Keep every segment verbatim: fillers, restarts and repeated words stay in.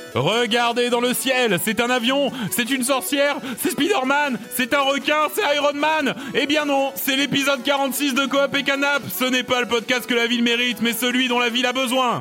Regardez dans le ciel, c'est un avion, c'est une sorcière, c'est Spider-Man, c'est un requin, c'est Iron Man. Eh bien non, c'est l'épisode quarante-six de Coop et Canap. Ce n'est pas le podcast que la ville mérite, mais celui dont la ville a besoin.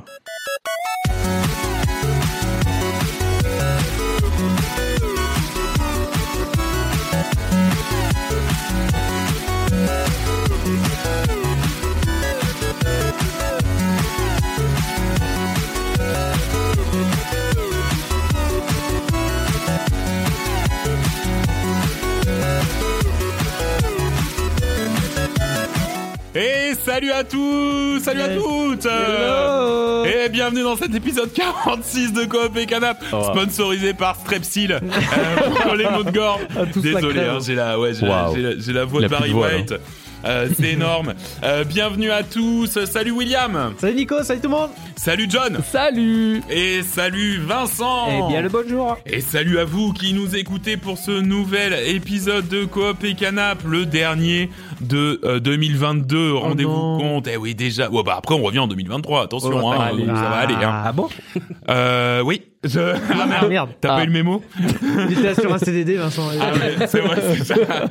Et salut à tous, salut à toutes. Hello. Et bienvenue dans cet épisode quarante-six de Coop et Canap, oh, sponsorisé par Strepsil euh, pour les mots de gorge. Désolé, hein, j'ai la, ouais, j'ai, wow. la, j'ai, la, j'ai la voix de Barry White. Hein. Euh, c'est énorme. Euh, bienvenue à tous. Salut William. Salut Nico, salut tout le monde. Salut John. Salut. Et salut Vincent. Eh bien le bonjour. Et salut à vous qui nous écoutez pour ce nouvel épisode de Coop et Canap, le dernier de euh, deux mille vingt-deux. Oh Rendez-vous non. compte. Eh oui, déjà. Ouais, bah après on revient en deux mille vingt-trois. Attention, oh, hein, aller. ça va aller. Hein. Ah bon. Euh, oui. Je... Ah merde. Ah, merde. T'as ah. pas eu le mémo? Il était sur un C D D, Vincent. Ah ouais, c'est vrai, c'est ça.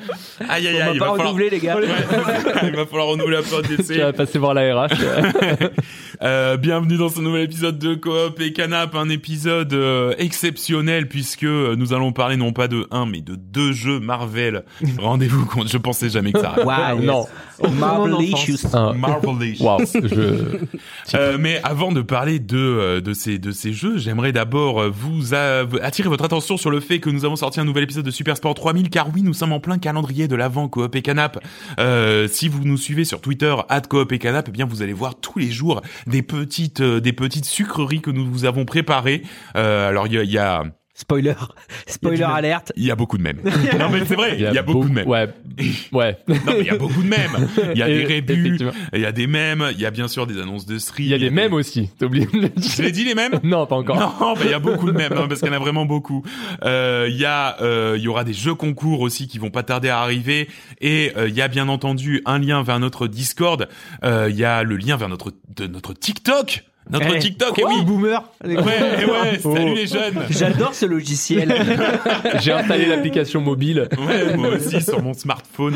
Aïe aïe aïe. On va pas renouveler, les gars. Ouais, il va falloir renouveler la période d'essai. Tu vas passer voir la R H. euh, bienvenue dans ce nouvel épisode de Coop et Canap, un épisode euh, exceptionnel puisque nous allons parler non pas de un mais de deux jeux Marvel. Rendez-vous compte, je pensais jamais que ça arrive. Waouh, non. Marvelicious. Marvelicious. Wow, je... euh, mais avant de parler de de ces de ces jeux, j'aimerais d'abord vous a, attirer votre attention sur le fait que nous avons sorti un nouvel épisode de Super Sport trois mille, car oui, nous sommes en plein calendrier de l'avant Coop et Canap. Euh, si vous nous suivez sur Twitter arobase Coop et Canap, eh bien vous allez voir tous les jours des petites euh, des petites sucreries que nous vous avons préparées. Euh, alors il y a, y a Spoiler, spoiler alerte. Il y a beaucoup de mèmes. Non mais c'est vrai, il y a, y a beaucoup, beaucoup de mèmes. Ouais, ouais. Non mais il y a beaucoup de mèmes. Il y a des rébus, il y a des mèmes, il y a bien sûr des annonces de stream. Il y a des mèmes aussi. T'as oublié de le dire. Je l'ai dit les mèmes? Non, pas encore. Non, mais il y a beaucoup de mèmes, non, parce qu'il y en a vraiment beaucoup. Euh, il y a, euh, il y aura des jeux concours aussi qui vont pas tarder à arriver, et euh, il y a bien entendu un lien vers notre Discord. Euh, il y a le lien vers notre de notre TikTok. Notre hey, TikTok, quoi, et oui. Boomer. Ouais, ouais, oh. Salut les jeunes. J'adore ce logiciel. J'ai installé l'application mobile. Ouais, moi aussi sur mon smartphone.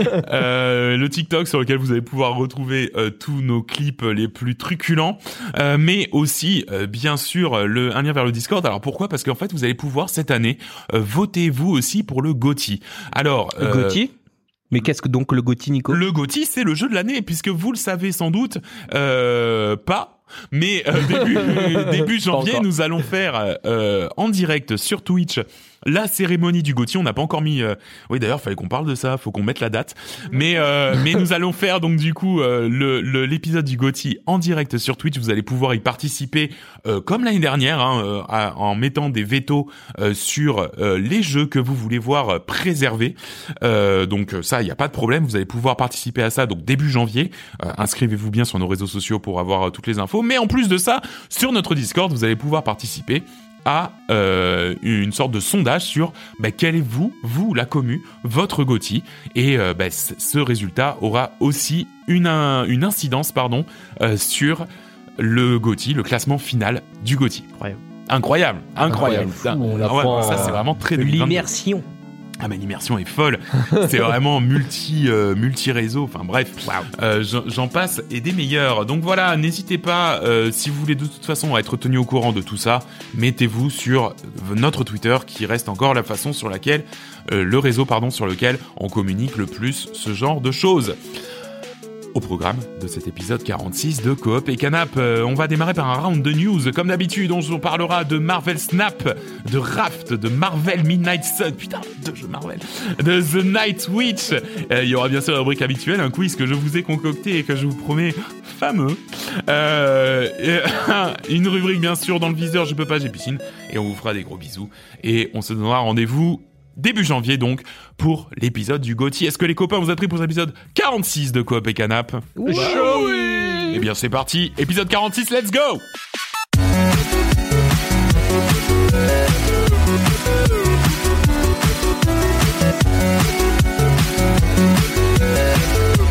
Euh, le TikTok sur lequel vous allez pouvoir retrouver euh, tous nos clips les plus truculents, euh, mais aussi euh, bien sûr le un lien vers le Discord. Alors pourquoi ? Parce qu'en fait vous allez pouvoir cette année euh, voter vous aussi pour le GOTY. Alors le euh, GOTY ? Mais qu'est-ce que donc le GOTY, Nico ? Le GOTY, c'est le jeu de l'année, puisque vous le savez sans doute euh, pas. Mais euh, début, début janvier, nous allons faire euh, en direct sur Twitch la cérémonie du GOTY. On n'a pas encore mis. Euh... Oui, d'ailleurs, fallait qu'on parle de ça. Faut qu'on mette la date. Mais euh, mais nous allons faire donc du coup euh, le, le l'épisode du GOTY en direct sur Twitch. Vous allez pouvoir y participer euh, comme l'année dernière, hein, euh, à, en mettant des vétos euh, sur euh, les jeux que vous voulez voir euh, préservés. Euh, donc ça, il y a pas de problème. Vous allez pouvoir participer à ça. Donc début janvier. Euh, inscrivez-vous bien sur nos réseaux sociaux pour avoir euh, toutes les infos. Mais en plus de ça, sur notre Discord, vous allez pouvoir participer à euh, une sorte de sondage sur bah, quel est vous, vous la commu, votre GOTY, et euh, bah, c- ce résultat aura aussi une un, une incidence pardon euh, sur le GOTY, le classement final du GOTY. Incroyable, incroyable, incroyable. Fou, on ah, ouais, ça c'est vraiment très l'immersion. Ah mais l'immersion est folle, c'est vraiment multi euh, multi réseau, enfin bref, wow. euh, j'en, j'en passe et des meilleurs. Donc voilà, n'hésitez pas euh, si vous voulez de toute façon être tenu au courant de tout ça, mettez-vous sur notre Twitter qui reste encore la façon sur laquelle euh, le réseau pardon sur lequel on communique le plus ce genre de choses. Au programme de cet épisode quarante-six de Coop et Canap, euh, on va démarrer par un round de news. Comme d'habitude, on vous parlera de Marvel Snap, de Raft, de Marvel Midnight Sun, putain, deux jeux Marvel, de The Night Witch. Euh, il y aura bien sûr la rubrique habituelle, un quiz que je vous ai concocté et que je vous promets fameux. Euh, et, une rubrique bien sûr dans le viseur, je peux pas, j'ai piscine. Et on vous fera des gros bisous. Et on se donnera rendez-vous début janvier donc pour l'épisode du GOTY. Est-ce que les copains vous êtes pris pour l'épisode quarante-six de Coop et Canap ? Oui. oui. Eh bien c'est parti, épisode quarante-six, let's go.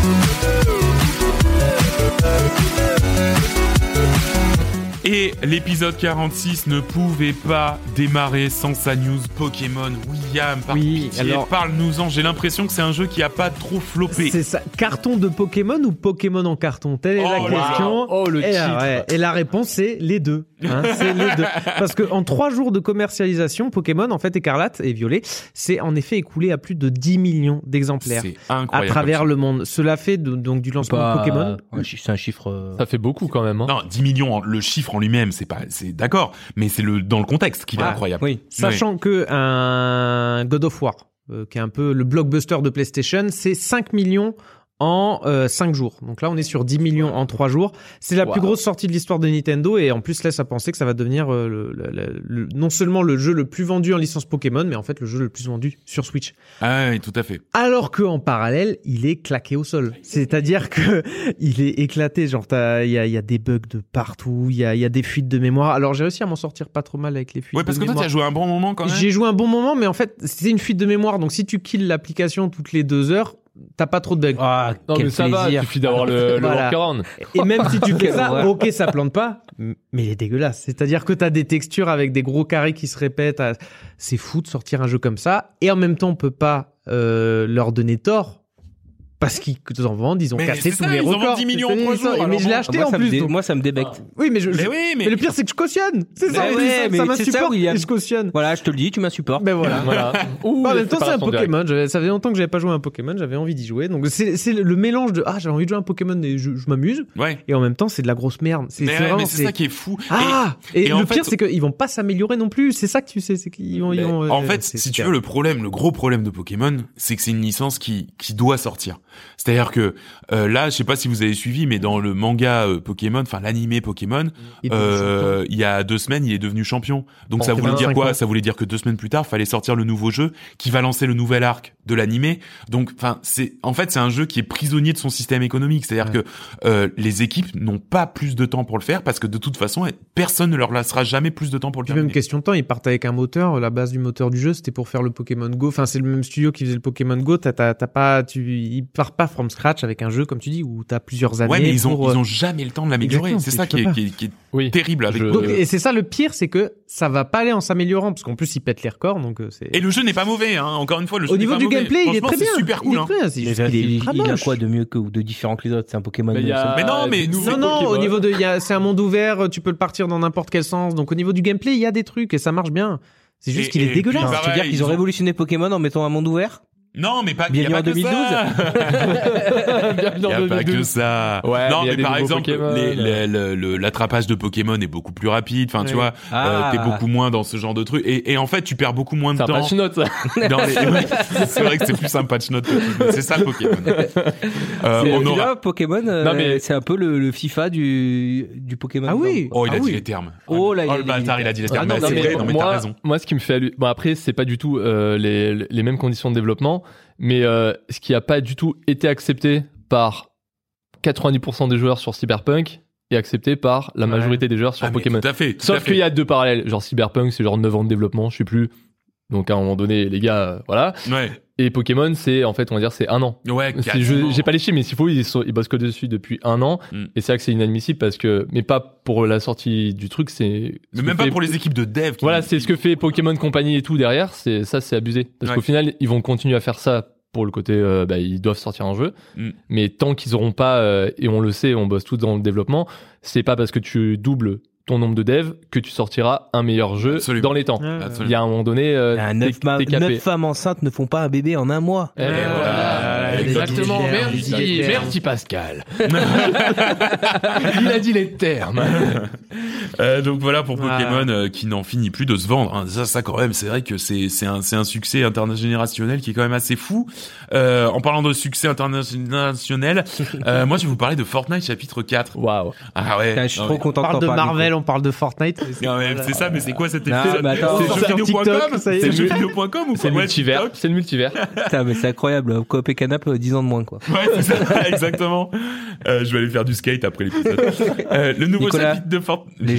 Et l'épisode L'épisode quarante-six ne pouvait pas démarrer sans sa news Pokémon. William, par Oui, pitié, alors- parle-nous-en. J'ai l'impression que c'est un jeu qui a pas trop floppé. C'est ça. Carton de Pokémon ou Pokémon en carton? Telle est la Oh là là. question. Oh, le et, la, titre. ouais, et la réponse, c'est les deux. Hein, c'est les deux. Parce que en trois jours de commercialisation, Pokémon, en fait, Écarlate et Violet, c'est en effet écoulé à plus de dix millions d'exemplaires C'est à incroyable. travers le monde. Cela fait de- donc du lancement Pas- de Pokémon. un chi- C'est un chiffre. euh, Ça fait beaucoup quand même. Hein. Non, dix millions, en- le chiffre en lui-même, c'est pas, c'est d'accord, mais c'est le dans le contexte qu'il est Ah, incroyable. Oui. Sachant que un God of War, euh, qui est un peu le blockbuster de PlayStation, c'est cinq millions en euh, cinq jours. Donc là, on est sur dix millions en trois jours. C'est la Wow. plus grosse sortie de l'histoire de Nintendo et en plus laisse à penser que ça va devenir euh, le, le- le- le- non seulement le jeu le plus vendu en licence Pokémon, mais en fait le jeu le plus vendu sur Switch. Ah oui, tout à fait. Alors que en parallèle, il est claqué au sol. C'est-à-dire que il est éclaté. Genre, t'as- il y a, il y a des bugs de partout, il y a, il y a des fuites de mémoire. Alors j'ai réussi à m'en sortir pas trop mal avec les fuites Ouais, parce de que toi, mémoire. t'as joué un bon moment quand même. J'ai joué un bon moment, mais en fait, c'est une fuite de mémoire. Donc, si tu kills l'application toutes les deux heures, t'as pas trop de bugs. Ah, Non, quel mais ça va, il plaisir. suffit d'avoir le, le Voilà. workaround. Et même si tu fais Quelle ça, horreur. ok, ça plante pas, mais il est dégueulasse. C'est-à-dire que t'as des textures avec des gros carrés qui se répètent. à- C'est fou de sortir un jeu comme ça. Et en même temps, on peut pas euh, leur donner tort. Parce qu'ils en vendent, ils ont Mais cassé c'est tous ça, les ils en records. vendent dix millions en C'est- trois c'est- jours, Mais alors je l'ai bon. acheté moi, en ça me plus. dé- donc- Moi, ça me débecte. Oui, mais je, Mais je- oui, mais... mais- le pire, c'est que je cautionne. C'est ça, Mais c'est ouais, ça, mais ça c'est ça, m'insupporte William. et je cautionne. Voilà, je te le dis, tu m'insupportes. Ben voilà. Voilà. Ouh, En les même temps, c'est un séparations directes. Pokémon. J'avais- Ça faisait longtemps que j'avais pas joué à un Pokémon. J'avais envie d'y jouer. Donc, c'est c'est le mélange de ah, j'avais envie de jouer à un Pokémon et je, je m'amuse. Ouais. Et en même temps, c'est de la grosse merde. C'est Mais, c'est ouais, vraiment. mais c'est ça qui est fou. Ah Et, et en le fait- pire, c'est qu'ils vont pas s'améliorer non plus. C'est ça que tu sais. C'est qu'ils vont. ils Et vont, en euh, fait, c'est- si c'est tu veux, le problème, le gros problème de Pokémon, c'est que c'est une licence qui qui doit sortir. C'est-à-dire que euh, là, je sais pas si vous avez suivi, mais dans le manga euh, Pokémon, enfin l'animé Pokémon, Il est euh, il y a deux semaines, il est devenu champion. Donc Bon, ça c'est voulait dire vingt-cinq quoi ans. Ça voulait dire que deux semaines plus tard, fallait sortir le nouveau jeu qui va lancer le nouvel arc de l'animé. Donc, enfin, c'est en fait c'est un jeu qui est prisonnier de son système économique. C'est-à-dire Ouais. que euh, les équipes n'ont pas plus de temps pour le faire parce que de toute façon, personne ne leur laissera jamais plus de temps pour le Puis terminer. même question de temps, ils partent avec un moteur. La base du moteur du jeu, c'était pour faire le Pokémon Go. Enfin, c'est le même studio qui faisait le Pokémon Go. T'as, t'as, t'as pas, tu, ils partent pas from scratch avec un jeu comme tu dis où t'as plusieurs années. Ouais, mais ils ont pour, ils euh, ont jamais le temps de l'améliorer. Exactement, C'est tu ça peux qui est, pas. qui est, qui est Oui. terrible avec. Je- Donc, Euh, et c'est ça le pire, c'est que ça va pas aller en s'améliorant parce qu'en plus ils pètent les records. Donc euh, c'est. Et le jeu n'est pas mauvais, hein. Encore une fois, le jeu Au n'est niveau pas du mauvais. gameplay, il est Franchement, très bien. C'est super Il cool, est hein. très bien, c'est Mais juste qu'il est il, ultra il a moche. quoi de mieux que ou de différent que les autres? C'est un Pokémon. Mais il y a- Mais non, mais des nouveaux Non, non, Pokémon. au niveau de, il y a, c'est un monde ouvert, tu peux le partir dans n'importe quel sens. Donc au niveau du gameplay, il y a des trucs et ça marche bien. C'est juste Et- qu'il et est puis, dégueulasse. bah, Tu veux dire pareil, qu'ils ont ils ont- révolutionné Pokémon en mettant un monde ouvert? Non, mais pas, il y a Bienvenue pas en que deux mille ça. Bienvenue Il en y a pas deux mille que douze. ça. Ouais, non, mais il y a mais des par nouveaux exemple, Pokémon, les- euh. les- le- le- l'attrapage de Pokémon est beaucoup plus rapide. Enfin, tu Ouais. vois, Ah. euh, t'es beaucoup moins dans ce genre de truc. Et, et en fait, tu perds beaucoup moins de C'est un temps. patch note, ça. Dans les... ouais, c'est vrai que c'est plus un patch note. que- C'est ça Pokémon. Euh, C'est- on tu aura. vois, Pokémon, euh, Non, mais- c'est un peu le, le FIFA du, du Pokémon. Ah oui. Oh, il a Ah dit oui. les termes. Oh, là, il a oh le dit bâtard, les il a dit les Ah termes. non, Mais non, c'est mais vrai, non mais t'as moi, raison. moi, ce qui me fait hallu- bon après, c'est pas du tout euh, les, les mêmes conditions de développement, mais euh, ce qui a pas du tout été accepté par quatre-vingt-dix pour cent des joueurs sur Cyberpunk est accepté par la Ouais. majorité des joueurs sur Ah, mais Pokémon. Tout à fait. tout à Sauf fait. qu'il y a deux parallèles. Genre Cyberpunk, c'est genre neuf ans de développement, je sais plus. Donc à un moment donné, les gars, euh, voilà. Ouais. Et Pokémon, c'est en fait, on va dire, c'est un an. Ouais. Si je- quasiment. J'ai pas les chiffres, mais s'il faut, ils, sont, ils bossent que dessus depuis un an. Mm. Et c'est vrai que c'est inadmissible parce que, mais pas pour la sortie du truc, c'est. ce Mais que même pas fait- pour les équipes de dev. qui- Voilà, c'est ce que fait Pokémon Company et tout derrière. C'est ça, c'est abusé. Parce Ouais. qu'au final, ils vont continuer à faire ça pour le côté, euh, bah, ils doivent sortir un jeu. Mm. Mais tant qu'ils auront pas, euh, et on le sait, on bosse tous dans le développement, c'est pas parce que tu doubles ton nombre de devs que tu sortiras un meilleur jeu Absolument. dans les temps. Ouais, Absolument. Il y a un moment donné, euh, Ah, t'es- neuf, ma- t'es capé. neuf femmes enceintes ne font pas un bébé en un mois. Eh, Ouais, voilà. voilà, Exactement. les termes, Merci, les termes. merci Pascal. Il a dit les termes. Euh, donc voilà pour Voilà. Pokémon euh, qui n'en finit plus de se vendre. hein. Ça, ça quand même, c'est vrai que c'est c'est un c'est un succès intergénérationnel qui est quand même assez fou. Euh, en parlant de succès international, euh, moi je vais vous parler de Fortnite chapitre quatre. Waouh. Ah ouais. Putain, je suis Non, trop mais- content On de parle t'en de parler. Marvel, on parle de Fortnite. Non, mais c'est ça, mais c'est quoi cet Non, effet mais attends, C'est on va faire jeuxvideo point com TikTok, ça y est. C'est jeuxvideo point com ou C'est quoi le Ouais, multivers. TikTok. C'est le multivers. Putain, mais c'est incroyable. Coop et Canap, euh, dix ans de moins, quoi. Ouais, c'est ça, exactement. Euh, je vais aller faire du skate après l'épisode. Euh, le nouveau Nicolas, chapitre de Fortnite. Les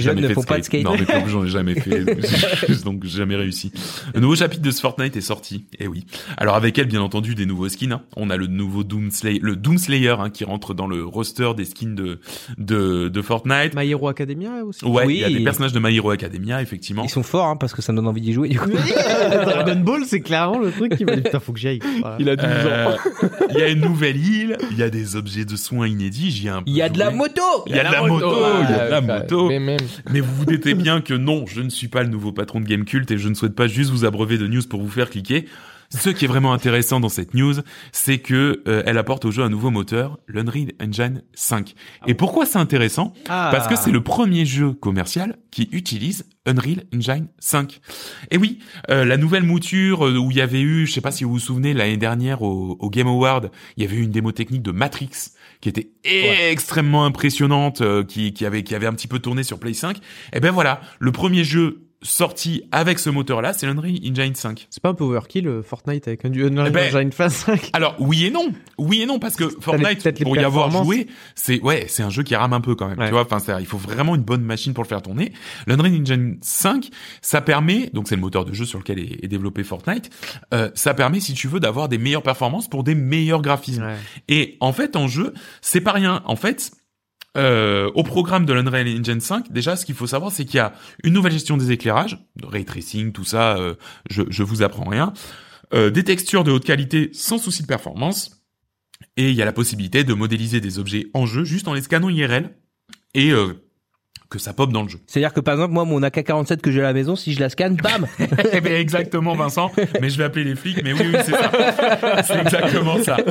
jeunes jamais ne fait font pas de skate. Non, mais comme j'en ai jamais fait, donc j'ai- donc j'ai jamais réussi. Le nouveau chapitre de ce Fortnite est sorti. Eh oui. Alors avec elle, bien entendu, des nouveaux skins. Hein. On a le nouveau Doomslayer, le Doomslayer hein, qui rentre dans le roster des skins de de, de Fortnite. My Hero Academia aussi. Ouais, Oui. il y a des personnages de My Hero Academia, effectivement. Ils sont forts, hein, parce que ça me donne envie d'y jouer, du coup. Dragon Ball, c'est clairement le truc qui m'a dit putain, faut que j'y aille. Voilà. Il a douze Euh, ans. Il y a une nouvelle île, il y a des objets de soins inédits, j'y ai un peu Il y a de la joué. moto! Il y a de la moto, il y a de la Ouais, moto. mais même. Mais vous vous doutez bien que non, je ne suis pas le nouveau patron de Gamecult et je ne souhaite pas juste vous abreuver de news pour vous faire cliquer. Ce qui est vraiment intéressant dans cette news, c'est que euh, elle apporte au jeu un nouveau moteur, l'Unreal Engine cinq. Et pourquoi c'est intéressant? Ah. Parce que c'est le premier jeu commercial qui utilise Unreal Engine cinq. Et oui, euh, la nouvelle mouture euh, où il y avait eu, je sais pas si vous vous souvenez, l'année dernière au, au Game Award, il y avait eu une démo technique de Matrix qui était Ouais. extrêmement impressionnante, euh, qui, qui avait qui avait un petit peu tourné sur Play cinq. Et ben voilà, le premier jeu sorti avec ce moteur-là, c'est l'Unreal Engine cinq. C'est pas un peu overkill euh, Fortnite avec un Unreal Eh ben, Engine cinq? Alors oui et non, oui et non parce que Fortnite peut-être les pour y avoir performances. joué, c'est ouais, c'est un jeu qui rame un peu quand même, Ouais. tu vois. Enfin, c'est- il faut vraiment une bonne machine pour le faire tourner. L'Unreal Engine cinq, ça permet, donc c'est le moteur de jeu sur lequel est, est développé Fortnite, euh, ça permet si tu veux d'avoir des meilleures performances pour des meilleurs graphismes. Ouais. Et en fait, en jeu, c'est pas rien. En fait, euh, au programme de l'Unreal Engine cinq, déjà, ce qu'il faut savoir, c'est qu'il y a une nouvelle gestion des éclairages, de ray tracing, tout ça, euh, je, je vous apprends rien, euh, des textures de haute qualité sans souci de performance, et il y a la possibilité de modéliser des objets en jeu juste en les scannant I R L, et euh, que ça pop dans le jeu. C'est-à-dire que par exemple, moi, mon A K quarante-sept que j'ai à la maison, si je la scanne, bam! Eh ben exactement Vincent, mais je vais appeler les flics, mais oui oui c'est ça, c'est exactement ça.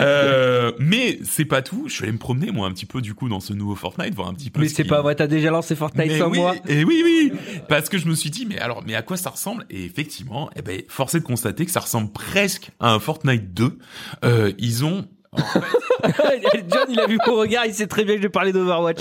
Euh, mais c'est pas tout, je suis allé me promener moi un petit peu du coup dans ce nouveau Fortnite, voir un petit peu. Mais ce c'est qui- pas vrai, t'as déjà lancé Fortnite Mais sans oui, moi. et oui oui, parce que je me suis dit mais alors mais à quoi ça ressemble? Et effectivement, eh ben force est de constater que ça ressemble presque à un Fortnite deux. Euh, ils ont John, il a vu mon regard, il sait très bien que je vais parler d'Overwatch.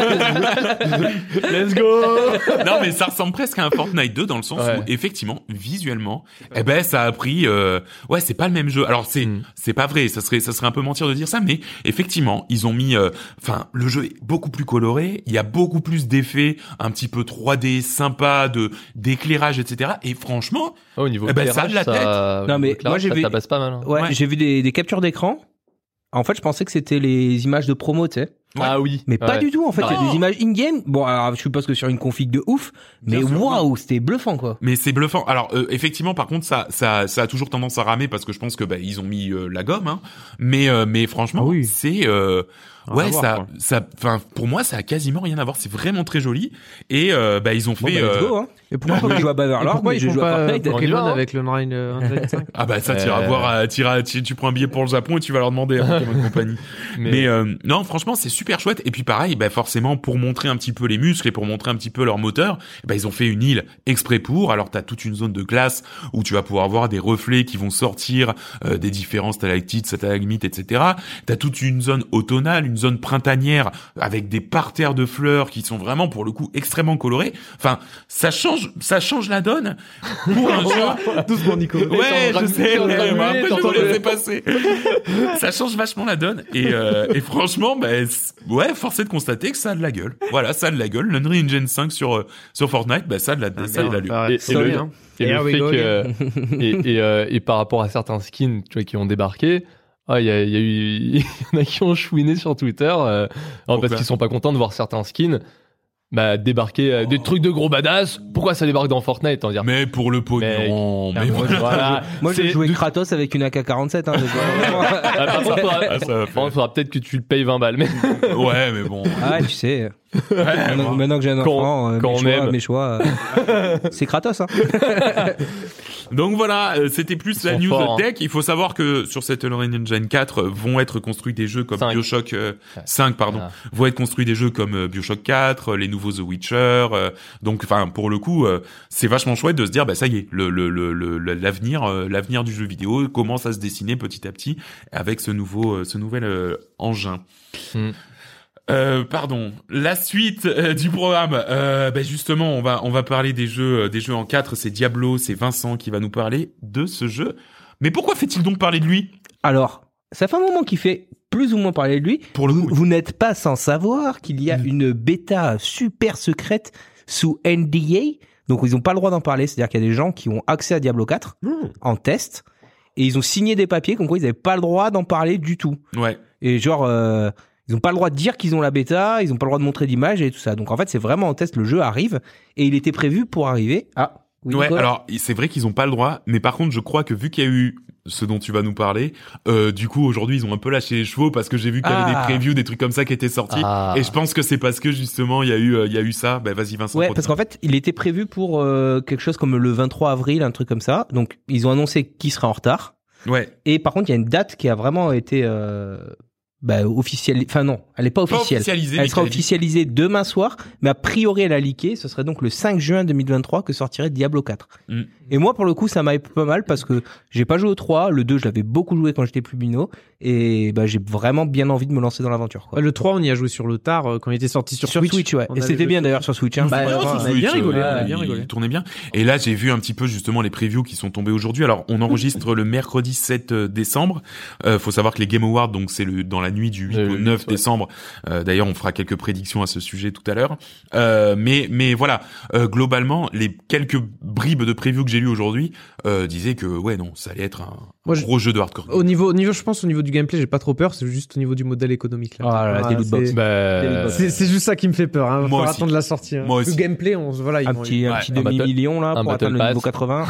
Let's go. non mais ça ressemble presque à un Fortnite deux dans le sens Ouais. où effectivement visuellement eh ben ça a pris euh, ouais c'est pas le même jeu alors c'est Mm. c'est pas vrai ça serait ça serait un peu mentir de dire ça mais effectivement ils ont mis enfin le jeu est beaucoup plus coloré il y a beaucoup plus d'effets un petit peu trois D sympa de d'éclairage etc et franchement Oh, au niveau Eh ben, ça a de la éclairage, ça- Non, au mais niveau éclairage, moi, j'ai ça vu- tabasse pas mal. hein. Ouais, Ouais. j'ai vu des, des captures d'écran. En fait, je pensais que c'était les images de promo, tu sais. Ouais. Ah oui. Mais pas Ouais. du tout, en fait. Il y a Non. des images in-game. Bon, alors, je suppose que sur une config de ouf. Mais Bien sûr, waouh, c'était bluffant, quoi. mais c'est bluffant. Alors euh, effectivement, par contre, ça, ça, ça a toujours tendance à ramer parce que je pense que bah ils ont mis euh, la gomme. Hein. Mais, euh, mais franchement, Ah oui. c'est euh, Rien ouais, à voir, ça, quoi. ça, enfin pour moi, ça a quasiment rien à voir. C'est vraiment très joli. Et euh, bah ils ont Bon, fait. bah, let's euh, go, hein. Et pourquoi, Moi, je joue à et Bannerlord, pourquoi mais ils je font joue à pas Fortnite. On y Pokémon va, hein. avec le Unreal Engine cinq? Ah bah ça, t'iras Euh. voir, euh, t'iras, tu, tu prends un billet pour le Japon et tu vas leur demander à Pokémon Company. Mais, Mais euh, non, franchement, c'est super chouette. Et puis pareil, bah forcément, pour montrer un petit peu les muscles et pour montrer un petit peu leur moteur, bah ils ont fait une île exprès pour. Alors t'as toute une zone de glace où tu vas pouvoir voir des reflets qui vont sortir euh, des différents stalactites, stalagmites, et cetera. T'as toute une zone automnale, une zone printanière avec des parterres de fleurs qui sont vraiment pour le coup extrêmement colorées. Enfin, ça change, ça change la donne pour un jeu. Doucement, Nico. Ouais, T'es en train je de- sais, t'es en train de ouais, moi, muer, après, t'es en je train vous de- laisser passer. Ça change vachement la donne. Et, euh, et franchement, bah, c'est- ouais, force est de constater que ça a de la gueule. Voilà, ça a de la gueule. L'Unreal Engine cinq sur, euh, sur Fortnite, bah, ça a de la, ça a de l'allure. Et- et Sorry, le- hein. et le Here we fait go que et, et, euh, et par rapport à certains skins tu vois qui ont débarqué ah il y a, il y a eu il y en a qui ont chouiné sur Twitter euh, alors, Pourquoi parce qu'ils sont pas contents de voir certains skins bah débarquer euh, des trucs de gros badass pourquoi ça débarque dans Fortnite en dire Mais pour le pognon, mais, Ah, voilà. voilà. Moi, j'ai C'est joué de- Kratos avec une A K quarante-sept, hein. Ah, par contre, faudra, Ah, ça va par contre, faire. faudra peut-être que tu le payes vingt balles mais Ouais, mais bon. Ah, tu sais. Ouais, Maintenant, bon. maintenant que j'ai un Quand- enfant, euh, quand mes, on choix, aime. mes choix, euh, c'est Kratos, hein. Donc voilà, euh, c'était plus Ils la sont news forts, hein. tech. Il faut savoir que sur cette Unreal Engine quatre euh, vont être construits des jeux comme Cinq. BioShock euh, cinq, pardon. Ah. Vont être construits des jeux comme euh, BioShock quatre, euh, les nouveaux The Witcher. euh, donc, enfin, pour le coup, euh, c'est vachement chouette de se dire, bah ça y est, le le le le- l'avenir, euh, l'avenir du jeu vidéo commence à se dessiner petit à petit avec ce nouveau, euh, ce nouvel euh, engin. Hmm. Euh, pardon. La suite euh, du programme. Euh, ben justement, on va on va parler des jeux euh, des jeux en quatre. C'est Diablo, c'est Vincent qui va nous parler de ce jeu. Mais pourquoi fait-il donc parler de lui? Alors, ça fait un moment qu'il fait plus ou moins parlé de lui. Pour le vous, coup. vous n'êtes pas sans savoir qu'il y a une bêta super secrète sous N D A. Donc, ils n'ont pas le droit d'en parler. C'est-à-dire qu'il y a des gens qui ont accès à Diablo quatre Mmh. en test. Et ils ont signé des papiers comme quoi ils n'avaient pas le droit d'en parler du tout. Ouais. Et genre, euh, ils n'ont pas le droit de dire qu'ils ont la bêta, ils n'ont pas le droit de montrer d'image et tout ça. Donc en fait, c'est vraiment en test, le jeu arrive et il était prévu pour arriver à... Oui, Ouais, Nicolas alors c'est vrai qu'ils ont pas le droit, mais par contre, je crois que vu qu'il y a eu ce dont tu vas nous parler, euh, du coup aujourd'hui ils ont un peu lâché les chevaux parce que j'ai vu qu'il y avait Ah. des previews, des trucs comme ça qui étaient sortis, Ah. et je pense que c'est parce que justement il y a eu, euh, il y a eu ça. Ben vas-y Vincent. Ouais, continue. parce qu'en fait, il était prévu pour euh, quelque chose comme le vingt-trois avril, un truc comme ça. Donc ils ont annoncé qui serait en retard. Ouais. Et par contre, il y a une date qui a vraiment été euh, bah, officielle. Enfin non, elle n'est pas Pas officielle. officialisé. Elle sera Michael a dit. officialisée demain soir, mais a priori elle a leaké. Ce serait donc le cinq juin deux mille vingt-trois que sortirait Diablo quatre. Mm. Et moi, pour le coup, ça m'a hype pas mal parce que j'ai pas joué au trois, le deux, je l'avais beaucoup joué quand j'étais plus minot, et bah j'ai vraiment bien envie de me lancer dans l'aventure. Quoi. Ouais, le trois, on y a joué sur le tard euh, quand il était sorti sur, Sur Switch, ouais. On Et avait c'était joué bien sur- d'ailleurs sur Switch. Hein. Bah, Ouais, on sur a Switch, bien rigolé, euh, on a bien il- rigolé. Il tournait bien. Et là, j'ai vu un petit peu justement les previews qui sont tombés aujourd'hui. Alors, on enregistre le mercredi sept décembre. Euh, faut savoir que les Game Awards, donc c'est le dans la nuit du huit Le au huit, neuf ouais. décembre. Euh, D'ailleurs, on fera quelques prédictions à ce sujet tout à l'heure. Euh, mais mais voilà, euh, globalement, les quelques bribes de previews que j'ai lues aujourd'hui euh, disaient que ouais non, ça allait être un, Moi, un je- gros jeu de hardcore. Au niveau, au niveau, je pense, au niveau du gameplay, j'ai pas trop peur. C'est juste au niveau du modèle économique. Là. Ah, là, des loot box. c'est- Bah, C'est c'est juste ça qui me fait peur. Hein. Moi Faut aussi. attendre la sortie. Hein. Moi Le aussi. gameplay, on se voilà. Ils Un vont- petit, un Ouais, petit un battle- demi-million là un pour battle atteindre le niveau pass. quatre-vingts.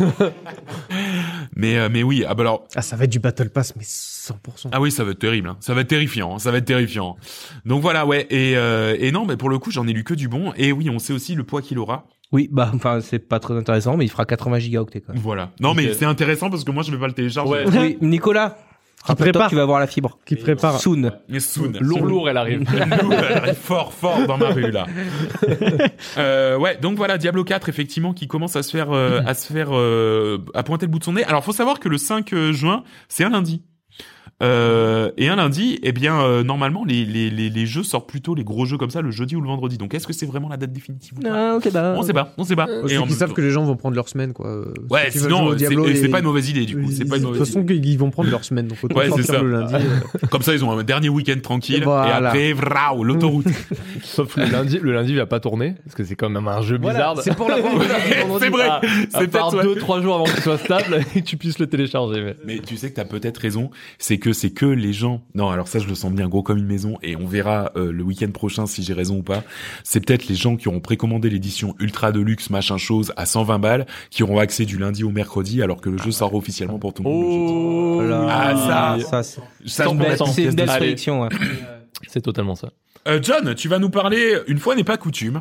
Mais euh, mais oui, ah bah alors Ah, ça va être du battle pass, mais cent pour cent. ah oui, ça va être terrible, hein. Ça va être terrifiant, hein. Ça va être terrifiant. Donc voilà, ouais. Et euh, et non, mais pour le coup, j'en ai lu que du bon. Et oui, on sait aussi le poids qu'il aura. Oui, bah enfin c'est pas très intéressant, mais il fera quatre-vingts gigaoctets quand même. Voilà. Non, mais Ok. c'est intéressant parce que moi, je vais pas le télécharger. Ouais. Oui, Nicolas, rappelle-toi prépare. que tu vas avoir la fibre. Qui prépare. Soon. Mais soon. lourd, lourd, elle arrive. Nous, elle arrive fort, fort dans ma rue là. euh, ouais, donc voilà, Diablo quatre effectivement qui commence à se faire, euh, à se faire, euh, à pointer le bout de son nez. Alors, faut savoir que le cinq juin, c'est un lundi. Euh, et un lundi, eh bien, euh, normalement, les, les, les, les jeux sortent plutôt, les gros jeux comme ça, le jeudi ou le vendredi. Donc, est-ce que c'est vraiment la date définitive ou pas Ah, ok, bah. On sait pas, on sait pas. Je Et sais en qu'ils même savent temps- que les gens vont prendre leur semaine, quoi. Euh, Ouais, ceux qui veulent jouer sinon, au c'est Diablo, et c'est et- pas une mauvaise idée, du coup. C'est pas une De mauvaise toute façon, idée. ils vont prendre leur semaine, donc autant Ouais, c'est sortir ça. le lundi. euh. Comme ça, ils ont un dernier week-end tranquille. Voilà. Et après, vrao, l'autoroute. Sauf le lundi, le lundi il va pas tourner parce que c'est quand même un jeu Voilà, bizarre. c'est pour la vendredi. C'est vrai. À, C'est à part peut-être, ouais. deux, trois jours avant qu'il soit stable et que tu puisses le télécharger. Mais... Mais tu sais que t'as peut-être raison, c'est que c'est que les gens... Non, alors ça, je le sens bien gros comme une maison, et on verra euh, le week-end prochain si j'ai raison ou pas. C'est peut-être les gens qui auront précommandé l'édition ultra deluxe, machin chose, à cent vingt balles, qui auront accès du lundi au mercredi, alors que le jeu sort officiellement pour tout le monde le jeudi. Oh, Voilà. Ah, ça, ça c'est Ça, cent je pour m'en cent. attends. c'est une belle Allez. sélection. Ouais. c'est totalement ça. Euh, John, tu vas nous parler, une fois n'est pas coutume,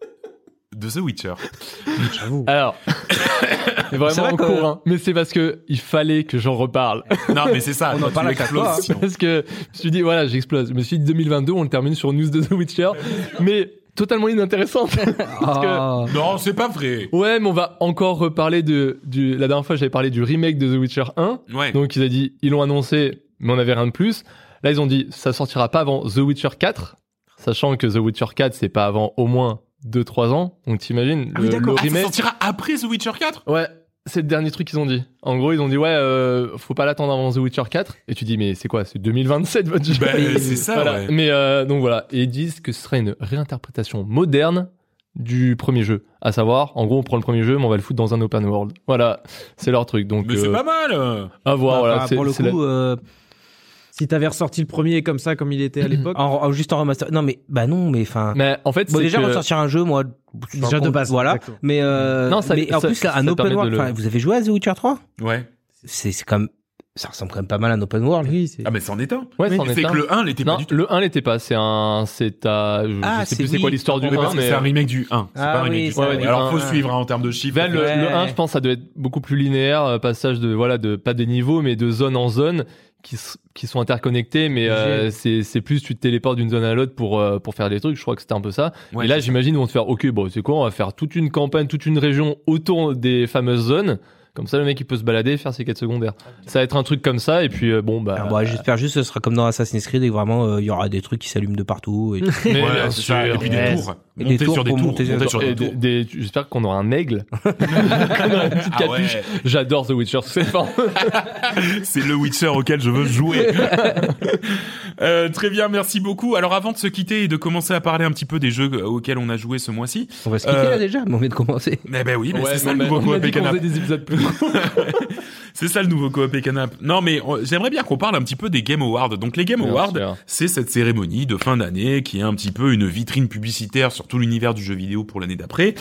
de The Witcher. J'avoue. Alors, c'est vraiment C'est vrai en que- cours, hein. Mais c'est parce que il fallait que j'en reparle. Non, mais c'est ça. On en toi, parle tu à chaque exploses, fois, hein. sinon. Parce que je me suis dit, voilà, j'explose. Je me suis dit, deux mille vingt-deux, on le termine sur une news de The Witcher. Mais totalement inintéressante. Parce que, Ah. Non, c'est pas vrai. ouais, mais on va encore reparler de, du, la dernière fois, j'avais parlé du remake de The Witcher un. Ouais. Donc, ils ont dit, ils l'ont annoncé, mais on avait rien de plus. Là, ils ont dit, ça sortira pas avant The Witcher quatre. Sachant que The Witcher quatre, c'est pas avant au moins deux trois ans. Donc, t'imagines, Ah oui, le, le d'accord. Ah, ça remake. sortira après The Witcher quatre? Ouais, c'est le dernier truc qu'ils ont dit. En gros, ils ont dit, ouais, euh, faut pas l'attendre avant The Witcher quatre. Et tu dis, mais c'est quoi? C'est deux mille vingt-sept, votre jeu? Ben, c'est ça, Voilà. ouais. Mais euh, donc voilà. Et ils disent que ce serait une réinterprétation moderne du premier jeu. À savoir, en gros, on prend le premier jeu, mais on va le foutre dans un open world. Voilà, c'est leur truc. Donc, Mais c'est euh, pas mal. à voir. Bah, voilà, bah, c'est, pour le c'est la- coup, euh, Si t'avais ressorti le premier comme ça, comme il était à l'époque. en, en- juste en remaster. Non, mais bah non, mais enfin. Mais en fait, Bon, c'est déjà que... ressortir un jeu, moi. je suis Déjà pas de base, Voilà. exactement. Mais euh, Non, ça- mais en ça- plus là, ça un open permet world. de le- enfin, Vous avez joué à The Witcher trois? Ouais. C'est c'est comme ça ressemble quand même pas mal à un open world. Oui, c'est. Ah, mais c'en est un. Ouais, Oui, c'en C'est est que un. le un l'était pas Non, du tout. le un l'était pas. C'est un, c'est à, je Ah, sais c'est plus c'est oui. quoi l'histoire du Oui, parce un, que mais c'est un remake du un. C'est Ah pas un remake oui, du c'est un. un remake Alors, du faut un. suivre hein, en termes de chiffres. Ben, le, Ouais. le un, je pense, ça doit être beaucoup plus linéaire, euh, passage de, voilà, de, pas des niveaux, mais de zone en zone, qui, s- qui sont interconnectés, mais, euh, c'est, c'est plus, tu te téléportes d'une zone à l'autre pour, euh, pour faire des trucs. Je crois que c'était un peu ça. Ouais, Et là, c'est j'imagine, ils vont te faire, ok, bon, c'est quoi, on va faire toute une campagne, toute une région autour des fameuses zones. Comme ça, le mec, il peut se balader et faire ses quêtes secondaires. Ça va être un truc comme ça, et puis euh, bon, bah. Alors, bah, j'espère juste que ce sera comme dans Assassin's Creed et que vraiment, il euh, y aura des trucs qui s'allument de partout. Et tout. Mais Ouais, bien c'est sûr. ça. Et puis des Ouais. tours. Et Monter des tours sur des pour tours. monter sur Monter des sur Et des des- tours. des- J'espère qu'on aura un aigle. Qu'on aura une petite Ah capuche. ouais. J'adore The Witcher, c'est fort. C'est le Witcher auquel je veux jouer. euh, très bien, merci beaucoup. Alors avant de se quitter et de commencer à parler un petit peu des jeux auxquels on a joué ce mois-ci. On va se quitter Euh, là déjà, mais on vient de commencer. Eh ben oui, mais Ouais, c'est ça non, le mais nouveau on a coop dit et qu'on canap. faisait des épisodes plus. C'est ça le nouveau coop et canap. Non mais on- j'aimerais bien qu'on parle un petit peu des Game Awards. Donc les Game Bien Awards, sûr. c'est cette cérémonie de fin d'année qui est un petit peu une vitrine publicitaire sur tout l'univers du jeu vidéo pour l'année d'après.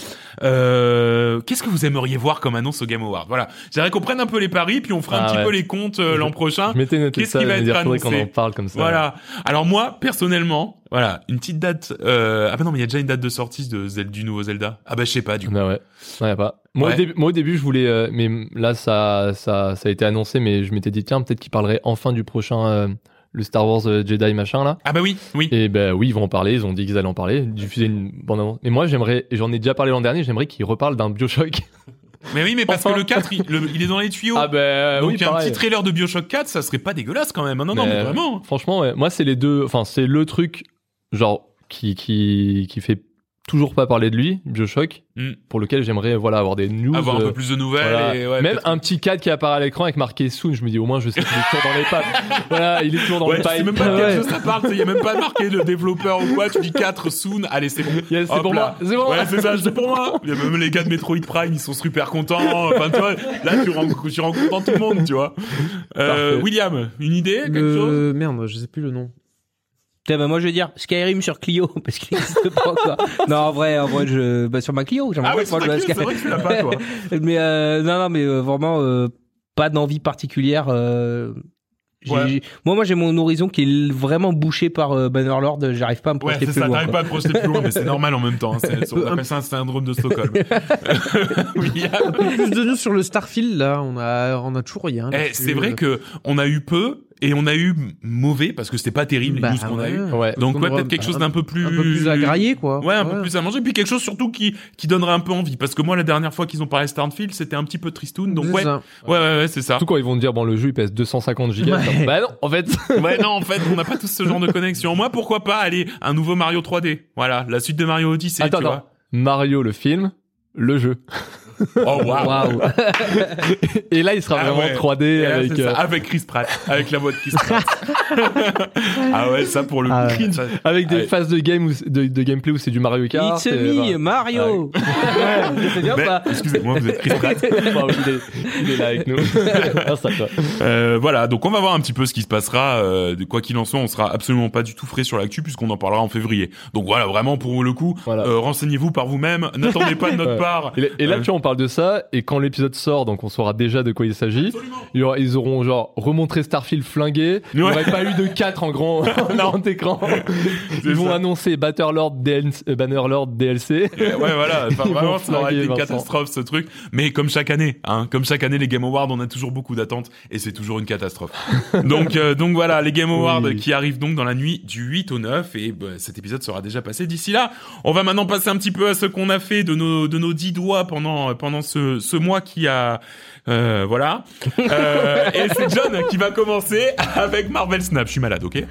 Euh, qu'est-ce que vous aimeriez voir comme annonce au Game Awards? Voilà, j'aimerais qu'on prenne un peu les paris puis on fera un Ah petit ouais. peu les comptes euh, l'an prochain. Je m'étais noté Qu'est-ce ça, qui va je être veux dire, faudrait qu'on annoncé en parle comme ça. Voilà. Alors moi, personnellement, voilà, une petite date. Euh... Ah bah non, mais il y a déjà une date de sortie de Zelda, du nouveau Zelda. Ah bah je sais pas du coup. Bah ouais, non, y a pas. Moi, Ouais. au début, moi au début, je voulais, euh, mais là, ça, ça, ça a été annoncé, mais je m'étais dit tiens, peut-être qu'ils parleraient enfin du prochain, euh, le Star Wars euh, Jedi machin là. Ah bah oui, oui. Et ben oui, ils vont en parler. Ils ont dit qu'ils allaient en parler, diffuser une bande annonce. Mais moi, j'aimerais, et j'en ai déjà parlé l'an dernier, j'aimerais qu'ils reparlent d'un BioShock. Mais oui, mais parce Enfin. que le quatre, il, le- il est dans les tuyaux. Ah ben Donc oui, un pareil. petit trailer de BioShock quatre, ça serait pas dégueulasse quand même. Non, non, Mais, mais vraiment. Franchement, ouais. Moi, c'est les deux. Enfin, c'est le truc, genre qui qui qui fait toujours pas parler de lui, BioShock, Mm. pour lequel j'aimerais voilà avoir des news. Avoir un euh, peu plus de nouvelles. Voilà. Et, ouais, Même peut-être- un petit cadre qui apparaît à l'écran avec marqué Soon, je me dis au moins je sais qu'il est toujours dans les pattes. Voilà, il est toujours dans Ouais, le tu sais pipe. même pas de quel Ouais. jeu ça parle, il y a même pas marqué le développeur ou quoi, tu dis quatre soon, allez c'est bon. Yes, c'est Hop pour là. moi. C'est bon. Ouais, c'est ça, c'est pour moi. Il y a même les gars de Metroid Prime, ils sont super contents. Enfin, tu vois, là, tu rends, tu rends content tout le monde, tu vois. Euh, Parfait. William, une idée, quelque chose? Le... Merde, je sais plus le nom. Putain, bah moi je vais dire Skyrim sur Clio parce qu'il n'existe pas encore. Non, en vrai, en vrai, je, bah sur ma Clio, j'aimerais Ah ouais, bien c'est pouvoir jouer à vrai que Skyrim. tu l'as pas, toi. Mais euh, non, non, mais euh, vraiment euh, pas d'envie particulière. Euh, j'ai- Ouais. j'ai- Moi, moi, j'ai mon horizon qui est vraiment bouché par euh, Bannerlord. J'arrive pas à me Ouais, projeter c'est plus ça, loin. t'arrives quoi. pas à te projeter plus loin, mais c'est normal en même temps. hein. C'est- On appelle ça un syndrome de Stockholm. William. Plus de news sur le Starfield là, on a on a toujours rien. Eh, là-dessus. c'est vrai que on a eu peu et on a eu mauvais parce que c'était pas terrible les Bah, news qu'on a ouais. eu. Ouais. Donc On ouais, aura peut-être quelque chose un- d'un peu plus un peu plus à grailler quoi. Ouais, un peu plus à manger, puis quelque chose surtout qui qui donnerait un peu envie parce que moi la dernière fois qu'ils ont parlé Starfield, c'était un petit peu tristoun. Donc C'est ouais, ça. ouais, ouais, ouais, c'est ça. Surtout quand ils vont te dire bon le jeu il pèse deux cent cinquante gigas. Ouais. Genre, bah non, en fait. Ouais, non, en fait, on n'a pas tous ce genre de connexion. Moi, pourquoi pas aller un nouveau Mario trois D. Voilà, la suite de Mario Odyssey, Attends, tu attends. Mario le film, le jeu. vois. Oh waouh. Waouh. Et là il sera Ah vraiment ouais. trois D Et là, avec. c'est ça, euh, avec Chris Pratt, avec la voix de Chris Pratt. Ah ouais, ça pour le Ah coup. ouais. ça- Avec des Ouais. phases de game où, de, de gameplay où c'est du Mario Kart. It's et, me, voilà. Mario. Ouais, c'est bien Mais, pas. excusez-moi, vous êtes Chris Pratt. Wow, il, est, il est là avec nous. Merci à toi. Euh, voilà, donc on va voir un petit peu ce qui se passera. Euh, de quoi qu'il en soit, on sera absolument pas du tout frais sur l'actu puisqu'on en parlera en février. Donc voilà, vraiment pour le coup, Voilà. euh, renseignez-vous par vous-même. N'attendez pas de notre Ouais. part. Et, et là, Euh, tu vois, on parle de ça, et quand l'épisode sort, donc on saura déjà de quoi il s'agit, Absolument. il y aura- ils auront genre remontré Starfield flingué, il n'y Ouais. aurait pas eu de quatre en grand, en grand écran. C'est Ils vont ça. annoncer Bannerlord D L C, euh, Bannerlord D L C. Ouais, voilà. Enfin, Ils vraiment, vont ça aurait flinguer été une Vincent. catastrophe, ce truc. Mais comme chaque année, hein, comme chaque année, les Game Awards, on a toujours beaucoup d'attentes et c'est toujours une catastrophe. donc, euh, donc voilà, les Game Awards Oui. qui arrivent donc dans la nuit du huit au neuf et bah, cet épisode sera déjà passé d'ici là. On va maintenant passer un petit peu à ce qu'on a fait de nos, de nos dix doigts pendant, pendant ce, ce mois qui a, euh, voilà. Euh, et c'est John qui va commencer avec Marvel Snap. Je suis malade, ok?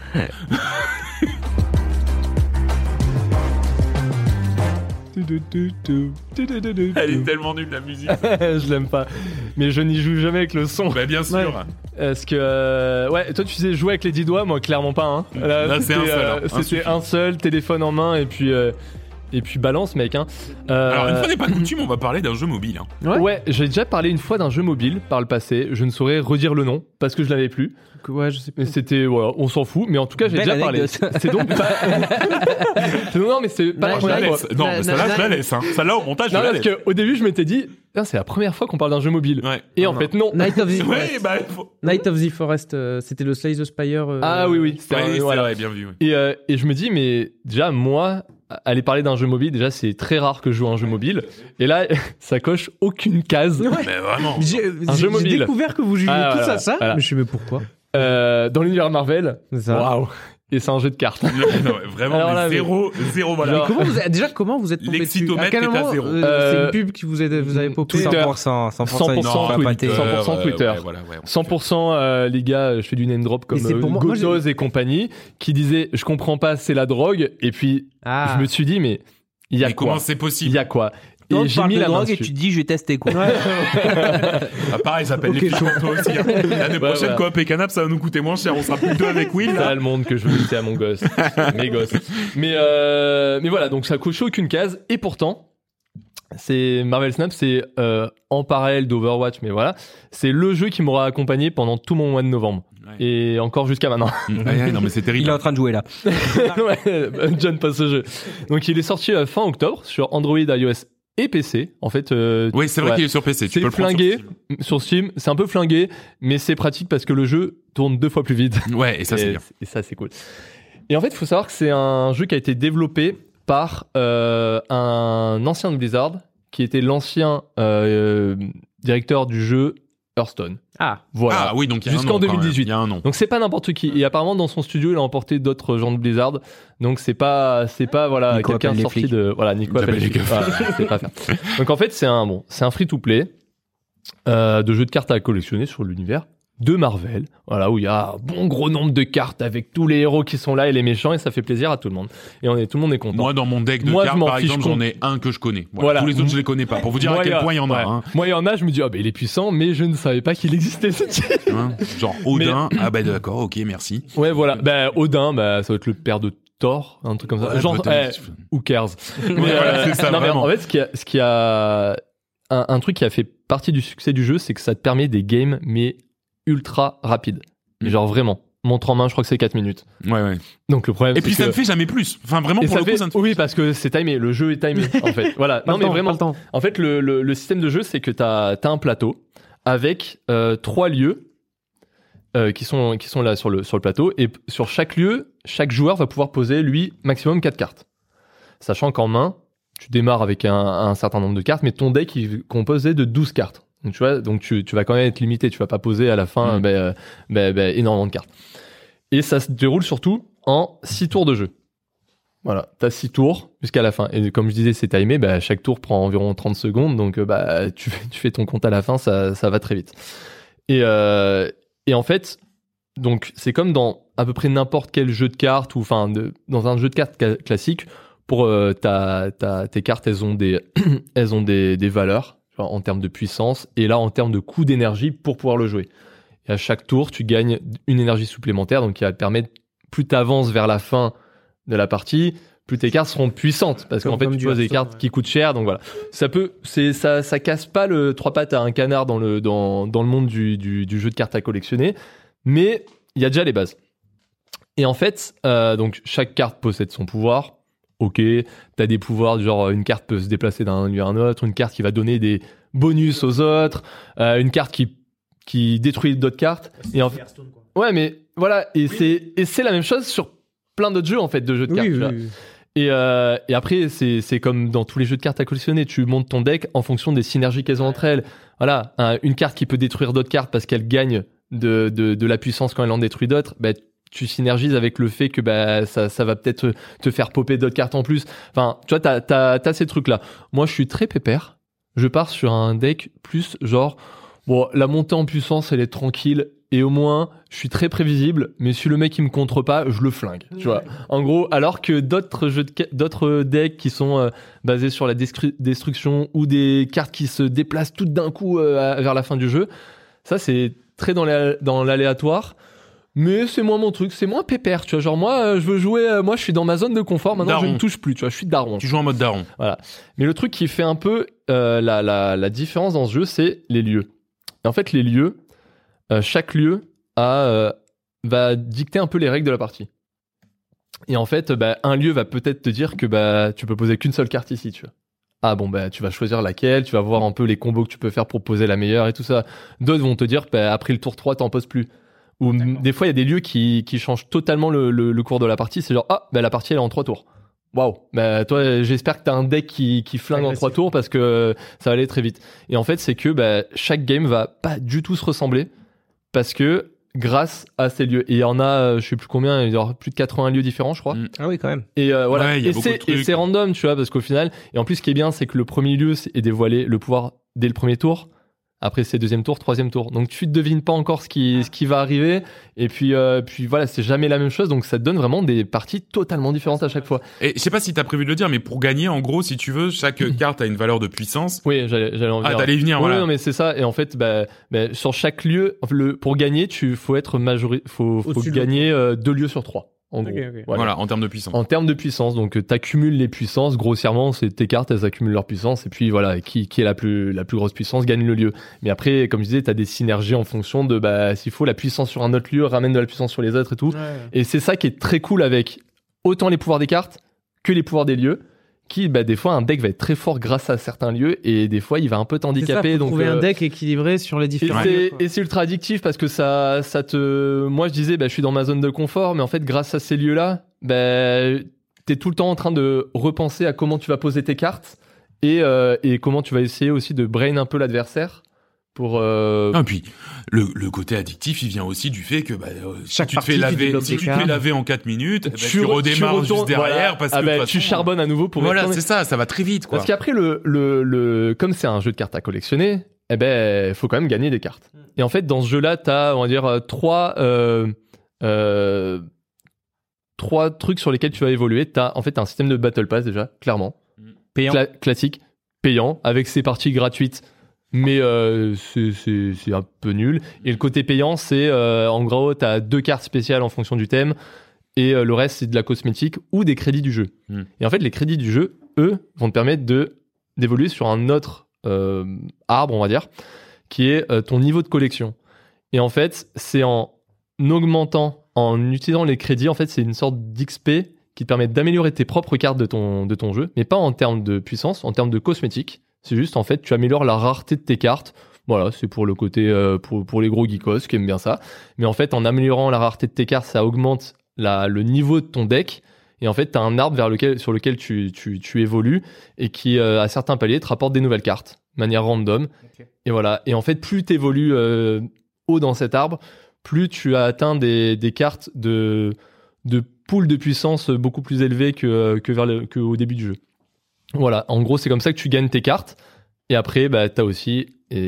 Elle est tellement nulle, la musique. Je l'aime pas. Mais je n'y joue jamais avec le son. Bah, bien sûr. Ouais. Est-ce que euh, ouais, toi tu sais jouer avec les dix doigts, moi clairement pas. Hein. Là, c'est c'était, un seul, euh, hein. Un C'était suffit. un seul, téléphone en main et puis euh, et puis balance, mec. Hein. Euh, Alors, une fois n'est pas coutume, on va parler d'un jeu mobile. Hein. Ouais. Ouais, j'ai déjà parlé une fois d'un jeu mobile par le passé. Je ne saurais redire le nom parce que je l'avais plus. Ouais, je sais Mais plus. c'était voilà, on s'en fout. Mais en tout cas, j'ai Belle déjà parlé. anecdote. C'est donc pas. C'est- non, mais c'est pas la Ouais, Je la première laisse. fois. Non, Na- mais celle-là, na- je la laisse. Hein. Celle-là, au montage, je Non, la parce laisse. qu'au début, je m'étais dit, putain, c'est la première fois qu'on parle d'un jeu mobile. Ouais. Et Non, en non. fait, non. Night of the Ouais, Forest. bah, faut... Night of the Forest, euh, c'était le Slay the Spire. euh, Ah oui, oui. c'était ouais, un- c'est voilà. vrai, bien vu. ouais. Et, euh, et je me dis, mais déjà, moi, aller parler d'un jeu mobile, déjà, c'est très rare que je joue à un jeu mobile. Et là, ça coche aucune case. Ouais. Mais vraiment. J'ai Un jeu j'ai mobile. découvert que vous jouiez Ah, tous voilà, à ça, voilà. mais je sais mais pourquoi. Euh, dans l'univers Marvel, C'est ça. waouh. et c'est un jeu de cartes. Non, non, vraiment, Alors là, mais zéro, zéro, voilà. Genre- Comment vous êtes- déjà, comment vous êtes tombé dessus? L'excitomètre À quel est à moment, zéro. euh, Euh, c'est une pub qui vous, est, vous avez popé? Twitter. cent pour cent, cent pour cent, cent pour cent ils sont Twitter. pas pâtés. cent pour cent Euh, Twitter. ouais, voilà, ouais, on- cent pour cent euh, les gars, je fais du name drop comme Mais c'est euh, pour moi- moi, Gotos et compagnie, qui disaient je comprends pas, c'est la drogue. Et puis Ah. je me suis dit mais il y a Mais quoi comment c'est Il possible? y a quoi Toi, Et on j'ai parle mis de la main drogue et dessus. tu te dis, je vais tester, quoi. Ah, pareil, ça s'appelle Ok, les pichons, toi aussi. hein. L'année Ouais, prochaine, ouais. coop et canap, ça va nous coûter moins cher. On sera plus deux avec Will. C'est là. ça le monde que je veux laisser à mon gosse, mes gosses. Mais euh, mais voilà, donc ça coche aucune case. Et pourtant, c'est Marvel Snap, c'est euh, en parallèle d'Overwatch, mais voilà, c'est le jeu qui m'aura accompagné pendant tout mon mois de novembre Ouais. et encore jusqu'à maintenant. Ouais, ouais, non, mais c'est Il terrible. est en train de jouer, là. Ouais, John passe ce jeu. Donc il est sorti euh, fin octobre sur Android, iOS et P C. En fait, euh, Oui, c'est vrai ouais. qu'il est sur P C. Tu C'est peux le prendre sur flingué. Steam. sur Steam, c'est un peu flingué, mais c'est pratique parce que le jeu tourne deux fois plus vite. Ouais, et ça, c'est et, bien. et ça, c'est cool. Et en fait, il faut savoir que c'est un jeu qui a été développé par euh, un ancien de Blizzard, qui était l'ancien euh, directeur du jeu Hearthstone. Ah. Voilà. Ah oui, donc il y a un Jusqu'en nom, quand même. deux mille dix-huit. Il y a un nom. Donc c'est pas n'importe qui. Et apparemment dans son studio, il a emporté d'autres gens de Blizzard. Donc c'est pas, c'est pas voilà Nico quelqu'un appelle les sorti flics. de voilà Nico J'appelle appelle les les flics. Voilà, c'est pas faire. Donc en fait c'est un bon, c'est un free to play euh, de jeux de cartes à collectionner sur l'univers de Marvel. Voilà où il y a un bon gros nombre de cartes avec tous les héros qui sont là et les méchants et ça fait plaisir à tout le monde. Et on est tout le monde est content. Moi, dans mon deck de Moi, je cartes, m'en par fiche exemple, j'en com- ai un que je connais. Voilà. Voilà. Tous les autres, je les connais pas. Pour vous dire Moi, à quel a- point il y en a. ouais. Hein. Moi il y en a, je me dis ah ben il est puissant, mais je ne savais pas qu'il existait ce type. Hein. Genre Odin. Ah bah d'accord, ok, merci. Ouais voilà. Ben Odin, bah ça va être le père de Thor, un truc comme ça. Ouais, Genre peut-être. eh, who cares. Mais, voilà, c'est ça, non, mais vraiment. en fait, ce qui a, ce qui a un, un truc qui a fait partie du succès du jeu, c'est que ça te permet des games mais ultra rapides. Mais Mm. genre vraiment, montre en main, je crois que c'est quatre minutes. Ouais, ouais. Donc le problème, Et c'est puis ça que- ne fait jamais plus. Enfin, vraiment, et pour ça le coup, fait- ça ne fait oui, parce que c'est timé. Le jeu est timé, en fait. Voilà. Pas Non, le mais temps, vraiment. pas le temps. En fait, le, le, le système de jeu, c'est que t'as as un plateau avec euh, trois lieux euh, qui sont qui sont là sur le sur le plateau et p- sur chaque lieu, chaque joueur va pouvoir poser lui maximum quatre cartes. Sachant qu'en main, tu démarres avec un, un certain nombre de cartes, mais ton deck il est composé de douze cartes. Donc tu vois, donc tu, tu vas quand même être limité. Tu vas pas poser à la fin Mm. ben, euh, ben, ben, énormément de cartes. Et ça se déroule surtout en six tours de jeu. Voilà, t'as six tours jusqu'à la fin. Et comme je disais, c'est timé, bah, chaque tour prend environ trente secondes, donc euh, bah, tu, fais- tu fais ton compte à la fin, ça, ça va très vite. Et, euh, et en fait, donc c'est comme dans à peu près n'importe quel jeu de cartes, ou enfin de- dans un jeu de cartes ca- classique, pour euh, ta, ta, tes cartes, elles ont des, elles ont des, des valeurs genre, en termes de puissance, et là en termes de coût d'énergie pour pouvoir le jouer. Et à chaque tour, tu gagnes une énergie supplémentaire, donc qui va te permettre, plus tu avances vers la fin de la partie, plus tes cartes seront puissantes, parce Comme- qu'en fait comme tu du poses des Hearthstone, cartes ouais. qui coûtent cher, donc voilà. Ça peut, c'est ça, ça casse pas le trois pattes à un canard dans le dans dans le monde du du, du jeu de cartes à collectionner, mais il y a déjà les bases. Et en fait, euh, donc chaque carte possède son pouvoir. Ok, t'as des pouvoirs du genre une carte peut se déplacer d'un lieu à un autre, une carte qui va donner des bonus aux autres, euh, une carte qui qui détruit d'autres cartes. Et en fait, ouais, mais voilà, et c'est et c'est la même chose sur plein d'autres jeux en fait de jeux de Oui, cartes. tu oui, vois. oui. Et, euh, et après, c'est c'est comme dans tous les jeux de cartes à collectionner. Tu montes ton deck en fonction des synergies qu'elles ont entre elles. Voilà, un- une carte qui peut détruire d'autres cartes parce qu'elle gagne de, de, de la puissance quand elle en détruit d'autres. Bah, tu synergises avec le fait que bah, ça, ça va peut-être te faire popper d'autres cartes en plus. Enfin, tu vois, t'as, t'as, t'as ces trucs-là. Moi, je suis très pépère. Je pars sur un deck plus genre, bon, la montée en puissance, elle est tranquille. Et au moins, je suis très prévisible, mais si le mec il me contre pas, je le flingue. Tu vois. En gros, alors que d'autres jeux de ca- d'autres decks qui sont euh, basés sur la destru- destruction ou des cartes qui se déplacent toutes d'un coup euh, à- vers la fin du jeu, ça c'est très dans l'alé- dans l'aléatoire. Mais c'est moins mon truc, c'est moins pépère, tu vois. Genre moi, euh, je veux jouer, euh, moi je suis dans ma zone de confort. Maintenant, je Daron. ne touche plus, tu vois. Je suis daron. Tu joues en mode daron. Mais le truc qui fait un peu euh, la, la, la différence dans ce jeu, c'est les lieux. Et en fait, les lieux, euh, chaque lieu a, euh, va dicter un peu les règles de la partie. Et en fait, bah, un lieu va peut-être te dire que bah, tu peux poser qu'une seule carte ici, tu vois. Ah bon, bah, tu vas choisir laquelle, tu vas voir un peu les combos que tu peux faire pour poser la meilleure et tout ça. D'autres vont te dire, bah, après le tour trois, t'en poses plus. Ou m- des fois, il y a des lieux qui, qui changent totalement le, le, le cours de la partie. C'est genre, ah, bah, la partie, elle est en trois tours. Waouh, bah, toi, j'espère que t'as un deck qui, qui flingue en Agressif. trois tours parce que ça va aller très vite. Et en fait, c'est que bah, chaque game va pas du tout se ressembler parce que grâce à ces lieux. Et il y en a, euh, je sais plus combien, il y aura plus de quatre-vingts lieux différents, je crois. Mm. Ah oui, quand même. Et euh, voilà. Ouais, il y a et, beaucoup de c'est, trucs. et c'est random, tu vois, parce qu'au final, et en plus, ce qui est bien, c'est que le premier lieu est dévoilé le pouvoir dès le premier tour. Après, c'est deuxième tour, troisième tour. Donc, tu ne devines pas encore ce qui, ce qui va arriver. Et puis, euh, puis voilà, c'est jamais la même chose. Donc, ça te donne vraiment des parties totalement différentes à chaque fois. Et je sais pas si t'as prévu de le dire, mais pour gagner, en gros, si tu veux, chaque carte a une valeur de puissance. Oui, j'allais, j'allais en Ah, venir. t'allais y venir, Oui, voilà. non, mais c'est ça. Et en fait, bah, bah, sur chaque lieu, le, pour gagner, tu faut être majori, faut, faut Au-dessus de gagner euh, deux lieux sur trois. En Ok, gros. ok. Voilà. Voilà, en termes de puissance. En termes de puissance, donc tu accumules les puissances, grossièrement, c'est tes cartes, elles accumulent leur puissance, et puis voilà, qui, qui est la plus, la plus grosse puissance gagne le lieu. Mais après, comme je disais, tu as des synergies en fonction de, bah, s'il faut, la puissance sur un autre lieu ramène de la puissance sur les autres et tout. Ouais. Et c'est ça qui est très cool avec autant les pouvoirs des cartes que les pouvoirs des lieux, qui, bah, des fois, un deck va être très fort grâce à certains lieux, et des fois, il va un peu C'est ça, t'handicaper. faut donc, trouver euh, un deck équilibré sur les et différents. c'est, lieux, quoi. et c'est ultra addictif parce que ça, ça te. Moi, je disais, bah, je suis dans ma zone de confort, mais en fait, grâce à ces lieux-là, bah, t'es tout le temps en train de repenser à comment tu vas poser tes cartes et, euh, et comment tu vas essayer aussi de brain un peu l'adversaire pour. Euh... Ah, et puis le, le côté addictif, il vient aussi du fait que bah, euh, si Chaque tu te partie, fais tu laver, développes si des tu te cartes. fais laver en quatre minutes, eh ben, tu, re- redémarres retournes- juste derrière voilà. parce Ah que bah, de toute tu façon, charbonnes à nouveau pour. Voilà, retourner. c'est ça, ça va très vite, quoi. Parce qu'après, le, le, le, comme c'est un jeu de cartes à collectionner, eh ben, il faut quand même gagner des cartes. Et en fait, dans ce jeu-là, t'as, on va dire, euh, trois, euh, euh, trois trucs sur lesquels tu vas évoluer. T'as, en fait, t'as un système de Battle Pass déjà, clairement. Payant. Cla- classique, payant, avec ses parties gratuites. Mais euh, c'est, c'est, c'est un peu nul. Et le côté payant, c'est, euh, en gros, t'as deux cartes spéciales en fonction du thème. Et euh, le reste, c'est de la cosmétique ou des crédits du jeu. Mm. Et en fait, les crédits du jeu, eux, vont te permettre de, d'évoluer sur un autre euh, arbre, on va dire, qui est euh, ton niveau de collection. Et en fait, c'est en augmentant, en utilisant les crédits, en fait, c'est une sorte d'X P qui te permet d'améliorer tes propres cartes de ton, de ton jeu, mais pas en termes de puissance, en termes de cosmétique. C'est juste, en fait, tu améliores la rareté de tes cartes. Voilà, c'est pour le côté, euh, pour, pour les gros geekos qui aiment bien ça. Mais en fait, en améliorant la rareté de tes cartes, ça augmente la, le niveau de ton deck. Et en fait, tu as un arbre vers lequel, sur lequel tu, tu, tu évolues et qui, euh, à certains paliers, te rapporte des nouvelles cartes, de manière random. Ok. Et voilà. Et en fait, plus tu évolues euh, haut dans cet arbre, plus tu as atteint des, des cartes de, de pool de puissance beaucoup plus élevées que, que vers le, qu'au début du jeu. Voilà. En gros, c'est comme ça que tu gagnes tes cartes. Et après, bah, tu as aussi,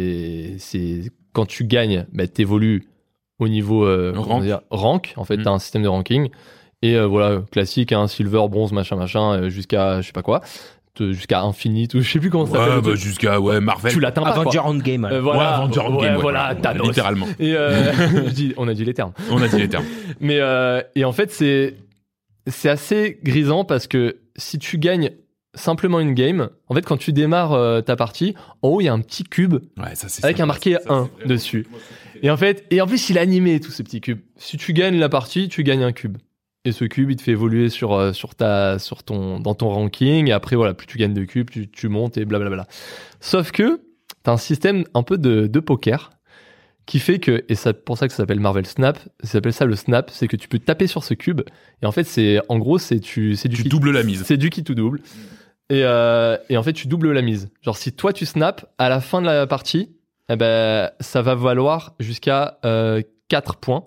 et c'est quand tu gagnes, bah, tu évolues au niveau euh, Rank. comment dire, rank. En fait, Mm. tu as un système de ranking. Et euh, voilà, classique, hein, silver, bronze, machin, machin, euh, jusqu'à je sais pas quoi, te- jusqu'à infinite, ou je sais plus comment ça s'appelle. Ouais, le bah, truc. jusqu'à ouais, Marvel. Tu l'atteins pas, quoi. Avenger Endgame. Euh, alors. voilà, Ouais, Avenger ouais, Endgame, ouais, voilà, ouais, Thanos. littéralement. Et euh, je dis, on a dit les termes. On a dit les termes. Mais euh, et en fait, c'est c'est assez grisant parce que si tu gagnes simplement une game, en fait, quand tu démarres euh, ta partie, en haut il y a un petit cube Ouais, ça c'est avec ça. un marqué Ça, c'est un vraiment- dessus. Et en fait, et en plus, il est animé tout ce petit cube. Si tu gagnes la partie, tu gagnes un cube. Et ce cube, il te fait évoluer sur euh, sur ta sur ton dans ton ranking. Et après, voilà, plus tu gagnes de cubes, tu, tu montes et blablabla. Sauf que t'as un système un peu de, de poker qui fait que, et c'est pour ça que ça s'appelle Marvel Snap, ça s'appelle ça le snap, c'est que tu peux taper sur ce cube. Et en fait, c'est en gros, c'est tu c'est du Tu qui- doubles la mise. c'est du qui tout double. Et, euh, et en fait, tu doubles la mise. Genre, si toi tu snaps, à la fin de la partie, eh ben, ça va valoir jusqu'à euh, quatre points.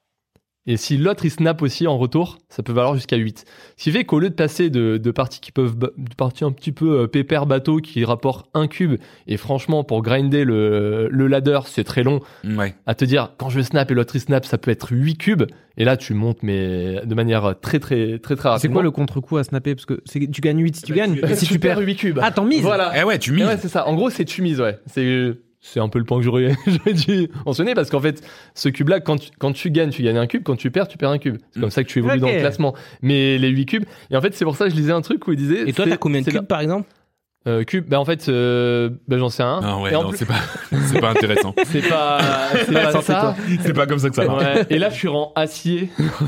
Et si l'autre il snap aussi en retour, ça peut valoir jusqu'à huit. Ce qui fait qu'au lieu de passer de, de parties qui peuvent, ba- de parties un petit peu euh, pépère bateau qui rapportent un cube, et franchement, pour grinder le, le ladder, c'est très long, Ouais. à te dire, quand je snap et l'autre il snap, ça peut être huit cubes. Et là, tu montes, mais de manière très, très, très, très C'est rapidement. quoi le contre-coup à snapper? Parce que c'est- tu gagnes huit si tu gagnes. Et Et si tu perds. huit cubes. Ah, t'en mises. Voilà. Eh ouais, tu Et mises. ouais, c'est ça. En gros, c'est tu mises, ouais. C'est, c'est un peu le point que j'aurais, j'aurais dû mentionner parce qu'en fait, ce cube-là, quand tu, quand tu gagnes, tu gagnes un cube. Quand tu perds, tu perds un cube. C'est comme ça que tu évolues Ok. dans le classement. Mais les huit cubes. Et en fait, c'est pour ça que je lisais un truc où il disait. Et toi, c'est- t'as combien de c'est cubes, par exemple la- euh, Cubes. Bah, en fait, euh, bah, j'en sais un. Non, ouais, Et en non, plus- c'est pas, c'est pas intéressant. c'est pas, c'est pas ça. C'est pas comme ça que ça marche. Ouais. Et là, je suis rang acier.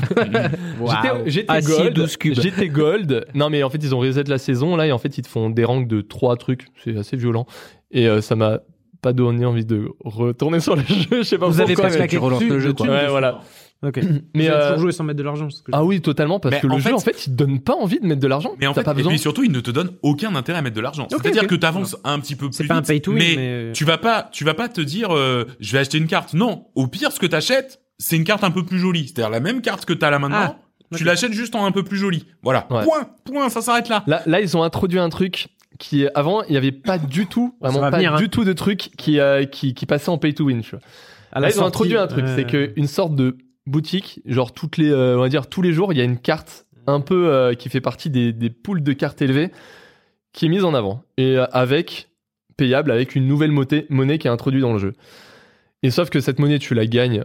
J'étais, j'étais Acier, gold. douze cubes. J'étais gold. Non, mais en fait, ils ont reset la saison là et en fait, ils te font des ranks de trois trucs. C'est assez violent. Et euh, ça m'a pas donné envie de retourner sur le jeu. Je sais pas Vous avez pourquoi. pas mais- claqué tu relances dessus, le jeu, dessus, quoi. Ouais, dessus. voilà. Ok. Mais Mais euh, toujours jouer sans mettre de l'argent. c'est ce que je- ah oui, totalement, parce Mais que le en jeu, fait- en fait, il te donne pas envie de mettre de l'argent. Mais en T'as fait, pas et besoin. puis surtout, il ne te donne aucun intérêt à mettre de l'argent. Ok, C'est-à-dire ok. que tu avances un petit peu plus C'est pas un vite, pay to win, mais, mais. tu vas pas, tu vas pas te dire, euh, je vais acheter une carte. Non. Au pire, ce que t'achètes, c'est une carte un peu plus jolie. C'est-à-dire la même carte que t'as là maintenant. Ah, tu okay. l'achètes juste en un peu plus jolie. Voilà. Ouais. Point, point, ça s'arrête là. Là, là, ils ont introduit un truc qui, avant, il y avait pas du tout, vraiment va pas venir, du hein. tout de truc qui, euh, qui, qui passait en pay to win, tu vois. À Là, la ils ont sortie, introduit un truc, euh, c'est que une sorte de boutique, genre toutes les, euh, on va dire tous les jours, il y a une carte un peu euh, qui fait partie des, des pools de cartes élevées qui est mise en avant et euh, avec payable avec une nouvelle monnaie, monnaie qui est introduite dans le jeu. Et sauf que cette monnaie, tu la gagnes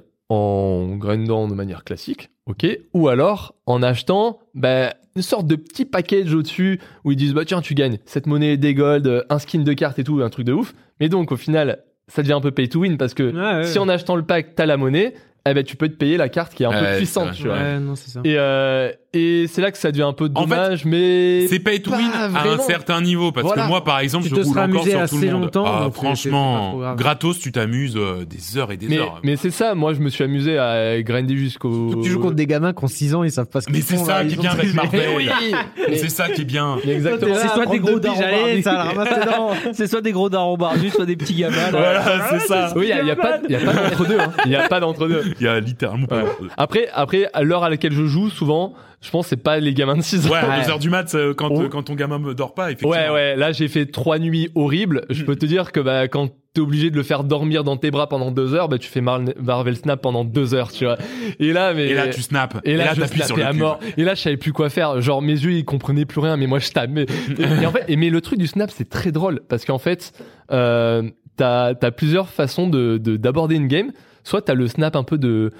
en grindant de manière classique, ok, ou alors en achetant bah, une sorte de petit package au-dessus où ils disent bah tiens tu gagnes cette monnaie des gold, un skin de carte et tout, un truc de ouf. Mais donc au final ça devient un peu pay to win parce que Ouais, ouais. si en achetant le pack t'as la monnaie, eh ben tu peux te payer la carte qui est un Ouais, peu c'est puissante, vrai. tu vois. Ouais, non, c'est ça. Et, euh, et c'est là que ça devient un peu En fait, dommage, mais C'est pay to pas win à un vraiment. certain niveau parce Voilà. que moi par exemple Tu je te roule seras encore amusé sur tout le assez monde. longtemps, Ah, donc c'est- c'est pas franchement, trop grave. gratos tu t'amuses euh, des heures et des Mais, heures. mais c'est ça, moi je me suis amusé à grinder jusqu'au. Tu joues contre des gamins qui ont six ans, ils savent pas ce qu'ils Mais c'est font, ça là, qui ils est bien ont- avec Marvel. Mais oui, mais- C'est ça qui est bien. mais exactement. C'est soit des gros darons barbus. ça le ramasse dedans. C'est soit des gros darons barbus, soit des petits gamins. là. Voilà, c'est ça. Oui, il n'y a, y a pas, y a pas d'entre-deux. Hein. Il n'y a pas d'entre-deux. Il y a littéralement pas. Ouais. Après, après, à l'heure à laquelle je joue, souvent, je pense que c'est pas les gamins de six ans. Ouais, à deux heures du mat euh, quand Oh. euh, quand ton gamin me dort pas effectivement. Ouais, ouais, là j'ai fait trois nuits horribles. Je peux te dire que bah, quand t'es obligé de le faire dormir dans tes bras pendant deux heures, bah, tu fais Mar- Marvel Snap pendant deux heures, tu vois. Et là, mais. Et là tu snaps. Et là, je t'appuies sur snappais le à cul. mort. Et là, je savais plus quoi faire. Genre, mes yeux, ils comprenaient plus rien, mais moi, je tape. Mais, et, et en fait, et, mais le truc du snap, c'est très drôle. Parce qu'en fait, euh, t'as, t'as plusieurs façons de, de, d'aborder une game. Soit t'as le snap un peu de,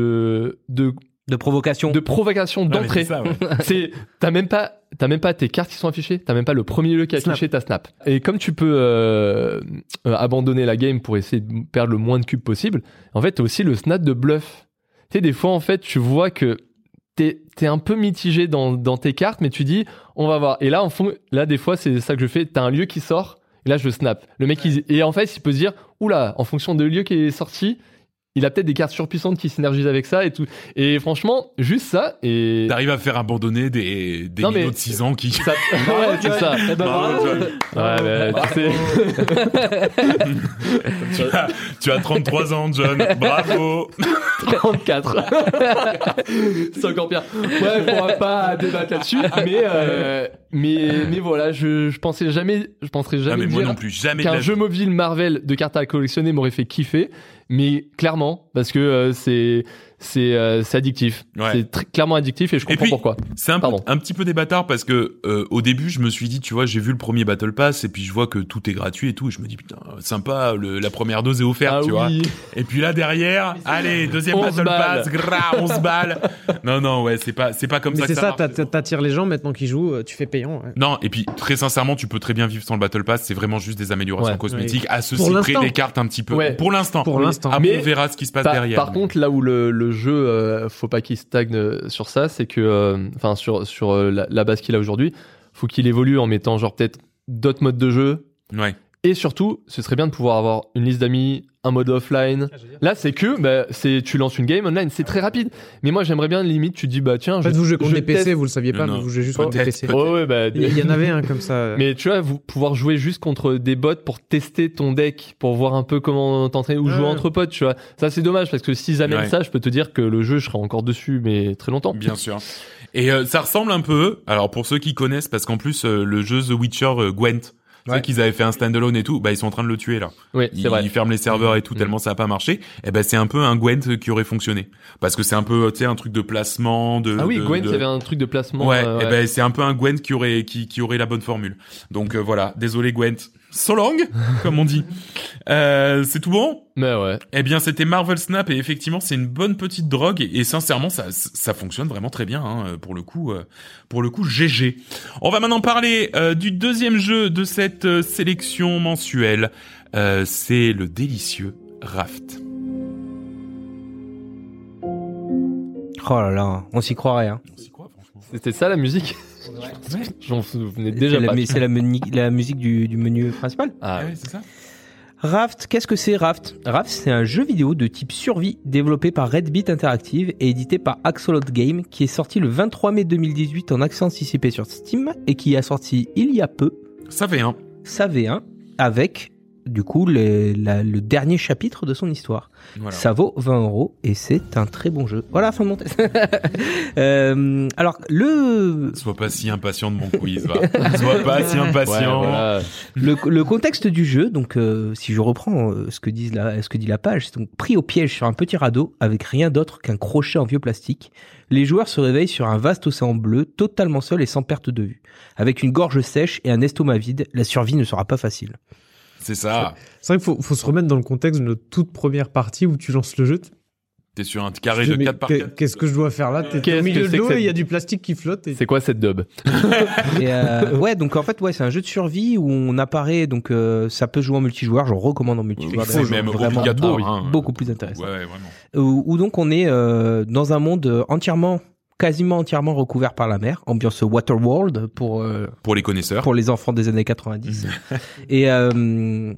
de, de, De provocation. de provocation Ouais, mais d'entrée. c'est ça, ouais. C'est, t'as même pas, t'as même pas tes cartes qui sont affichées, t'as même pas le premier lieu qui est Snap. affiché, t'as snap. Et comme tu peux euh, euh, abandonner la game pour essayer de perdre le moins de cubes possible, en fait, t'as aussi le snap de bluff. Tu sais, des fois, en fait, tu vois que t'es, t'es un peu mitigé dans, dans tes cartes, mais tu dis, on va voir. Et là, en fond, là, des fois, c'est ça que je fais. T'as un lieu qui sort, et là, je snap. Le mec, il, et en fait, il peut se dire, oula, en fonction de lieu qui est sorti, il a peut-être des cartes surpuissantes qui synergisent avec ça et tout. Et franchement, juste ça, et... T'arrives à faire abandonner des des Non, mais- minots de six ans qui. Ça... ouais, c'est ça. Eh ben, Bravo, bravo. John. Ouais, mais tu sais, tu, as, tu as trente-trois ans, John. Bravo. trente-quatre. C'est encore pire. Ouais, on va pas débattre là-dessus, mais euh, mais mais voilà, je je pensais jamais, je penserais Ah jamais mais moi dire non plus, jamais de qu'un la jeu mobile Marvel de cartes à collectionner m'aurait fait kiffer, mais clairement parce que euh, c'est c'est euh, c'est addictif, Ouais. c'est tr- clairement addictif et je comprends puis, pourquoi. C'est un, peu- Pardon. un petit peu des bâtards parce que euh, au début je me suis dit tu vois j'ai vu le premier Battle Pass et puis je vois que tout est gratuit et tout et je me dis putain sympa le, la première dose est offerte Ah tu vois oui. et puis là derrière allez deuxième onze Battle balles. Pass gra onze balles non non ouais c'est pas c'est pas comme Mais ça c'est que ça, ça marche. t'a- t'attires les gens maintenant qui jouent, euh, tu fais payant. ouais. Non et puis très sincèrement tu peux très bien vivre sans le Battle Pass c'est vraiment juste des améliorations Ouais. cosmétiques à ceci Pour près l'instant. des cartes un petit peu Ouais. pour l'instant Pour Oui. l'instant. après Mais on verra ce qui se passe Par, derrière par contre, là où le, le jeu, euh, faut pas qu'il stagne euh, sur ça, c'est que, euh, enfin, sur, sur euh, la, la base qu'il a aujourd'hui, faut qu'il évolue en mettant genre peut-être d'autres modes de jeu. ouais Et surtout, ce serait bien de pouvoir avoir une liste d'amis, un mode offline. Là, c'est que, bah, c'est, tu lances une game online, c'est très rapide. Mais moi, j'aimerais bien, limite, tu dis, bah, tiens, En fait, je, vous jouez contre je des P C, teste. vous le saviez pas, Non, mais non. vous jouez juste contre des Peut-être, P C. peut-être. Ouais, ouais, bah, Il y, il y en avait un comme ça. mais tu vois, vous pouvoir jouer juste contre des bots pour tester ton deck, pour voir un peu comment t'entraîner ou jouer Ouais. entre potes, tu vois. Ça, c'est dommage parce que s'ils amènent Ouais. ça, je peux te dire que le jeu, je serai encore dessus, mais très longtemps. Bien sûr. Et euh, ça ressemble un peu, alors pour ceux qui connaissent, parce qu'en plus euh, le jeu The Witcher euh, Gwent, tu sais Ouais. qu'ils avaient fait un standalone et tout, bah ils sont en train de le tuer là. Oui, Ils, c'est vrai. ils ferment les serveurs et tout Mhm. tellement ça a pas marché. Et ben c'est un peu un Gwent qui aurait fonctionné, parce que c'est un peu tu sais un truc de placement de. Ah oui, de- Gwent, de- il y avait un truc de placement. Ouais, euh, et ben c'est un peu un Gwent qui aurait qui qui aurait la bonne formule. Donc euh, voilà, désolé Gwent. So long, comme on dit. Euh, c'est tout bon? Mais ouais. Eh bien, c'était Marvel Snap et effectivement, c'est une bonne petite drogue et, et sincèrement, ça, ça fonctionne vraiment très bien. Hein, pour le coup, euh, pour le coup, G G. On va maintenant parler euh, du deuxième jeu de cette euh, sélection mensuelle. Euh, c'est le délicieux Raft. Oh là là, on s'y croirait. Hein. C'est quoi, franchement? C'était ça la musique. J'en souvenais déjà C'est la, pas. mu- c'est la, menu- la musique du, du menu principal. Ah, Ouais, c'est ça. Raft, qu'est-ce que c'est Raft? Raft, c'est un jeu vidéo de type survie développé par Red Beat Interactive et édité par Axolot Game qui est sorti le vingt-trois mai deux mille dix-huit en accès anticipé sur Steam et qui a sorti il y a peu Ça fait un. sa V un avec du coup les, la, le dernier chapitre de son histoire. Voilà. Ça vaut vingt euros et c'est un très bon jeu. Voilà, fin de mon test. euh, alors le Sois pas si impatient de mon quiz, va. Sois pas si impatient. Ouais, voilà. le, le contexte du jeu, donc euh, si je reprends euh, ce que dit la ce que dit la page, c'est donc pris au piège sur un petit radeau avec rien d'autre qu'un crochet en vieux plastique. Les joueurs se réveillent sur un vaste océan bleu, totalement seul et sans perte de vue. Avec une gorge sèche et un estomac vide, la survie ne sera pas facile. C'est ça. C'est vrai qu'il faut, faut se remettre dans le contexte de notre toute première partie où tu lances le jeu. T'es sur un carré Je de dis, mais quatre par qu'est- quatre. Qu'est-ce que je dois faire là? T'es Qu'est-ce au milieu que de c'est que l'eau cette- et il y a du plastique qui flotte. Et... C'est quoi cette dub? Et euh, ouais, donc en fait, ouais, c'est un jeu de survie où on apparaît, donc euh, ça peut se jouer en multijoueur. Je recommande en multijoueur. C'est d'ailleurs, même vraiment obligatoire, beaucoup, hein. beaucoup plus intéressant. Ouais, ouais, vraiment. Où, où donc on est euh, dans un monde entièrement, quasiment entièrement recouvert par la mer, ambiance Waterworld pour euh, Pour les connaisseurs. pour les enfants des années quatre-vingt-dix. et euh,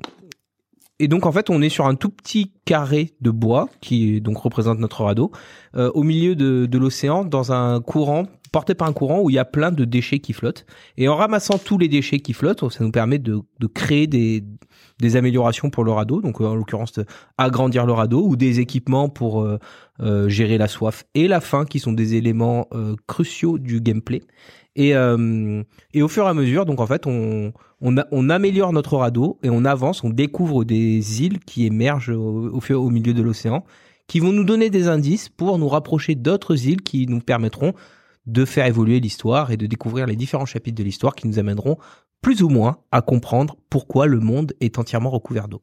et donc en fait, on est sur un tout petit carré de bois qui donc représente notre radeau euh, au milieu de, de l'océan dans un courant porté par un courant où il y a plein de déchets qui flottent. Et en ramassant tous les déchets qui flottent, ça nous permet de, de créer des des améliorations pour le radeau, donc en l'occurrence de agrandir le radeau ou des équipements pour euh, euh, gérer la soif et la faim qui sont des éléments euh, cruciaux du gameplay. Et, euh, et au fur et à mesure, donc en fait, on, on, a, on améliore notre radeau et on avance, on découvre des îles qui émergent au, au, fur- au milieu de l'océan, qui vont nous donner des indices pour nous rapprocher d'autres îles qui nous permettront de faire évoluer l'histoire et de découvrir les différents chapitres de l'histoire qui nous amèneront plus ou moins à comprendre pourquoi le monde est entièrement recouvert d'eau.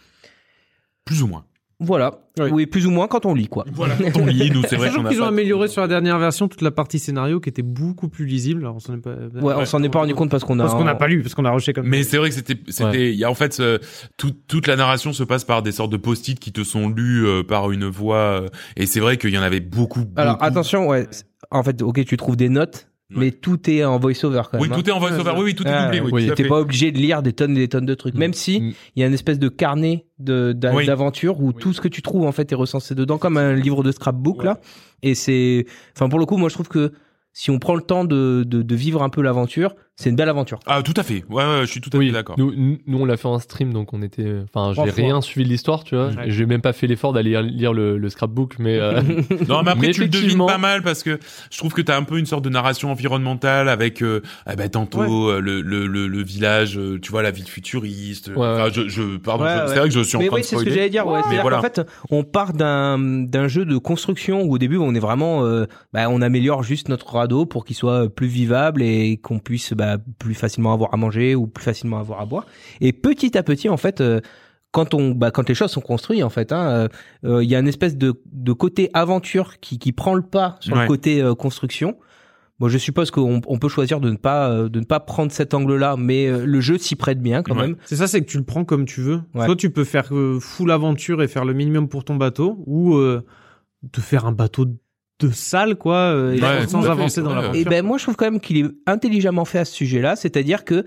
Plus ou moins. Voilà. Oui. Oui, plus ou moins quand on lit, quoi. Voilà, quand on lit, nous, c'est vrai Sachant qu'on a qu'ils ont pas... amélioré sur la dernière version toute la partie scénario qui était beaucoup plus lisible. Alors on s'en est pas. Ouais, on s'en est pas rendu compte parce qu'on a... Parce qu'on n'a pas lu, parce qu'on a rushé comme. Mais c'est vrai que c'était, c'était, il y a en fait, euh, tout- toute la narration se passe par des sortes de post-it qui te sont lus euh, par une voix, euh, et c'est vrai qu'il y en avait beaucoup. Alors beaucoup. attention, ouais. En fait, ok, tu trouves des notes, Ouais. mais tout est en voice-over quand même. Oui, hein. tout est en voice-over. Oui, oui, tout est Ah, doublé. Oui, oui, tout à T'es fait. pas obligé de lire des tonnes et des tonnes de trucs, même si Mm. il y a une espèce de carnet de d'a- Oui. d'aventure où Oui. tout ce que tu trouves en fait est recensé dedans comme un livre de scrapbook Ouais. là. Et c'est, enfin pour le coup, moi je trouve que si on prend le temps de de, de vivre un peu l'aventure, c'est une belle aventure. Ah, tout à fait. Ouais, ouais, je suis tout à Oui, fait d'accord. nous, nous, nous, on l'a fait en stream, donc on était. Enfin, Trois j'ai fois. rien suivi de l'histoire, tu vois. Ouais. Et j'ai même pas fait l'effort d'aller lire, lire le, le scrapbook, mais. euh, Non, mais après, Mais tu le devines effectivement- pas mal parce que je trouve que t'as un peu une sorte de narration environnementale avec, euh, ah bah, tantôt, euh, le, le, le, le village, euh, tu vois, la ville futuriste. Ouais, Enfin, ouais. je, je, pardon, Ouais, je- ouais. c'est vrai que je suis en Mais train oui, de c'est ce que spoiler. j'allais dire. Ouais. Mais C'est-à-dire voilà. qu'en fait, on part d'un d'un jeu de construction où au début on est vraiment, euh, bah, on améliore juste notre radeau pour qu'il soit plus vivable et qu'on puisse bah, plus facilement avoir à manger ou plus facilement avoir à boire. Et petit à petit, en fait, euh, quand on, bah, quand les choses sont construites, en fait, hein, il euh, euh, y a une espèce de de côté aventure qui qui prend le pas sur Ouais. le côté euh, construction. Bon, je suppose qu'on on peut choisir de ne pas euh, de ne pas prendre cet angle-là, mais euh, le jeu s'y prête bien quand Ouais. même. C'est ça, c'est que tu le prends comme tu veux. Ouais. Soit tu peux faire euh, full aventure et faire le minimum pour ton bateau, ou euh, te faire un bateau de salle, quoi, euh, et Ouais, sans tout à fait, avancer c'est dans vrai, l'aventure. Et ben moi je trouve quand même qu'il est intelligemment fait à ce sujet-là, c'est-à-dire que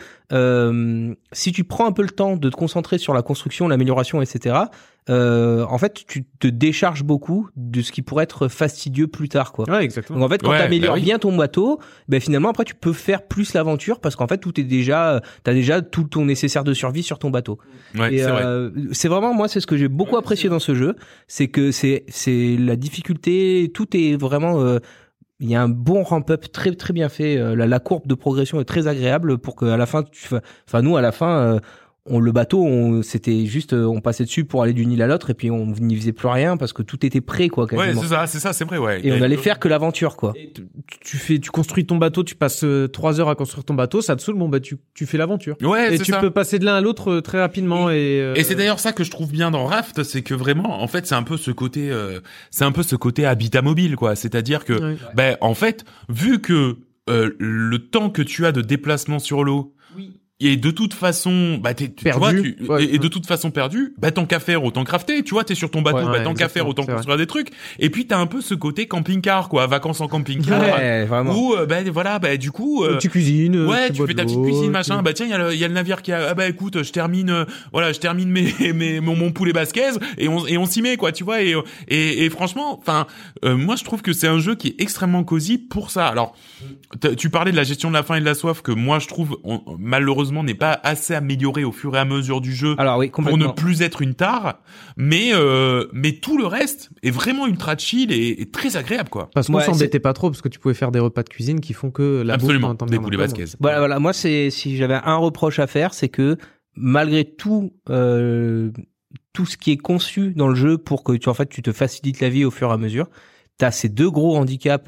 euh, si tu prends un peu le temps de te concentrer sur la construction, l'amélioration, et cetera. Euh, en fait, tu te décharges beaucoup de ce qui pourrait être fastidieux plus tard, quoi. Ouais, exactement. Donc en fait, quand Ouais, tu améliores bah oui. bien ton bateau, ben finalement après tu peux faire plus l'aventure parce qu'en fait tout est déjà, t'as déjà tout ton nécessaire de survie sur ton bateau. Ouais, Et c'est vrai. euh, c'est vraiment moi c'est ce que j'ai beaucoup apprécié dans ce jeu, c'est que c'est c'est la difficulté, tout est vraiment euh, il y a un bon ramp-up très très bien fait, euh, la, la courbe de progression est très agréable pour qu'à la fin tu fa- enfin nous à la fin euh, on, le bateau, on, c'était juste, euh, on passait dessus pour aller d'une île à l'autre et puis on n'y faisait plus rien parce que tout était prêt, quoi, Ouais, quasiment. c'est ça, c'est ça, c'est vrai, ouais. Et on allait faire que l'aventure, quoi. Et tu, tu fais, tu construis ton bateau, tu passes euh, trois heures à construire ton bateau, ça te saoule, bon bah tu, tu fais l'aventure. Ouais, Et c'est tu ça. peux passer de l'un à l'autre euh, très rapidement et. euh, Et c'est d'ailleurs ça que je trouve bien dans Raft, c'est que vraiment, en fait, c'est un peu ce côté, euh, c'est un peu ce côté habitat mobile, quoi. C'est-à-dire que, Ouais. ben, en fait, vu que euh, le temps que tu as de déplacement sur l'eau est de toute façon, bah, t'es, tu Perdu. vois, tu, Ouais. et, et de toute façon perdu, bah, tant qu'à faire, autant crafter, tu vois, t'es sur ton bateau, Ouais, bah, ouais, tant qu'à exactement, faire, autant c'est vrai. construire des trucs. Et puis, t'as un peu ce côté camping-car, quoi, vacances en camping-car. Ouais, vraiment. Où, euh, ben, voilà, bah, du coup, euh, tu cuisines. euh, ouais, tu bois fais de ta petite l'eau, cuisine, tu- machin. Bah tiens, il y a le, il y a le navire qui a. Ah bah écoute, je termine, euh, voilà, je termine mes, mes mon, mon poulet basquez et on et on s'y met, quoi, tu vois. Et et, et franchement, enfin, euh, moi je trouve que c'est un jeu qui est extrêmement cosy pour ça. Alors, t- tu parlais de la gestion de la faim et de la soif que moi je trouve on- malheureusement n'est pas assez amélioré au fur et à mesure du jeu Alors oui, pour complètement. ne plus être une tare, mais euh, mais tout le reste est vraiment ultra chill et, et très agréable quoi. Parce qu'on Ouais, s'embêtait pas trop, parce que tu pouvais faire des repas de cuisine qui font que la Absolument, bouffe t'en des t'emmerde poules un peu, basquez. Voilà, voilà. Moi, c'est si j'avais un reproche à faire, c'est que malgré tout, euh, tout ce qui est conçu dans le jeu pour que tu en fait tu te facilites la vie au fur et à mesure, t'as ces deux gros handicaps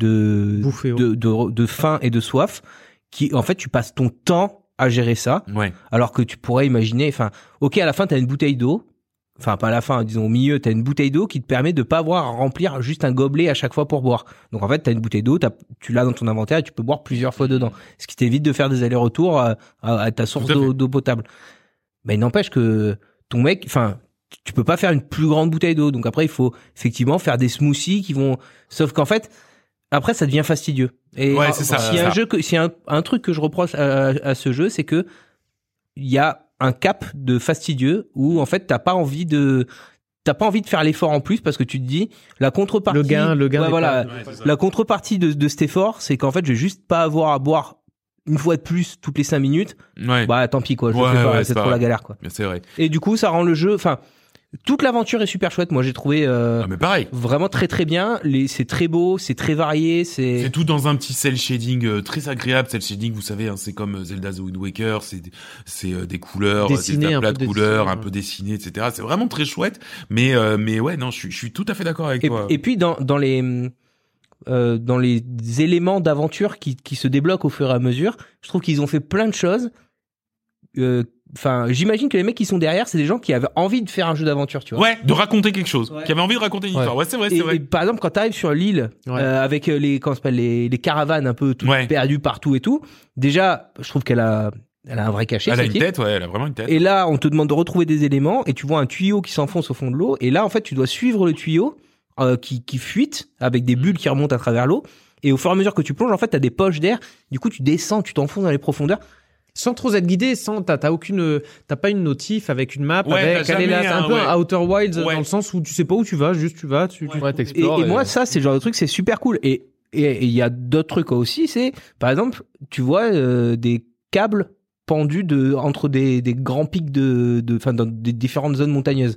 de Bouffe et eau. de, de de faim et de soif qui en fait tu passes ton temps à gérer ça, Ouais. alors que tu pourrais imaginer, enfin, ok, à la fin t'as une bouteille d'eau. Enfin, pas à la fin, disons au milieu, t'as une bouteille d'eau qui te permet de pas avoir à remplir juste un gobelet à chaque fois pour boire. Donc en fait, t'as une bouteille d'eau, t'as, tu l'as dans ton inventaire et tu peux boire plusieurs fois dedans. Ce qui t'évite de faire des allers-retours à, à, à ta source Tout à d'eau, fait. d'eau potable. Mais il n'empêche que ton mec, enfin, tu peux pas faire une plus grande bouteille d'eau. Donc après, il faut effectivement faire des smoothies qui vont, sauf qu'en fait, après, ça devient fastidieux. Et Ouais, c'est ça, S'il y c'est a un ça. jeu que, s'il y a un, un truc que je reproche à, à ce jeu, c'est que il y a un cap de fastidieux où en fait t'as pas envie de t'as pas envie de faire l'effort en plus parce que tu te dis la contrepartie Le gain, le gain ouais, n'est voilà pas- la contrepartie de, de cet effort c'est qu'en fait je vais juste pas avoir à boire une fois de plus toutes les cinq minutes. Ouais. Bah tant pis quoi, je Ouais, le fais pas, ouais, c'est c'est trop pas la grave. galère quoi. Mais c'est vrai. Et du coup ça rend le jeu, enfin toute l'aventure est super chouette. Moi j'ai trouvé euh, Ah, mais pareil. vraiment très très bien. Les c'est très beau, c'est très varié, C'est c'est tout dans un petit cel shading euh, très agréable. Cel shading, vous savez, hein, c'est comme euh, Zelda The Wind Waker, c'est c'est euh, des couleurs, Dessiné, des un aplats peu de couleurs, dessiné, un ouais. peu dessinés, et cetera. C'est vraiment très chouette. Mais euh, mais ouais, non, je suis je suis tout à fait d'accord avec et, toi. et puis dans dans les euh, dans les éléments d'aventure qui qui se débloquent au fur et à mesure, je trouve qu'ils ont fait plein de choses. Euh, Enfin, j'imagine que les mecs qui sont derrière, c'est des gens qui avaient envie de faire un jeu d'aventure, tu vois. Ouais, de raconter quelque chose, Ouais. qui avait envie de raconter une Ouais. histoire. Ouais, c'est vrai, c'est Et, vrai. et par exemple, quand t'arrives sur l'île Ouais. euh, avec les comment ça s'appelle les, les caravanes un peu toutes Ouais. perdues partout et tout, déjà, je trouve qu'elle a elle a un vrai cachet. Elle a cette une île. tête, ouais, elle a vraiment une tête. Et là, on te demande de retrouver des éléments et tu vois un tuyau qui s'enfonce au fond de l'eau. Et là, en fait, tu dois suivre le tuyau euh, qui, qui fuite avec des bulles qui remontent à travers l'eau. Et au fur et à mesure que tu plonges, en fait, t'as des poches d'air. Du coup, tu descends, tu t'enfonces dans les profondeurs. Sans trop être guidé, sans t'as t'as aucune t'as pas une notif avec une map Ouais, avec t'as elle est là, jamais c'est un un- peu ouais. un Outer Wilds Ouais. dans le sens où tu sais pas où tu vas, juste tu vas, tu, tu- Ouais, Et, t'explores. et moi, ça, c'est le genre de truc, c'est super cool. Et et et il y a d'autres trucs aussi. C'est, par exemple, tu vois euh, des câbles pendus de entre des, des grands pics de de enfin dans des différentes zones montagneuses.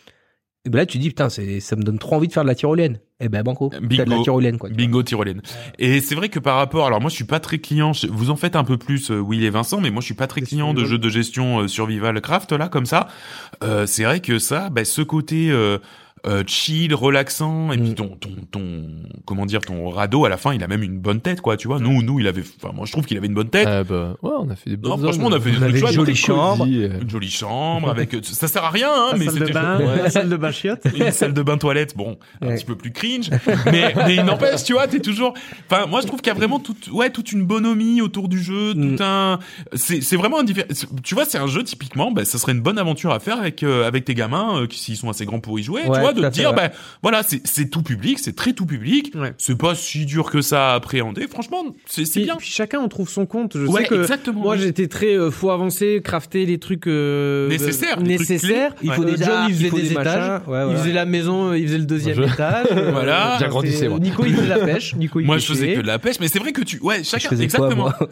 Et ben là, tu dis putain, c'est ça me donne trop envie de faire de la tyrolienne. Et ben banco, Bingo. t'as de la tyrolienne quoi. tu vois. Bingo tyrolienne. Et c'est vrai que par rapport, alors moi je suis pas très client, je- vous en faites un peu plus euh, Will et Vincent, mais moi je suis pas très C'est client de survival. jeux de gestion euh, survival craft là comme ça. Euh, c'est vrai que ça, bah, ce côté euh, euh, chill, relaxant, et Mm. puis ton ton ton comment dire ton radeau à la fin, il a même une bonne tête quoi, tu vois. Nous nous il avait, enfin moi je trouve qu'il avait une bonne tête. Euh, bah, ouais, on a fait des bonnes Non, zones. franchement, on a fait des On trucs avait une chouettes, jolie très chambre. cosy, euh. Une jolie chambre avec, ça sert à rien hein, la mais salle de c'était bain, ouais. la salle de bain chiotte. Une salle de bain toilette, bon, un Ouais. petit peu plus cringe, mais, mais il n'empêche, tu vois, t'es toujours, enfin, moi, je trouve qu'il y a vraiment toute, ouais, toute une bonhomie autour du jeu, Mm. tout un, c'est, c'est vraiment un diffé- tu vois, c'est un jeu, typiquement, bah, ça serait une bonne aventure à faire avec, euh, avec tes gamins, euh, qui, s'ils sont assez grands pour y jouer, Ouais, tu vois, de tout à te fait, dire, ouais. bah, voilà, c'est, c'est tout public, c'est très tout public, Ouais. c'est pas si dur que ça à appréhender, franchement, c'est, c'est Puis, bien. puis chacun on trouve son compte. Je Ouais, sais que exactement. moi oui. j'étais très euh, faut avancer, crafter les trucs euh, Nécessaires, euh, les trucs nécessaires. clés. Il faut Ouais. des John, arcs, il faisait il faut des, des étages. machins. Ouais, Il voilà. faisait la maison, il faisait le deuxième Je- étage. euh, Voilà. J'agrandissais, moi. Nico il faisait la pêche. Nico il Moi, je pêchait. faisais que de la pêche, mais c'est vrai que tu, ouais, Je chacun, faisais quoi, exactement. moi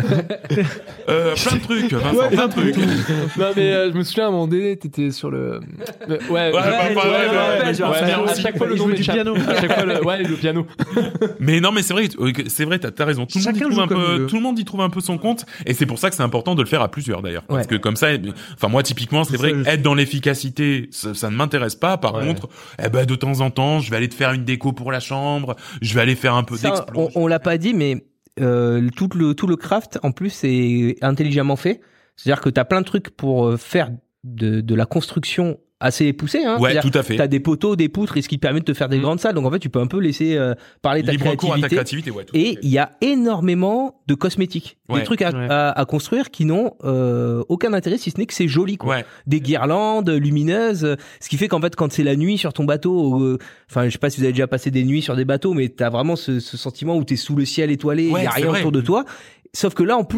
Euh, plein de trucs, Vincent, plein de trucs. Non, mais euh, je me souviens à un moment donné, t'étais sur le. Mais, ouais, Ouais, ouais, bah, bah, ouais, ouais, ouais, ouais, je me ouais, souviens mais à aussi. chaque fois le Il nom jouait du m'échappe. piano. À chaque fois, le... ouais, le piano. Mais non, mais c'est vrai, euh, que- c'est vrai, t'as, t'as raison. Tout le monde y Chacun trouve joue un comme il peu, veut. tout le monde y trouve un peu son compte, et c'est pour ça que c'est important de le faire à plusieurs d'ailleurs, parce Ouais. que comme ça, eh bien, enfin moi typiquement, c'est Tout vrai seul. être dans l'efficacité, ça, ça ne m'intéresse pas. Par Ouais. contre, eh ben de temps en temps, je vais aller te faire une déco pour la chambre, je vais aller faire un peu Ça, d'explo. on, on l'a pas dit, mais euh, tout le tout le craft en plus est intelligemment fait. C'est-à-dire que t'as plein de trucs pour euh, faire de de la construction assez poussée. Hein. Ouais, C'est-à-dire tout à fait. T'as des poteaux, des poutres, et ce qui te permet de te faire des Mm. grandes salles. Donc en fait, tu peux un peu laisser euh, parler ta Libre cours à ta créativité. créativité, ouais. tout à Et fait. il y a énormément de cosmétiques, Ouais. des trucs à, Ouais. à, à construire qui n'ont euh, aucun intérêt si ce n'est que c'est joli, quoi. Ouais. Des guirlandes lumineuses, euh, ce qui fait qu'en fait quand c'est la nuit sur ton bateau, euh, enfin je sais pas si vous avez déjà passé des nuits sur des bateaux, mais t'as vraiment ce, ce sentiment où t'es sous le ciel étoilé, il Ouais, y a c'est rien vrai. autour de toi. Sauf que là en plus,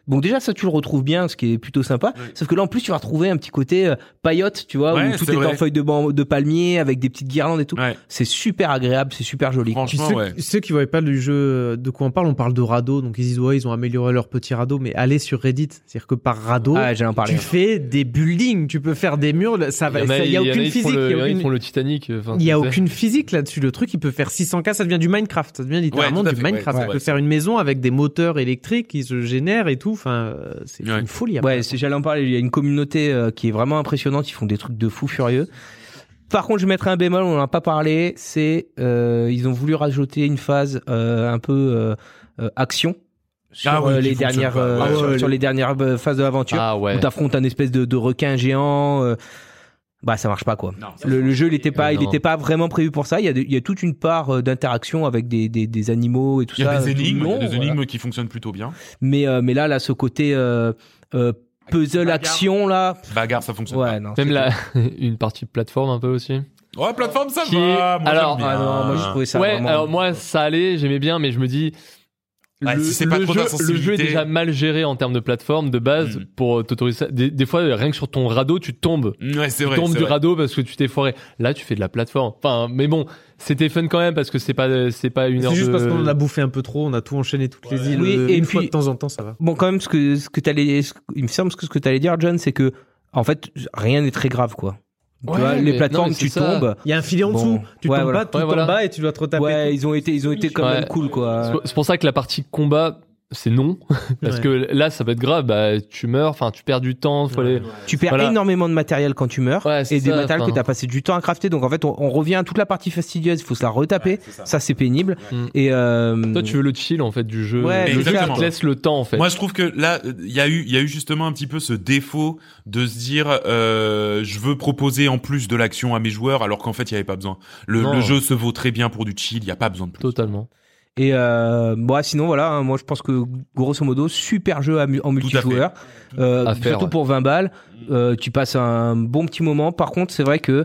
Bon, déjà, ça, tu le retrouves bien, ce qui est plutôt sympa. Oui. Sauf que là, en plus, tu vas retrouver un petit côté euh, paillote, tu vois, Ouais, où tout c'est est vrai. en feuilles de, ban- de palmier, avec des petites guirlandes et tout. Ouais. C'est super agréable, c'est super joli. Puis Franchement, ceux, ouais. ceux qui voyaient pas du jeu de quoi on parle, on parle de radeau. Donc ils disent ouais, ils ont amélioré leur petit radeau, mais allez sur Reddit, c'est-à-dire que par radeau, Ah, j'allais en parler. tu fais des buildings, tu peux faire des murs. Ça va, Il y en a, ça- il y a il y en aucune ils font physique, le- il y a il y en a, ils aucune, font le Titanic. enfin, il y a tu sais. aucune physique là-dessus. Le truc, il peut faire six cent K, ça devient du Minecraft. Ça devient littéralement Ouais, tout à du fait, ouais, Minecraft. ouais, tu ouais, peux c'est faire une maison avec des moteurs électriques qui se génèrent et tout. Enfin, euh, c'est Ouais. une folie. après. Ouais, c'est, j'allais en parler. Il y a une communauté euh, qui est vraiment impressionnante. Ils font des trucs de fous furieux. Par contre, je mettrai un bémol, on n'en a pas parlé. C'est euh, ils ont voulu rajouter une phase euh, un peu euh, euh, action sur Ah oui, euh, qui les fonctionne dernières pas. euh, Ouais, sur, ouais, sur ouais. les dernières euh, phases de l'aventure Ah ouais. où t'affrontes un espèce de, de requin géant. euh, bah ça marche pas quoi. Non, ça Le, le jeu il était pas Euh, il non. était pas vraiment prévu pour ça. Il y a de- il y a toute une part euh, d'interaction avec des, des des animaux et tout Il y ça. a des tout le énigmes, il y long, a des voilà. énigmes qui fonctionnent plutôt bien. Mais euh, mais là là ce côté euh, euh, puzzle Bagarre. action là. Bagarre, ça fonctionne Ouais non. Même c'est- la, une partie plateforme un peu aussi. Ouais, plateforme, ça Qui va. est- Moi, alors, j'aime bien. Ah non, moi j'ai trouvé ça ouais, vraiment. alors moi ça allait, j'aimais bien, mais je me dis. Ouais, le, si c'est pas le trop jeu, ta le sensibilité. jeu est déjà mal géré en termes de plateforme de base Mm. pour t'autoriser. ça. Des, des fois, rien que sur ton radeau, tu tombes. Ouais, c'est Tu vrai. tombes c'est du vrai. radeau parce que tu t'es foiré. Là, tu fais de la plateforme. Enfin, mais bon, c'était fun quand même parce que c'est pas, c'est pas une heure C'est juste de. parce qu'on en a bouffé un peu trop, on a tout enchaîné toutes les îles. Oui, euh, et une puis- fois de temps en temps, ça va. Bon, quand même, ce que, ce que t'allais, ce- il me semble que ce que t'allais dire, John, c'est que, en fait, rien n'est très grave, quoi. Ouais, tu vois, mais- les non, plateformes, mais tu c'est ça. tombes. Il y a un filet en Bon, dessous. Tu ouais, tombes voilà. pas tout Ouais, en voilà. bas et tu dois te retaper. Ouais, ils ont été, ils ont été quand Ouais. même cool, quoi. C'est c'est pour ça que la partie combat, c'est non. Parce Ouais. que là, ça va être grave. Bah, tu meurs, enfin, tu perds du temps. Faut aller. Tu perds Voilà. énormément de matériel quand tu meurs. Ouais, c'est et des ça, matériels enfin. que t'as passé du temps à crafter. Donc, en fait, on, on revient à toute la partie fastidieuse. Il faut se la retaper. Ouais, c'est ça. ça. c'est pénible. Mm. Et, euh, Toi, tu veux le chill en fait du jeu. Ouais, le jeu exactement. qui te laisse le temps en fait. Moi, je trouve que là, il y a eu, il y a eu justement un petit peu ce défaut de se dire, euh, je veux proposer en plus de l'action à mes joueurs, alors qu'en fait, il y avait pas besoin. Le, Non. le jeu se vaut très bien pour du chill, il y a pas besoin de plus. Totalement. Et euh, bon, sinon voilà, hein, moi je pense que grosso modo super jeu à mu- en multijoueur, euh, À faire, surtout ouais. pour vingt balles, euh, tu passes un bon petit moment. Par contre, c'est vrai que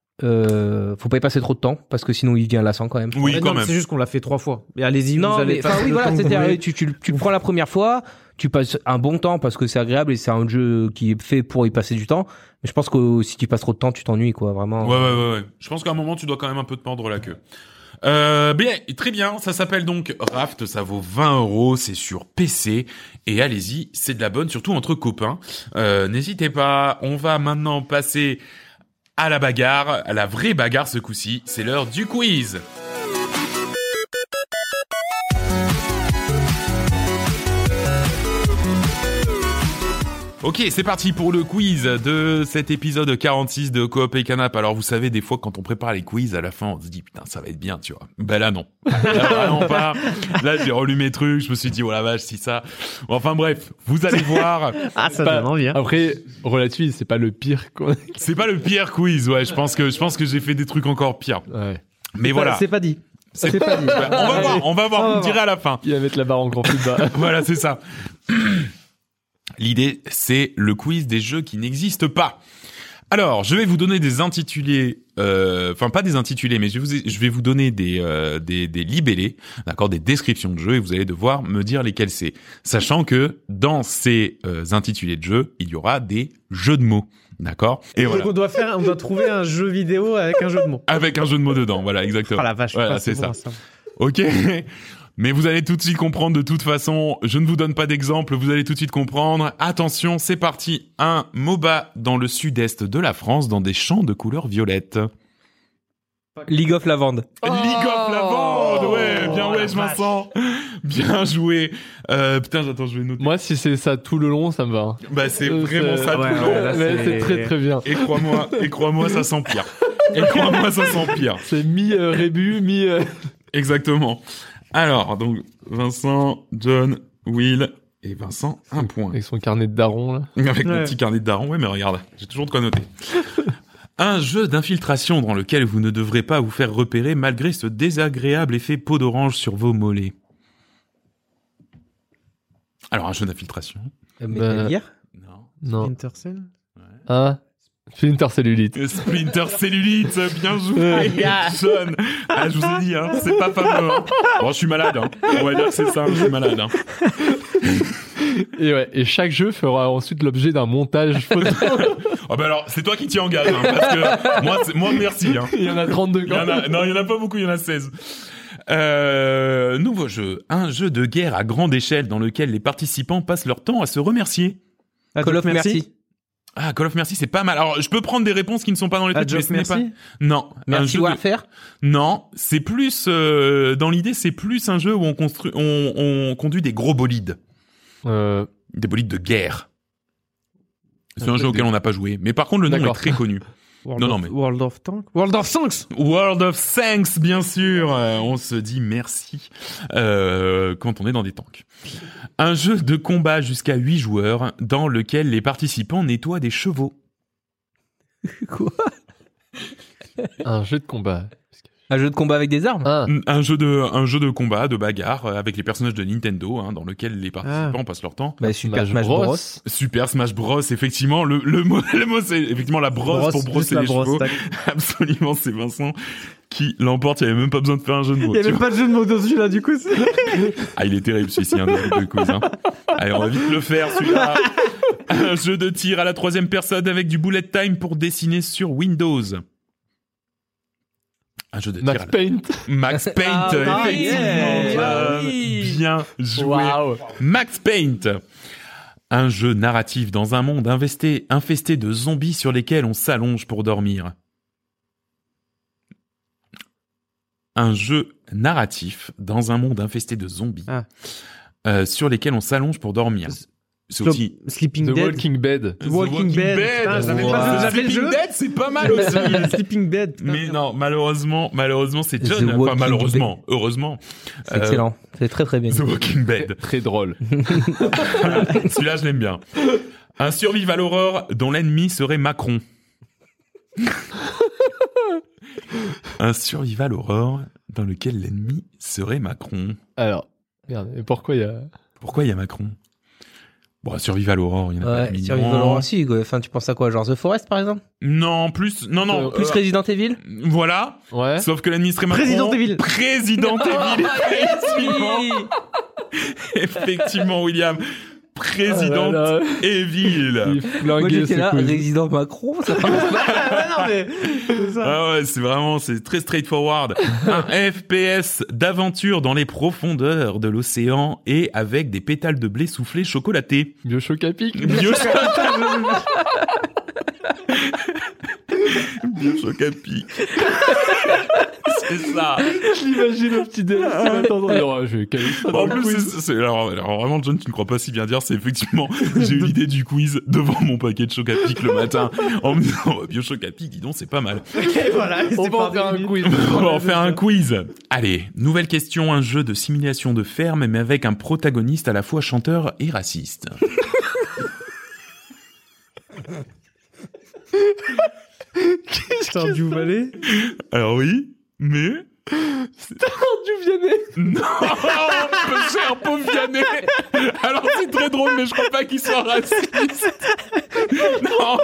euh, faut pas y passer trop de temps parce que sinon il devient lassant quand même. Oui, Ouais, quand non, mais même. C'est juste qu'on l'a fait trois fois. Et allez-y, Non, vous allez mais passer enfin oui le voilà, temps que vous c'est-à-dire voulez. tu, tu, tu le prends la première fois, tu passes un bon temps parce que c'est agréable et c'est un jeu qui est fait pour y passer du temps. Mais je pense que si tu passes trop de temps, tu t'ennuies quoi, vraiment. Ouais, ouais, ouais, ouais. Je pense qu'à un moment, tu dois quand même un peu te mordre la queue. Euh, bien, très bien. Ça s'appelle donc Raft. Ça vaut vingt euros. C'est sur P C. Et allez-y, c'est de la bonne, surtout entre copains. Euh, n'hésitez pas. On va maintenant passer à la bagarre, à la vraie bagarre ce coup-ci. C'est l'heure du quiz. Ok, c'est parti pour le quiz de cet épisode quarante-six de Coop et Canap. Alors vous savez, des fois quand on prépare les quiz, à la fin on se dit putain ça va être bien, tu vois. Ben là non, là vraiment pas. Là j'ai relu mes trucs, je me suis dit oh la vache si ça. Enfin bref, vous allez voir. Ah, ça Pas- donne envie. Hein. Après, relativise, c'est pas le pire quoi. C'est pas le pire quiz, ouais. Je pense que je pense que j'ai fait des trucs encore pires. Ouais. Mais C'est voilà. pas- C'est pas dit. C'est- C'est pas dit. On va voir, on va voir. On va Vous me direz à la fin. Il va mettre la barre encore plus bas. Voilà, c'est ça. L'idée, c'est le quiz des jeux qui n'existent pas. Alors, je vais vous donner des intitulés, euh, enfin pas des intitulés, mais je vais vous, je vais vous donner des, euh, des, des libellés, d'accord, des descriptions de jeux, et vous allez devoir me dire lesquels c'est. Sachant que dans ces euh, intitulés de jeux, il y aura des jeux de mots, d'accord. Et Donc voilà, on doit faire, on doit trouver un jeu vidéo avec un jeu de mots. avec un jeu de mots dedans, voilà, exactement. Oh la vache. Voilà, putain, c'est bon, ça. Ok. Mais vous allez tout de suite comprendre de toute façon, je ne vous donne pas d'exemple, vous allez tout de suite comprendre. Attention, c'est parti. Un MOBA dans le sud-est de la France, dans des champs de couleur violette. League of Lavande. League of Lavande, ouais, bien Oh, ouais, la je m'en vache. sens. Bien joué. Euh, putain, j'attends, je vais noter. Moi, si c'est ça tout le long, ça me va. hein. Bah c'est Euh, vraiment c'est- ça tout ouais, le ouais, long. là, Mais c'est- c'est très très bien. Et crois-moi, et crois-moi, ça s'empire. Et crois-moi, ça s'empire. C'est mi euh, rébut, mi. euh, Exactement. Alors, donc, Vincent, John, Will et Vincent, un point. Avec son carnet de daron là. Avec mon Ouais. petit carnet de daron, ouais, mais regarde, j'ai toujours de quoi noter. Un jeu d'infiltration dans lequel vous ne devrez pas vous faire repérer malgré ce désagréable effet peau d'orange sur vos mollets. Alors, un jeu d'infiltration. Euh, Bah, Metal Gear. Non. Non. Splinter Cell. Ah. Splinter Cellulite. Splinter Cellulite, bien joué, John. Ah, je vous ai dit, hein, c'est pas fameux. Hein. Bon, je suis malade, hein. On va dire que c'est ça, je suis malade. Hein. Et ouais, et chaque jeu fera ensuite l'objet d'un montage photo. Oh bah alors, c'est toi qui t'y engage, hein, parce que moi, c'est, moi merci. Hein. Il y en a trente-deux. Il y en a, non, il y en a pas beaucoup, il y en a seize. Euh, nouveau jeu, un jeu de guerre à grande échelle dans lequel les participants passent leur temps à se remercier. Call of Mercy. Ah, Call of Mercy, c'est pas mal. Alors, je peux prendre des réponses qui ne sont pas dans les trucs, mais ce n'est pas. Non. Merci un jeu Warfare. de... Non, c'est plus euh, dans l'idée, c'est plus un jeu où on construit, on, on conduit des gros bolides, Euh, des bolides de guerre. C'est Un un jeu jeu auquel de- on n'a pas joué, mais par contre le nom D'accord. est très connu. World Non, non, of- mais- World of Tanks. World of Tanks. World of Tanks, bien sûr. Euh, on se dit merci euh, quand on est dans des tanks. Un jeu de combat jusqu'à huit joueurs dans lequel les participants nettoient des chevaux. Quoi? un jeu de combat. Un jeu de combat avec des armes? Ah, Un jeu de un jeu de combat, de bagarre euh, avec les personnages de Nintendo, hein, dans lequel les participants passent leur temps. Bah, Super Smash Bros. Super Smash Bros, effectivement, le, le mot, le mot c'est effectivement la brosse, pour juste brosser la les brosse, chevaux. tac. Absolument, c'est Vincent qui l'emporte. Il n'y avait même pas besoin de faire un jeu de mots. Il y tu avait vois. pas de jeu de mots dans celui-là, du coup. c'est- Ah, il est terrible celui-ci, hein, de, de quiz. Hein. Allez, on va vite le faire, celui-là. Un jeu de tir à la troisième personne avec du bullet time pour dessiner sur Windows. Un jeu de tir Max à la... Paint. Max Paint, Ah, oui, effectivement. yeah, John. oui. Bien joué. Waouh. Max Paint. Un jeu narratif dans un monde investé, infesté de zombies sur lesquels on s'allonge pour dormir. Un jeu narratif dans un monde infesté de zombies Ah. euh, sur lesquels on s'allonge pour dormir. C'est Slo- aussi Sleeping The Dead. Walking Bed. The Walking Dead. Putain, j'avais Wow. pas j'avais le Sleeping jeu. Dead, c'est pas mal aussi. Sleeping Dead. putain. Mais non, malheureusement, malheureusement, c'est The John. Enfin, Walking malheureusement, heureusement. C'est Euh, excellent. C'est très très bien. The Walking Dead. Très drôle. Celui-là, je l'aime bien. Un survival horror dont l'ennemi serait Macron. Un survival horror dans lequel l'ennemi serait Macron. Alors, merde, et pourquoi il y a... Pourquoi il y a Macron? Bon, un survival horror, il y en a pas Ouais, des Survival millions. Horror aussi, quoi. Enfin, tu penses à quoi? Genre The Forest, par exemple? Non, plus, non, non. Euh, Plus euh, Resident Evil? Voilà. Ouais. Sauf que l'ennemi serait Macron. Président Evil. Président Evil. Effectivement. Oui. Effectivement, William. Président Ah là là. Evil. Il Moi, flinguait j'étais ce là, quiz. Résident Macron, ça fait Ah, non, mais. c'est ça. Ah ouais, c'est vraiment, c'est très straightforward. Un F P S d'aventure dans les profondeurs de l'océan et avec des pétales de blé soufflé chocolaté. Bioshock à pic. Bioshock. Bioshock à pic. C'est ça. J'imagine un petit dé. Oh, je vais caler ça dans En le plus, quiz. c'est, c'est- alors, alors vraiment, John, tu ne crois pas si bien dire, c'est effectivement, j'ai eu l'idée du quiz devant mon paquet de choc à pic le matin, en me disant, oh, Bioshock à pic, dis donc, c'est pas mal. Ok, voilà. On c'est va en parti. faire un quiz. On va en faire un quiz. Allez, nouvelle question, un jeu de simulation de ferme, mais avec un protagoniste à la fois chanteur et raciste. Stardew Valley. Alors oui, mais... Du Vianney. Non, peu cher, pauvre Vianney. Alors c'est très drôle, mais je crois pas qu'il soit raciste. Non,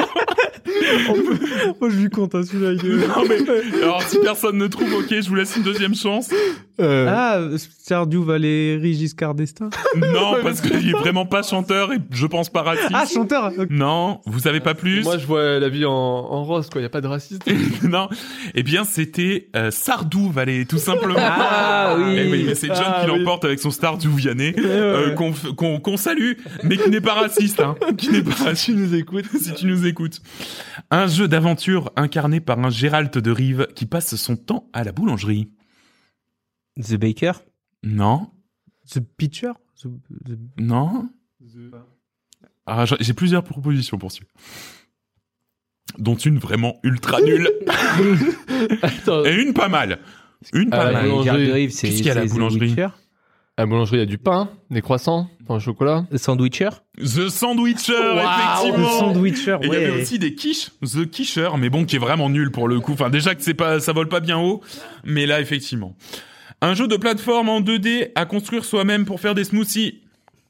Moi, je lui compte, hein, celui-là. il est- non mais... Alors si personne ne trouve, ok, je vous laisse une deuxième chance. Euh, Ah, Stardew Valley, Giscard d'Estaing. Non, parce qu'il est vraiment pas chanteur et je pense pas raciste. Ah, chanteur. ok. Non, vous savez pas plus? Moi, je vois la vie en, en rose, quoi. Y a pas de racisme. Non, eh bien c'était euh, Stardew Valley, tout simplement. Ah oui. Eh oui, mais c'est John Ah qui oui. l'emporte avec son Stardew Vianney, euh, qu'on, f- qu'on, qu'on salue, mais qui n'est pas raciste, hein, qui n'est pas raciste. Tu nous écoutes. Si tu nous écoutes. Un jeu d'aventure incarné par un Gérald de Rive qui passe son temps à la boulangerie. The Baker? Non, The Pitcher. The- the- non. Ah, j'ai j'ai plusieurs propositions pour celui. Dont une vraiment ultra nulle Attends, et une pas mal. Une pas Ah, la mal. boulangerie. Gérald de Rive, c'est Qu'est-ce qu'il y a à la c'est The boulangerie Witcher. à la boulangerie, il y a du pain, des croissants, pain au chocolat. The Sandwicher? The Sandwicher, The effectivement. Sandwicher, Et il y avait ouais. aussi des quiches, The Quicher, mais bon, qui est vraiment nul pour le coup. Enfin, déjà que c'est pas, ça vole pas bien haut, mais là, effectivement. Un jeu de plateforme en deux D à construire soi-même pour faire des smoothies.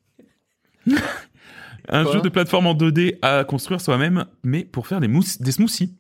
Un Quoi jeu de plateforme en deux D à construire soi-même, mais pour faire des, mousse, des smoothies.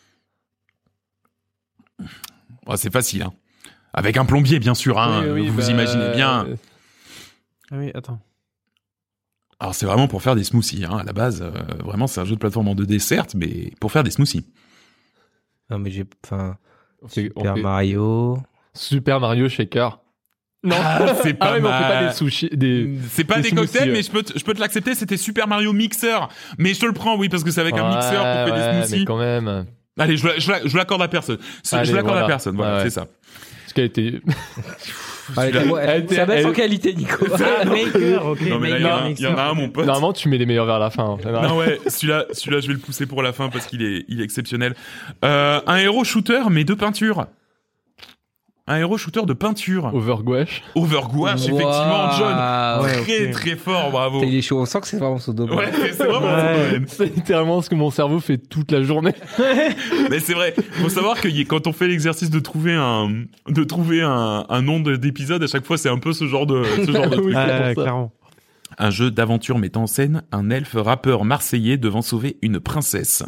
Oh, c'est facile, hein. Avec un plombier, bien sûr, hein. Oui, oui, vous bah, imaginez bien. euh, Ah oui, attends. Alors c'est vraiment pour faire des smoothies, hein. À la base, euh, vraiment c'est un jeu de plateforme en deux D certes, mais pour faire des smoothies. Non, mais j'ai. Enfin. On fait- on Super fait Mario. Super Mario Shaker. Non, Ah, c'est pas ah ouais, mais on fait pas mal. des sushis, des. C'est pas Des des, smoothies, cocktails, ouais. mais je peux, te, je peux te l'accepter. C'était Super Mario Mixer, mais je te le prends, oui, parce que c'est avec un Ouais, mixeur qu'on fait ouais, des mais smoothies. quand même. Allez, je, la- je, la- je l'accorde à personne. C'est- Allez, je l'accorde voilà. à personne. Voilà, Ouais, ouais. c'est ça. Parce qu'elle était. Ah, elle était- ouais, elle était- ça baisse en elle- qualité, Nico. Ah, Maker, ok. Non mais là, il y, en a un- Maker, il y en a un, mon pote. Normalement, tu mets les meilleurs vers la fin. Non ouais, celui-là, celui-là, je vais le pousser pour la fin parce qu'il est, il est exceptionnel. Euh, un héros shooter, mais de peinture. Un héros shooter de peinture. Overgouache. Overgouache, effectivement, John. Wow. Ouais, Très ok. très fort, bravo. Putain, il est chaud. On sent que c'est vraiment son domaine. Ouais, c'est vraiment son Ouais. domaine. C'est littéralement ce que mon cerveau fait toute la journée. Mais c'est vrai. Faut savoir que y- quand on fait l'exercice de trouver un, de trouver un, un nom de- d'épisode, à chaque fois, c'est un peu ce genre de, ce genre de Oui, truc. c'est Ah, pour ça. clairement. Un jeu d'aventure mettant en scène un elfe rappeur marseillais devant sauver une princesse.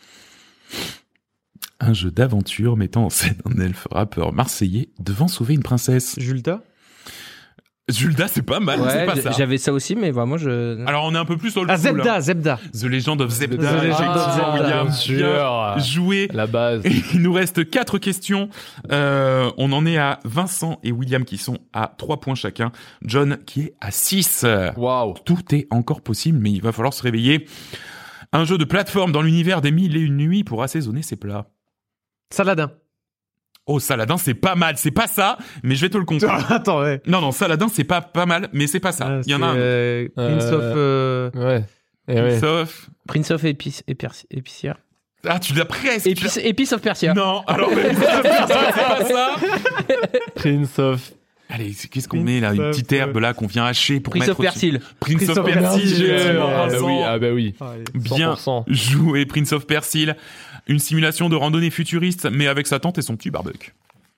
Un jeu d'aventure mettant en scène un elfe rappeur marseillais devant sauver une princesse. Julta. Zulda, c'est pas mal, mais c'est Ouais, pas ça. j'avais ça aussi, mais vraiment, je. Alors, on est un peu plus old Ah, school, Zebda, hein. Zebda. The Legend of Zelda. The Legend of Effectivement, Zelda. William, Bien sûr. bien joué. La base. Et il nous reste quatre questions. Euh, on en est à Vincent et William qui sont à trois points chacun. John qui est à six. Waouh. Tout est encore possible, mais il va falloir se réveiller. Un jeu de plateforme dans l'univers des mille et une nuits pour assaisonner ses plats. Saladin. Oh, Saladin, c'est pas mal. C'est pas ça, mais je vais te le concéder. Attends, ouais. Non, non, Saladin, c'est pas pas mal, mais c'est pas ça. Ah, Il y en a c'est, un. euh, Prince Euh, of... euh, Ouais. Et ouais. Sauf... Prince of Épice, Épice- Épicière. Ah, tu l'as presque. tu Épice, Épice of Persia. l'as- Non, alors, mais c'est pas ça. Prince of. Allez, c'est- qu'est-ce qu'on met là? Une Prince petite of- herbe là qu'on vient hacher pour Prince mettre of au-dessus. Persil. Prince, Prince of of Persil, Persil, effectivement, Ah bah Vincent. oui, ah bah oui. allez. Bien cent pour cent. joué, Prince of Persil. Une simulation de randonnée futuriste, mais avec sa tante et son petit barbecue.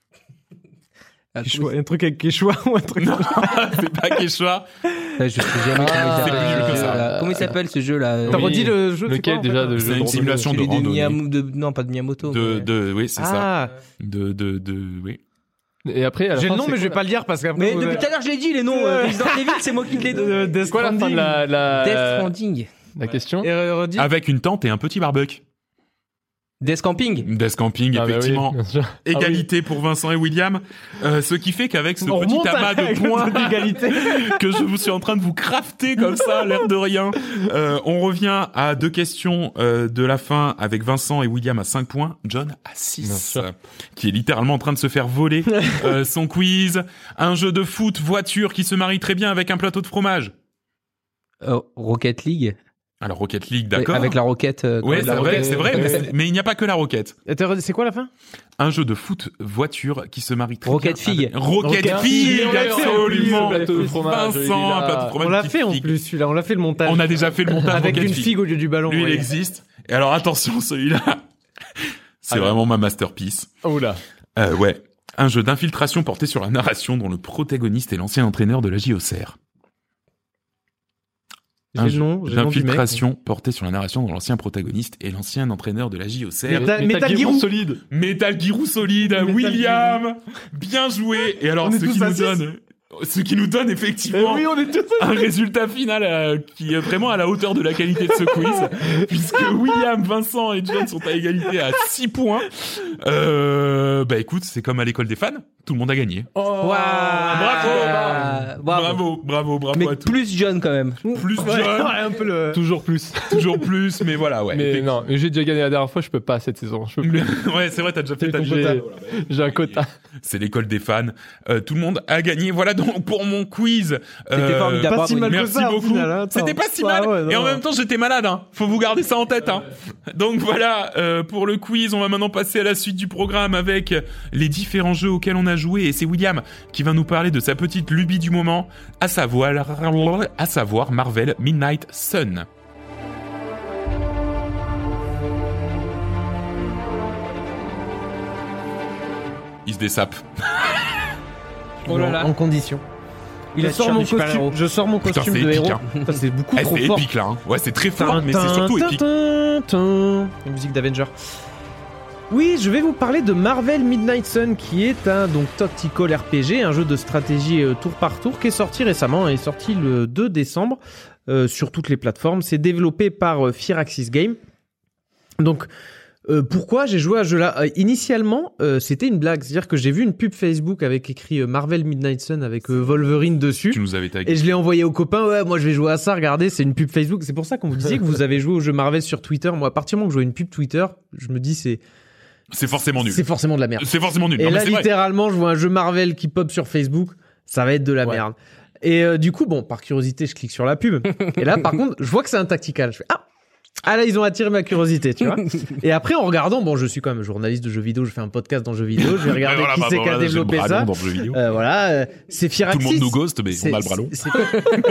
Ah, Quechua, un truc avec Quechua ou un truc... Non, c'est pas Quechua. Ouais, je sais jamais comment il Ah, s'appelle. c'est plus ce que jeu, ça. là. Comment il s'appelle ce jeu là T'as Oui. redit le jeu, c'est Lequel quoi, en fait déjà de C'est jeu une de simulation de Celui de randonnée. Miyamoto, de- non pas de Miyamoto. De, mais- de, oui, c'est ça. Ah, De, de, de, oui. Et après, à la j'ai fin, le nom, c'est mais je vais quoi, pas le dire parce qu'après... Mais vous depuis avez- tout à l'heure, je l'ai dit les noms. euh, Resident Evil, c'est moi qui te les donne. Euh, Death C'est quoi la fin de Stranding. la, la, Death Stranding. la question? Et euh, redis. Avec une tente et un petit barbecue. Death Camping. Death Camping, Ah bah oui, effectivement. bien sûr. Égalité pour Vincent et William. Euh, ce qui fait qu'avec ce On petit remonte amas à- de points d'égalité. que je vous suis en train de vous crafter comme ça, l'air de rien, euh, on revient à deux questions euh, de la fin avec Vincent et William à cinq points, John à Bien six, sûr. qui est littéralement en train de se faire voler euh, son quiz. Un jeu de foot voiture qui se marie très bien avec un plateau de fromage. Euh, Rocket League. Alors Rocket League, d'accord. Avec la roquette. euh, Ouais, la c'est vrai, roquette. c'est vrai, Ouais. mais, c'est- mais il n'y a pas que la roquette. Attends, redis, c'est quoi la fin? Un jeu de foot voiture qui se marie très Rocket bien. Fig. avec- Rocket Rocket Fig, Fig, on l'a fait, absolument. en plus, le plateau de fromage, il est Vincent, un là. plateau de fromage On l'a qui fait en figue. plus, celui-là. On l'a fait le montage. On a déjà fait le montage Avec Rocket une Fig. figue au lieu du ballon. Lui, il ouais. existe. Et alors attention, celui-là, c'est Alors. vraiment ma masterpiece. Oh là. Euh, ouais, un jeu d'infiltration porté sur la narration dont le protagoniste est l'ancien entraîneur de la J O C R. J'ai Un le jeu nom, j'ai le nom du mec. d'infiltration porté sur la narration dont l'ancien protagoniste est l'ancien entraîneur de la J O C R. Metal- Metal Metal Gear Gear solide. Metal Gear Solid, Metal William, bien joué. Et alors, On est ce tous qui à nous six. donne, ce qui nous donne effectivement Eh oui, on est tous... un résultat final euh, qui est vraiment à la hauteur de la qualité de ce quiz, puisque William, Vincent et John sont à égalité à six points. Euh, bah écoute, c'est comme à l'école des fans, tout le monde a gagné. Oh. Waouh. Bravo. Ah, bravo. Bravo, bravo, bravo Mais à tous. plus John quand même. Plus Ouais, John, ouais, un peu le... Toujours plus. toujours plus, mais voilà, ouais. Mais Effectivement. non, mais j'ai déjà gagné la dernière fois, je peux pas cette saison. Je peux plus. Ouais, c'est vrai, t'as déjà fait ta J'ai- J'ai un quota. C'est l'école des fans. Euh, tout le monde a gagné. Voilà donc pour mon quiz. C'était Euh, formidable. Pas si mal que Merci ça, au beaucoup. final, hein, attends. C'était pas si Ah mal. ouais, non, et en non. même temps, j'étais malade. Hein. Faut vous garder ça en tête. Hein. Donc voilà, euh, pour le quiz, on va maintenant passer à la suite du programme avec les différents jeux auxquels on a joué. Et c'est William qui va nous parler de sa petite lubie du moment, à savoir, à savoir Marvel Midnight Sun. Il se dessape. Oh là là. En condition. Il je, a sors t-shirt mon de super-héros. costume, je sors mon Putain, costume c'est de épique, héros. hein. Putain, c'est beaucoup Eh, trop c'est fort. épique là. Hein. Ouais, c'est très fort, mais c'est surtout épique. La musique d'Avenger. Oui, je vais vous parler de Marvel Midnight Sun, qui est un donc tactical R P G, un jeu de stratégie euh, tour par tour, qui est sorti récemment, est sorti le deux décembre. euh, sur toutes les plateformes. C'est développé par euh, Firaxis Games. Donc, euh, pourquoi j'ai joué à ce jeu-là ? euh, Initialement, euh, c'était une blague. C'est-à-dire que j'ai vu une pub Facebook avec écrit euh, Marvel Midnight Sun avec euh, Wolverine dessus. Tu nous avais tagué. Et je l'ai envoyé aux copains. Ouais, moi je vais jouer à ça. Regardez, c'est une pub Facebook. C'est pour ça qu'on vous disait que vous avez joué au jeu Marvel sur Twitter. Moi, à partir du moment où je vois une pub Twitter, je me dis c'est C'est forcément nul. c'est forcément de la merde. C'est forcément nul. Et Non, là, mais c'est vrai. littéralement, je vois un jeu Marvel qui pop sur Facebook. Ça va être de la Ouais. merde. Et euh, du coup, bon, par curiosité, je clique sur la pub. Et là, par contre, je vois que c'est un tactical. Je fais ah. Ah là, ils ont attiré ma curiosité, tu vois. Et après, en regardant, bon, je suis quand même journaliste de jeux vidéo, je fais un podcast dans jeux vidéo, je vais regarder Ouais, voilà, qui bah, c'est bah, qui a voilà, j'ai le développé bras ça. long dans le jeu vidéo. Euh, voilà, euh, c'est Tout Firaxis. le monde nous ghost, mais C'est- on a le bras long. c'est-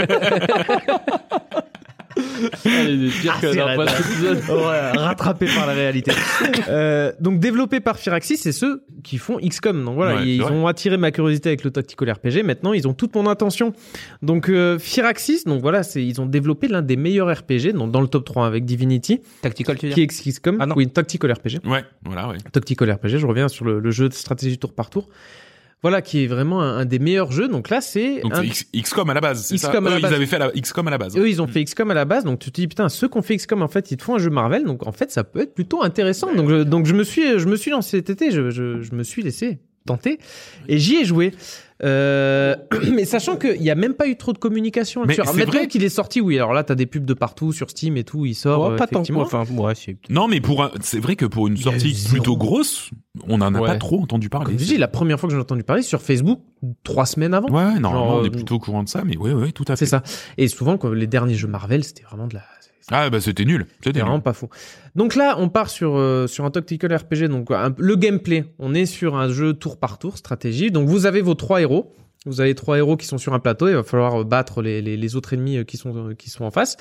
Il est pire Ah, que c'est dans raide, le là. épisode. Ouais, rattrapé par la réalité. Euh, donc développé par Firaxis, c'est ceux qui font X COM. Donc voilà, Ouais, ils c'est vrai. ont attiré ma curiosité avec le tactical R P G. Maintenant, ils ont toute mon attention. Donc euh, Firaxis, donc voilà, c'est ils ont développé l'un des meilleurs R P G, donc dans le top trois avec Divinity, Tactical, tu veux qui dire est X COM. Ah non. Oui, tactical R P G. Ouais, voilà, ouais. Tactical R P G, je reviens sur le, le jeu de stratégie tour par tour. Voilà, qui est vraiment un, un des meilleurs jeux. Donc là, c'est Donc un- c'est X- XCOM à la base, c'est ça. XCOM à la Eux, base. ils avaient fait la XCOM à la base. eux, ils ont fait X COM à la base. Donc tu te dis putain, ceux qui ont fait X COM, en fait, ils te font un jeu Marvel. Donc en fait, ça peut être plutôt intéressant. Donc je, donc je me suis, je me suis lancé cet été. Je, je, je me suis laissé tenter et j'y ai joué. Euh, mais sachant qu'il n'y a même pas eu trop de communication. Mais Sur- c'est Maintenant vrai. qu'il est sorti, oui. Alors là, t'as des pubs de partout sur Steam et tout. Il sort. Ouais, euh, pas tant que effectivement. moi. Enfin, ouais, c'est. Non, mais pour un... c'est vrai que pour une Il y a sortie zéro. plutôt grosse, on en a Ouais. pas trop entendu parler. Comme je dis, la première fois que j'en ai entendu parler sur Facebook, trois semaines avant. Ouais, ouais, normalement, Genre, on est euh, plutôt au courant de ça, mais ouais, ouais, tout à fait. C'est ça. Et souvent, quand les derniers jeux Marvel, c'était vraiment de la. Ah, bah, c'était nul. C'était C'est nul. vraiment pas fou. Donc là, on part sur euh, sur un tactical R P G. Donc un- le gameplay, on est sur un jeu tour par tour, stratégie. Donc vous avez vos trois héros. Vous avez trois héros qui sont sur un plateau. Il va falloir euh, battre les, les, les autres ennemis euh, qui sont euh, qui sont en face.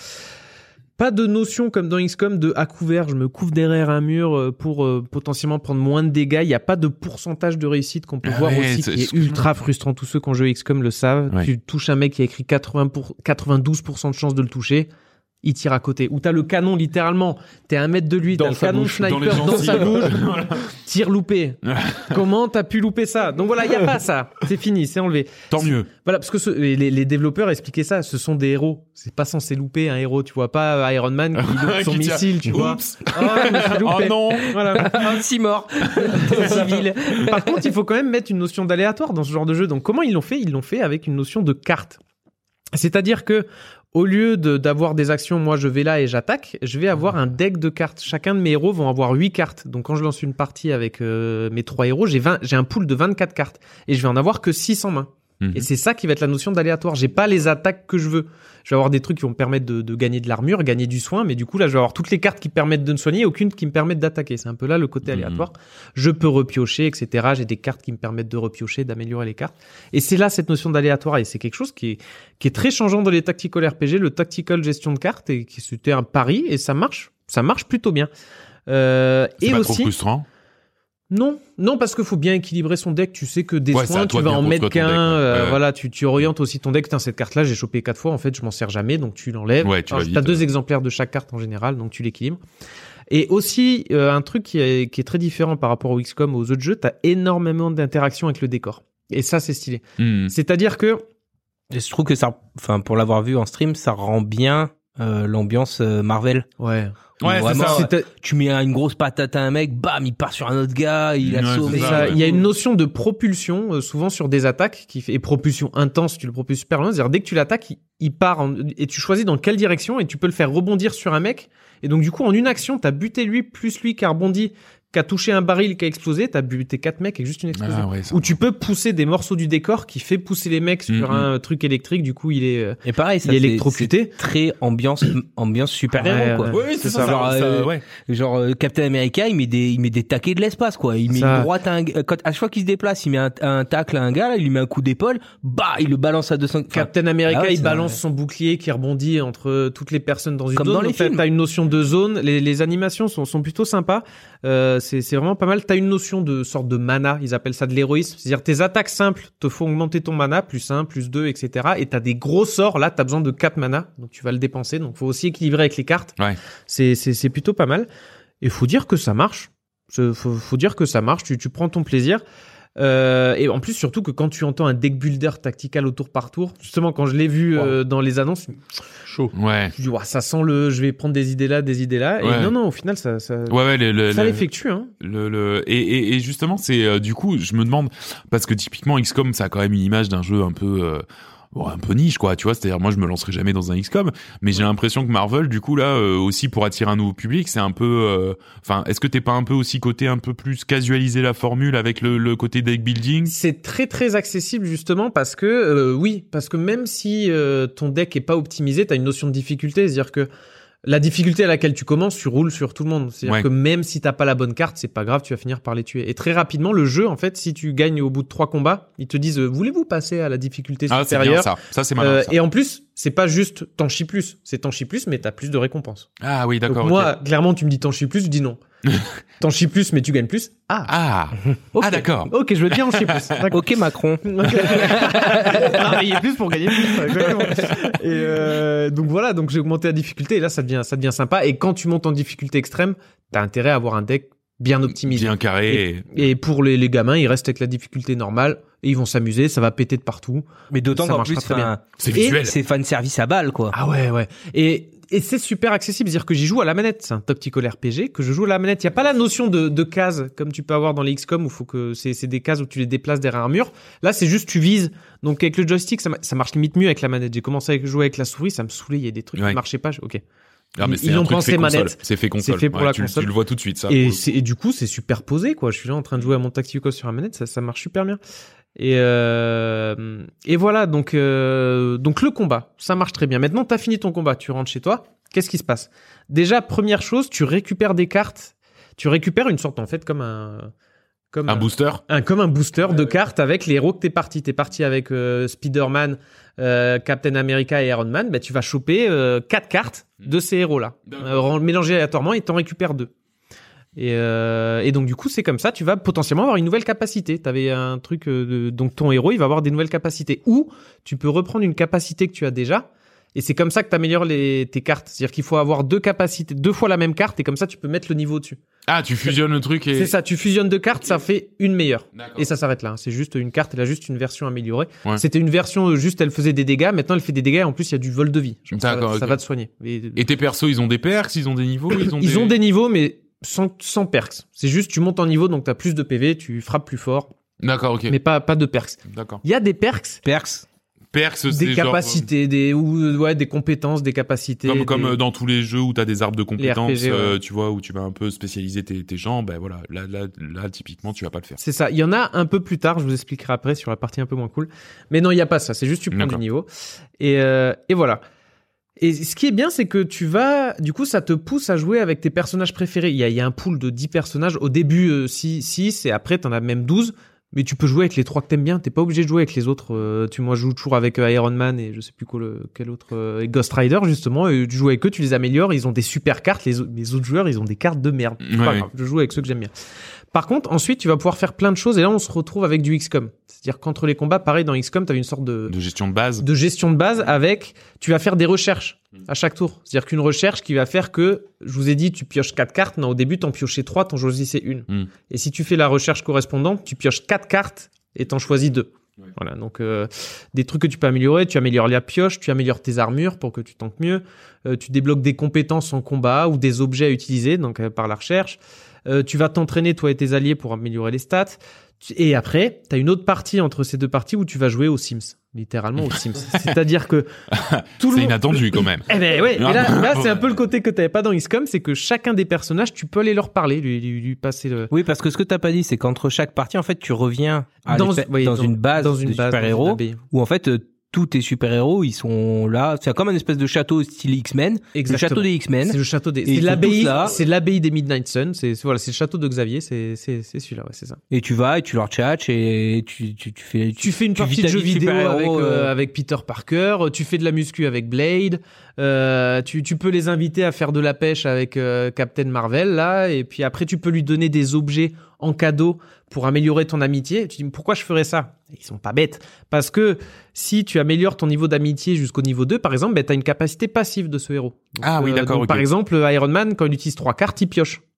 Pas de notion comme dans X COM de à couvert, je me couvre derrière un mur euh, pour euh, potentiellement prendre moins de dégâts. Il n'y a pas de pourcentage de réussite qu'on peut Ah voir ouais, aussi, c'est- qui est ultra frustrant. Tous ceux qui ont joué X COM le savent. Ouais. Tu touches un mec qui a écrit quatre-vingts pour... quatre-vingt-douze pour cent de chance de le toucher. Il tire à côté. Ou t'as le canon, littéralement. T'es à un mètre de lui, Dans t'as le sa canon bouche, dans les sniper dans, sa gencives. bouche. Tire loupé. Comment t'as pu louper ça? Donc voilà, il y a pas ça. C'est fini, c'est enlevé. Tant mieux. Voilà, parce que ce- les, les développeurs expliquaient ça. Ce sont des héros. C'est pas censé louper un héros. Tu vois pas Iron Man qui loupe son Qui tire. missile, tu vois. Oups. Oh, je me suis Oh loupé. non. Voilà. Six morts. Civil. Par contre, il faut quand même mettre une notion d'aléatoire dans ce genre de jeu. Donc, comment ils l'ont fait? Ils l'ont fait avec une notion de carte. C'est-à-dire que, au lieu de, d'avoir des actions, moi je vais là et j'attaque, je vais avoir un deck de cartes. Chacun de mes héros vont avoir huit cartes. Donc, quand je lance une partie avec euh, mes trois héros, j'ai vingt, j'ai un pool de vingt-quatre cartes. Et je vais en avoir que six en main. Mhm. Et c'est ça qui va être la notion d'aléatoire. J'ai pas les attaques que je veux. Je vais avoir des trucs qui vont me permettre de, de gagner de l'armure, gagner du soin, mais du coup là je vais avoir toutes les cartes qui permettent de me soigner et aucune qui me permettent d'attaquer. C'est un peu là le côté Mhm. aléatoire. Je peux repiocher, et cetera. J'ai des cartes qui me permettent de repiocher, d'améliorer les cartes. Et c'est là cette notion d'aléatoire et c'est quelque chose qui est, qui est très changeant dans les tactical R P G, le tactical gestion de cartes et qui c'était un pari et ça marche, ça marche plutôt bien. Euh, C'est et pas trop aussi, frustrant. non, non, parce qu'il faut bien équilibrer son deck. Tu sais que des Ouais, c'est à soins, toi tu de vas bien en mettre construire ton qu'un. deck, ouais. euh, Ouais. Voilà, tu, tu orientes aussi ton deck. Putain, cette carte-là, j'ai chopé quatre fois. En fait, je m'en sers jamais, donc tu l'enlèves. Ouais, tu Alors, vas t'as vite. deux exemplaires de chaque carte en général, donc tu l'équilibres. Et aussi, euh, un truc qui est, qui est très différent par rapport au X COM, aux autres jeux, t'as énormément d'interactions avec le décor. Et ça, c'est stylé. Hmm. C'est-à-dire que, Et je trouve que ça, enfin, pour l'avoir vu en stream, ça rend bien euh, l'ambiance euh, Marvel. ouais, Ouais, c'est Vraiment, ça. euh, tu mets une grosse patate à un mec, bam, il part sur un autre gars, il Ouais, assomme. c'est C'est ça, ça. ouais. Il y a une notion de propulsion, euh, souvent sur des attaques, qui fait, et propulsion intense, tu le propulses super loin. C'est-à-dire, dès que tu l'attaques, il, il part en- et tu choisis dans quelle direction et tu peux le faire rebondir sur un mec. Et donc, du coup, en une action, t'as buté lui, plus lui qui a rebondi, qui a touché un baril, qui a explosé, t'as buté quatre mecs avec juste une explosion. Ah ouais, ça- Ou tu peux pousser des morceaux du décor qui fait pousser les mecs sur Mhm. un truc électrique, du coup, il est, euh, Et pareil, ça, il est c'est- électrocuté. c'est très ambiance, ambiance super héros, Ouais, quoi. Ouais, c'est C'est ça. ça. ça, Genre, ça, euh, ouais. Genre euh, Captain America, il met des il met des taquets de l'espace, quoi. Il met Ça. une droite à un euh, quand à chaque fois qu'il se déplace, il met un, un tacle à un gars, là, il lui met un coup d'épaule, bah, il le balance à deux cents. Enfin, Captain America, ah ouais, il c'est balance vrai. son bouclier qui rebondit entre toutes les personnes dans une Comme zone. dans les Donc, t'as- films. T'as une notion de zone. Les, les animations sont, sont plutôt sympas. Euh, c'est, c'est vraiment pas mal. T'as une notion de sorte de mana. Ils appellent ça de l'héroïsme. C'est-à-dire tes attaques simples te font augmenter ton mana, plus un, plus deux, et cetera. Et t'as des gros sorts. Là, t'as besoin de quatre mana. Donc tu vas le dépenser. Donc faut aussi équilibrer avec les cartes. Ouais. C'est, c'est, c'est plutôt pas mal. Et faut dire que ça marche. C'est- Faut, faut dire que ça marche. Tu, tu prends ton plaisir. Euh, et en plus, surtout que quand tu entends un deck builder tactical au tour par tour, justement, quand je l'ai vu Wow. euh, dans les annonces, Chaud. Ouais. je dis, ouah, ça sent le, je vais prendre des idées là, des idées là. Ouais. Et non, non, au final, ça, ça, Ouais, ouais, le, le, ça le- l'effectue, hein. Le, le et, et, et justement c'est euh, du coup je me demande parce que typiquement X COM ça a quand même une image d'un jeu un peu euh, bon, un peu niche quoi tu vois, c'est-à-dire moi je me lancerai jamais dans un X COM mais j'ai l'impression que Marvel du coup là euh, aussi pour attirer un nouveau public c'est un peu enfin euh, est-ce que t'es pas un peu aussi côté un peu plus casualiser la formule avec le, le côté deck building? C'est très très accessible justement parce que euh, oui, parce que même si euh, ton deck est pas optimisé, t'as une notion de difficulté, c'est-à-dire que la difficulté à laquelle tu commences, tu roules sur tout le monde. C'est-à-dire Ouais. que même si t'as pas la bonne carte, c'est pas grave, tu vas finir par les tuer. Et très rapidement, le jeu, en fait, si tu gagnes au bout de trois combats, ils te disent euh, voulez-vous passer à la difficulté Ah c'est bien supérieure? ça, ça c'est malin Euh, ça. et en plus, c'est pas juste t'en chies plus, c'est t'en chies plus, mais t'as plus de récompenses. Ah oui Donc d'accord. moi, ok. clairement, tu me dis t'en chies plus, je dis non. T'en chies plus, mais tu gagnes plus. Ah, Ah ok. ah d'accord. Ok, je veux bien en chier plus. D'accord. Ok Macron. Travailler plus pour gagner plus, exactement. Et euh, donc voilà, donc j'ai augmenté la difficulté et là ça devient ça devient sympa. Et quand tu montes en difficulté extrême, t'as intérêt à avoir un deck bien optimisé. Bien carré. Et, et pour les, les gamins, ils restent avec la difficulté normale et ils vont s'amuser, ça va péter de partout. Mais d'autant Ça qu'en marchera plus, très bien. enfin, C'est Et visuel. c'est fan service à balle, quoi. Ah ouais, ouais. Et, et c'est super accessible, c'est-à-dire que j'y joue à la manette. C'est un tactical R P G que je joue à la manette. Il y a pas la notion de, de cases comme tu peux avoir dans les X COM où faut que c'est, c'est des cases où tu les déplaces derrière un mur. Là, c'est juste tu vises. Donc avec le joystick, ça, ma- ça marche limite mieux avec la manette. J'ai commencé à jouer avec la souris, ça me saoulait. Il y a des trucs Ouais. qui marchaient pas. Je- Ok. Ah, mais Ils- c'est ils un ont truc pensé fait console. manette. C'est fait console. C'est fait pour Ouais, la tu, console. tu le vois tout de suite ça. Et, pour le c'est, et du coup, c'est superposé, quoi. Je suis là en train de jouer à mon tactical sur la manette, ça, ça marche super bien. Et, euh, et voilà, donc, euh, donc le combat, ça marche très bien. Maintenant, t'as fini ton combat, tu rentres chez toi. Qu'est-ce qui se passe? Déjà, première chose, tu récupères des cartes. Tu récupères une sorte, en fait, comme un, comme Un booster. un, comme un booster de cartes avec les héros que t'es parti. T'es parti avec euh, Spider-Man, euh, Captain America et Iron Man. Bah, tu vas choper euh, quatre cartes de ces héros-là, D'accord. euh, mélangées aléatoirement, et t'en récupères deux. Et, euh, et donc du coup c'est comme ça, tu vas potentiellement avoir une nouvelle capacité. T'avais un truc, euh, de, donc ton héros il va avoir des nouvelles capacités. Ou tu peux reprendre une capacité que tu as déjà. Et c'est comme ça que t'améliores les, tes cartes. C'est-à-dire qu'il faut avoir deux capacités, deux fois la même carte, et comme ça tu peux mettre le niveau dessus. Ah, tu fusionnes le truc et. C'est ça, tu fusionnes deux cartes, ça fait une meilleure. D'accord. Et ça s'arrête là. C'est juste une carte, elle a juste une version améliorée. Ouais. C'était une version euh, juste, elle faisait des dégâts. Maintenant, elle fait des dégâts. Et en plus, il y a du vol de vie. Genre, ça, D'accord, va- ça ok. va te soigner. Et, Et tes persos, ils ont des perks, ils ont des niveaux, ils ont ils des... ont des niveaux, mais sans, sans perks. C'est juste, tu montes en niveau, donc t'as plus de P V, tu frappes plus fort, D'accord, ok. mais pas, pas de perks. D'accord. Il y a des perks, Perks. Perks, c'est des genre, capacités, des, ou, euh, ouais, des compétences, des capacités. euh, Comme, comme des- euh, dans tous les jeux où t'as des arbres de compétences, R P G, ouais. euh, tu vois, où tu vas un peu spécialiser tes, tes gens, ben voilà, là, là, là, typiquement, tu vas pas le faire. C'est ça. Il y en a un peu plus tard, je vous expliquerai après sur la partie un peu moins cool. Mais non, il n'y a pas ça. C'est juste tu prends du D'accord. niveau. Et, euh, et voilà. Et ce qui est bien, c'est que tu vas, du coup, ça te pousse à jouer avec tes personnages préférés. Il y a, il y a un pool de dix personnages. Au début, euh, six, et après, t'en as même douze. Mais tu peux jouer avec les trois que t'aimes bien. T'es pas obligé de jouer avec les autres. Euh, tu, moi, je joue toujours avec euh, Iron Man et je sais plus quoi, le, quel autre, euh, et Ghost Rider, justement. Et tu joues avec eux, tu les améliores. Ils ont des super cartes. Les, au- les autres joueurs, ils ont des cartes de merde. C'est pas Ouais. grave. Je joue avec ceux que j'aime bien. Par contre, ensuite, tu vas pouvoir faire plein de choses. Et là, on se retrouve avec du X COM. C'est-à-dire qu'entre les combats, pareil, dans X COM, t'as une sorte de, De gestion de base. de gestion de base avec, tu vas faire des recherches à chaque tour. C'est-à-dire qu'une recherche qui va faire que, je vous ai dit, tu pioches quatre cartes. Non, au début, t'en piochais trois, t'en choisissais une. Mm. Et si tu fais la recherche correspondante, tu pioches quatre cartes et t'en choisis deux. Ouais. Voilà. Donc, euh, des trucs que tu peux améliorer. Tu améliores la pioche, tu améliores tes armures pour que tu tankes mieux. Euh, tu débloques des compétences en combat ou des objets à utiliser, donc, euh, par la recherche. Euh, tu vas t'entraîner, toi et tes alliés, pour améliorer les stats. Tu- Et après, tu as une autre partie entre ces deux parties où tu vas jouer aux Sims. Littéralement aux Sims. C'est-à-dire que tout le C'est monde... inattendu quand même. Eh ben ouais, et là, Ah, là bon. c'est un peu le côté que t'avais pas dans X COM, c'est que chacun des personnages, tu peux aller leur parler, lui, lui, lui passer le... Oui, parce que ce que t'as pas dit, c'est qu'entre chaque partie, en fait, tu reviens à Dans- l'espèce- oui, dans dans- une base dans une de base, dans une super-héros, abbaye. où en fait, euh, tous tes super-héros, ils sont là. C'est comme un espèce de château style X-Men. Le Exactement. château des X-Men. C'est le château des... Et C'est ils sont l'abbaye, tous là. c'est l'abbaye des Midnight Sun, c'est c'est- voilà, c'est le château de Xavier, c'est c'est c'est celui-là, ouais, c'est ça. Et tu vas et tu leur tchatches et tu, tu, tu fais... Tu fais une tu partie de jeu vitalises vidéo avec, super-héros, euh, euh, avec Peter Parker, tu fais de la muscu avec Blade, euh, tu, tu peux les inviter à faire de la pêche avec euh, Captain Marvel, là, et puis après tu peux lui donner des objets en cadeau pour améliorer ton amitié. Et tu dis, mais pourquoi je ferais ça? Ils sont pas bêtes. Parce que si tu améliores ton niveau d'amitié jusqu'au niveau deux, par exemple, ben, tu as une capacité passive de ce héros. Donc, Ah oui, d'accord, donc, ok. Par exemple, Iron Man, quand il utilise trois cartes, il pioche.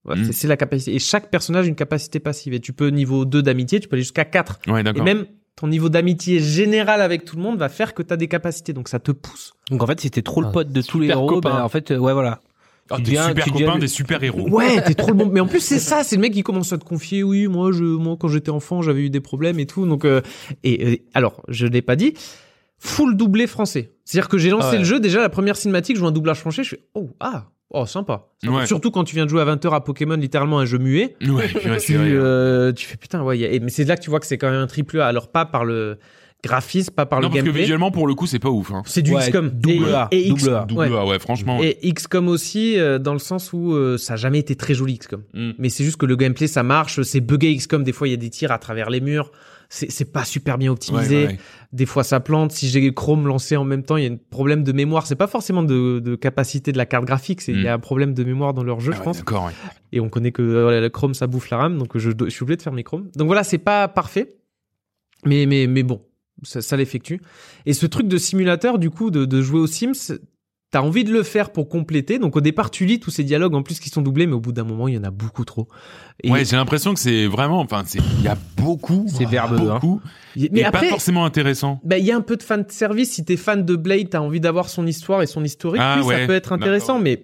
Voilà, Mm. c'est, c'est la capacité. Et chaque personnage a une capacité passive. Et tu peux, niveau deux d'amitié, tu peux aller jusqu'à quatre. Ouais, Et d'accord. même ton niveau d'amitié général avec tout le monde va faire que t'as des capacités. Donc ça te pousse. Donc en fait, si t'es trop le Ah, pote de tous les super héros, copain. ben, en fait, euh, ouais, voilà. Ah, tu t'es deviens- super tu copain deviens- des super héros. Ouais, t'es trop le bon. Mais en plus, c'est ça, c'est le mec qui commence à te confier. Oui, moi, je, moi, quand j'étais enfant, j'avais eu des problèmes et tout. Donc, euh, et, et alors, je l'ai pas dit. Full doublé français. C'est-à-dire que j'ai lancé Ah ouais. le jeu, déjà la première cinématique, je joue un doublage français, je fais oh ah oh sympa. Sympa. Ouais. Surtout quand tu viens de jouer à vingt heures à Pokémon, littéralement un jeu muet. Ouais, puis ouais, c'est Tu, vrai. euh, tu fais putain ouais. y a- et- mais c'est là que tu vois que c'est quand même un triple A. Alors pas par le graphisme, pas par Non, le parce que gameplay. visuellement, pour le coup, c'est pas ouf. Hein. C'est du Ouais, X COM. double Et- A, et X- double A. Double ouais. A, ouais, franchement. Ouais. Et X COM aussi, euh, dans le sens où euh, ça a jamais été très joli X COM. Mm. Mais c'est juste que le gameplay ça marche, c'est buggé X COM. Des fois il y a des tirs à travers les murs. C'est, c'est pas super bien optimisé. Ouais, ouais, ouais. Des fois ça plante. Si j'ai Chrome lancé en même temps, il y a un problème de mémoire. C'est pas forcément de, de capacité de la carte graphique, c'est il Mm. y a un problème de mémoire dans leur jeu, Ah je ouais, pense. D'accord, ouais. Et on connaît que euh, voilà, le Chrome ça bouffe la RAM, donc je, dois- je suis obligé de faire mes Chrome. Donc voilà, c'est pas parfait, mais mais mais bon, ça, ça l'effectue. Et ce truc de simulateur, du coup, de, de jouer aux Sims. T'as envie de le faire pour compléter. Donc au départ, tu lis tous ces dialogues en plus qui sont doublés, mais au bout d'un moment, il y en a beaucoup trop. Et Ouais, j'ai l'impression que c'est vraiment, enfin, c'est, il y a beaucoup, C'est verbeux, beaucoup, mais mais après, pas forcément intéressant. bah, il y a un peu de fan service. Si t'es fan de Blade, t'as envie d'avoir son histoire et son historique. Ah, oui, ça ouais. peut être intéressant, D'accord. mais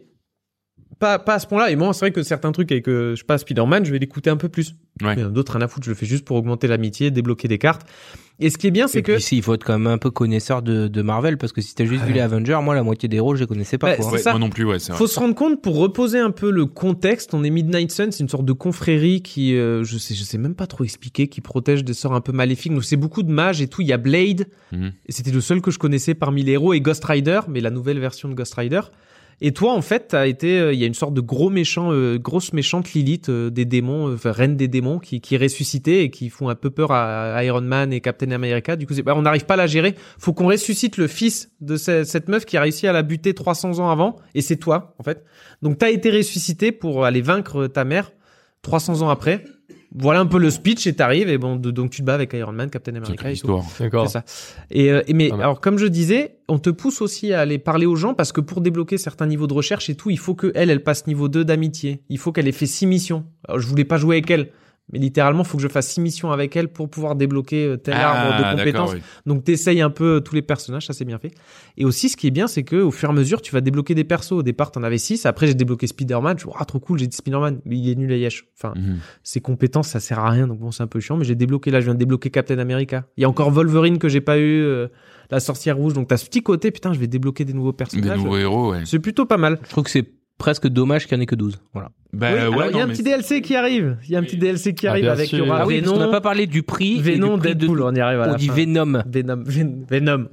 pas, pas à ce point-là. Et moi, c'est vrai que certains trucs avec, euh, je sais pas, Spider-Man, je vais l'écouter un peu plus. Ouais. Mais il y en a d'autres, rien à foutre. Je le fais juste pour augmenter l'amitié, débloquer des cartes. Et ce qui est bien, c'est Et que puis, si, il faut être quand même un peu connaisseur de, de Marvel, parce que si t'as juste vu les Avengers, moi, la moitié des héros, je les connaissais pas, Bah, quoi. c'est Ouais, ça. moi non plus, ouais, c'est vrai. faut se rendre compte, pour reposer un peu le contexte, on est Midnight Sun, c'est une sorte de confrérie qui, euh, je sais, je sais même pas trop expliquer, qui protège des sorts un peu maléfiques. Donc c'est beaucoup de mages et tout. Il y a Blade, Mhm. et c'était le seul que je connaissais parmi les héros, et Ghost Rider, mais la nouvelle version de Ghost Rider. Et toi, en fait, t'as été, euh, il y a une sorte de gros méchant, euh, grosse méchante Lilith euh, des démons, euh, enfin reine des démons, qui, qui est ressuscitée et qui font un peu peur à, à Iron Man et Captain America. Du coup, c'est, bah, on n'arrive pas à la gérer. Faut qu'on ressuscite le fils de ce- cette meuf qui a réussi à la buter trois cents ans avant, et c'est toi, en fait. Donc, t'as été ressuscité pour aller vaincre ta mère trois cents ans après. Voilà un peu le speech, et t'arrives, et bon, de- donc tu te bats avec Iron Man, Captain C'est America une et tout. histoire. D'accord. C'est ça. Et, euh, et mais Ah bah. alors comme je disais, on te pousse aussi à aller parler aux gens parce que pour débloquer certains niveaux de recherche et tout, il faut que elle, elle passe niveau deux d'amitié. Il faut qu'elle ait fait six missions. Alors je voulais pas jouer avec elle, mais littéralement, il faut que je fasse six missions avec elle pour pouvoir débloquer euh, tel arbre de Ah, compétences. d'accord, ouais. Donc t'essayes un peu tous les personnages, ça c'est bien fait. Et aussi, ce qui est bien, c'est que au fur et à mesure, tu vas débloquer des persos. Au départ, t'en avais six. Après, j'ai débloqué Spider-Man. Je me dis, ah trop cool, j'ai dit Spider-Man, mais il est nul à Yesh. Enfin, Mhm. ses compétences, ça sert à rien, donc bon, c'est un peu chiant, mais j'ai débloqué, là, je viens de débloquer Captain America. Il y a encore Wolverine que j'ai pas eu, euh, la sorcière rouge, donc t'as ce petit côté, putain, je vais débloquer des nouveaux Des personnages. nouveaux héros, ouais. C'est plutôt pas mal. Je trouve que c'est presque dommage qu'il y en ait que douze. Voilà. Bah, Oui, ouais, alors, il y non, a un mais petit c'est- D L C qui arrive. Il y a un petit D L C qui Ah, arrive bien avec, il y sûr. aura Ah oui, parce qu'on Venom, n'a pas parlé du prix. et Venom, du prix de- Deadpool, on y arrive à On la dit fin. Venom. Venom, Ven- Venom.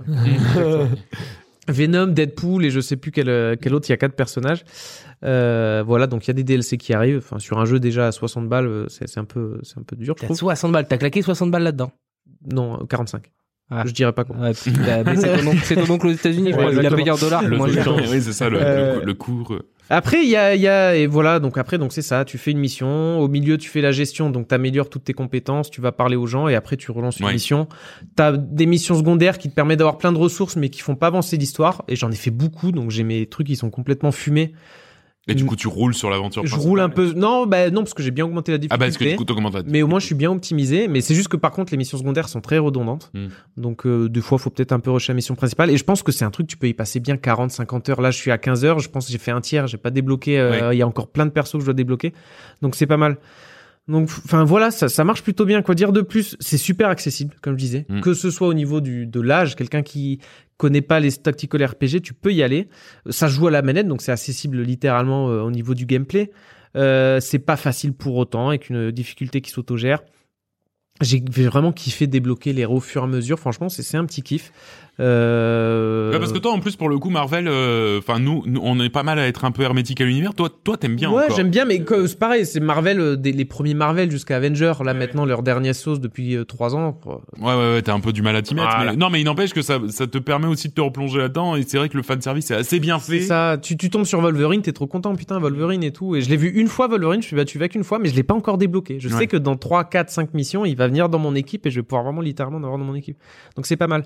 Venom, Deadpool et je sais plus quel, euh, quel autre, il y a quatre personnages. Euh, voilà, donc il y a des D L C qui arrivent. Enfin, sur un jeu déjà à soixante balles, euh, c'est c'est un peu, c'est un peu dur, je T'as trouve. soixante balles. T'as claqué soixante balles là-dedans. Non, quarante-cinq. Ah. Je dirais pas quoi. Ouais, bah, mais c'est ton oncle- c'est ton oncle aux États-Unis. je Ouais, crois. Il a exactement. payé en dollars. Le Moi, je- temps, oui, c'est ça, le, Euh, le, le cours. euh. Après, il y a, il y a, et voilà, donc après, donc c'est ça, tu fais une mission, au milieu, tu fais la gestion, donc t'améliores toutes tes compétences, tu vas parler aux gens, et après, tu relances une Ouais. mission. T'as des missions secondaires qui te permettent d'avoir plein de ressources, mais qui font pas avancer l'histoire, et j'en ai fait beaucoup, donc j'ai mes trucs qui sont complètement fumés. Et du coup, tu roules sur l'aventure. Je principale. roule un peu, non, bah, non, parce que j'ai bien augmenté la Ah, difficulté. bah, est-ce que du coup, t'augmentes la- Mais au moins, je suis bien optimisé. Mais c'est juste que par contre, les missions secondaires sont très redondantes. Hmm. Donc, euh, des fois, faut peut-être un peu rusher la mission principale. Et je pense que c'est un truc, tu peux y passer bien quarante, cinquante heures. Là, je suis à quinze heures. Je pense que j'ai fait un tiers. J'ai pas débloqué. euh, Il Ouais. y a encore plein de persos que je dois débloquer. Donc, c'est pas mal. Donc, enfin, voilà, ça, ça marche plutôt bien. Quoi dire de plus? C'est super accessible, comme je disais. Hmm. Que ce soit au niveau du, de l'âge, quelqu'un qui connaît pas les tactical R P G, tu peux y aller. Ça se joue à la manette, donc c'est accessible littéralement euh, au niveau du gameplay. Euh, c'est pas facile pour autant, avec une difficulté qui s'autogère. J'ai j'ai vraiment kiffé débloquer les héros au fur et à mesure. Franchement, c'est c'est un petit kiff. Euh... Ouais, parce que toi, en plus, pour le coup, Marvel, enfin, nous, nous, on est pas mal à être un peu hermétique à l'univers. Toi, toi, t'aimes bien ouais, encore. j'aime bien, mais que- c'est pareil, c'est Marvel, euh, des, les premiers Marvel jusqu'à Avengers, là maintenant leur dernière sauce depuis euh, trois ans. quoi. Ouais, ouais, ouais, t'as un peu du mal à t'y mettre. Voilà. Mais... Non, mais il n'empêche que ça, ça te permet aussi de te replonger là-dedans. Et c'est vrai que le fanservice est assez bien C'est fait. ça, tu, tu tombes sur Wolverine, t'es trop content, putain, Wolverine et tout. Et je l'ai vu une fois, Wolverine, je suis battu avec une fois, mais je l'ai pas encore débloqué. Je Ouais. sais que dans trois, quatre, cinq missions, il va venir dans mon équipe et je vais pouvoir vraiment littéralement en avoir dans mon équipe. Donc c'est pas mal.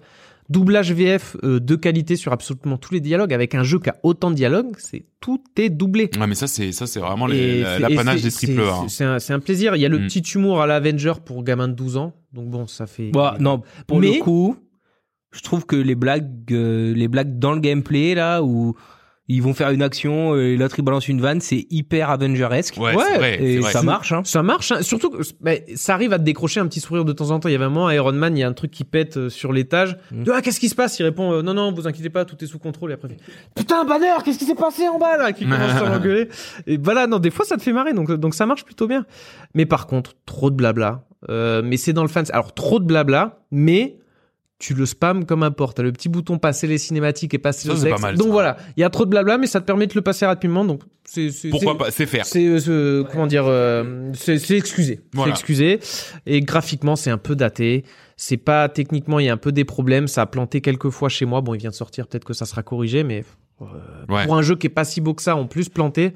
doublage V F euh, de qualité sur absolument tous les dialogues, avec un jeu qui a autant de dialogues, c'est tout est doublé. Ouais, mais ça c'est ça c'est vraiment Et les, c'est- l'apanage et des c'est- triple A. c'est- hein. C'est un, c'est un plaisir. Il y a le Mm. petit humour à la Avenger pour gamin de douze ans, donc bon, ça fait. Bah, non, pour Mais- le coup, je trouve que les blagues, euh, les blagues dans le gameplay là où ils vont faire une action et l'autre il balance une vanne, c'est hyper Avenger-esque. Ouais, Ouais, c'est vrai. Et c'est vrai. ça marche. Hein. Ça marche, hein. Surtout que bah, ça arrive à te décrocher un petit sourire de temps en temps. Il y avait un moment, Iron Man, il y a un truc qui pète euh, sur l'étage. Mm. De, ah, qu'est-ce qui se passe? Il répond euh, non, non, vous inquiétez pas, tout est sous contrôle. Et après, il fait, putain, Banner, qu'est-ce qui s'est passé en bas là? Qui commence à l'engueuler. Et voilà, non, des fois ça te fait marrer, donc donc ça marche plutôt bien. Mais par contre, trop de blabla. Euh, mais c'est dans le fan. Alors trop de blabla, mais tu le spams comme un porte. T'as le petit bouton passer les cinématiques et passer Ça, le c'est texte. pas mal, donc ça. voilà, il y a trop de blabla, mais ça te permet de le passer rapidement. Donc c'est c'est Pourquoi c'est- pas C'est faire. c'est euh, ce- comment dire euh, c'est c'est excusé. Voilà. C'est excusé. Et graphiquement, c'est un peu daté. C'est pas techniquement, il y a un peu des problèmes. Ça a planté quelques fois chez moi. Bon, il vient de sortir, peut-être que ça sera corrigé, mais euh, Ouais. pour un jeu qui est pas si beau que ça, en plus planté.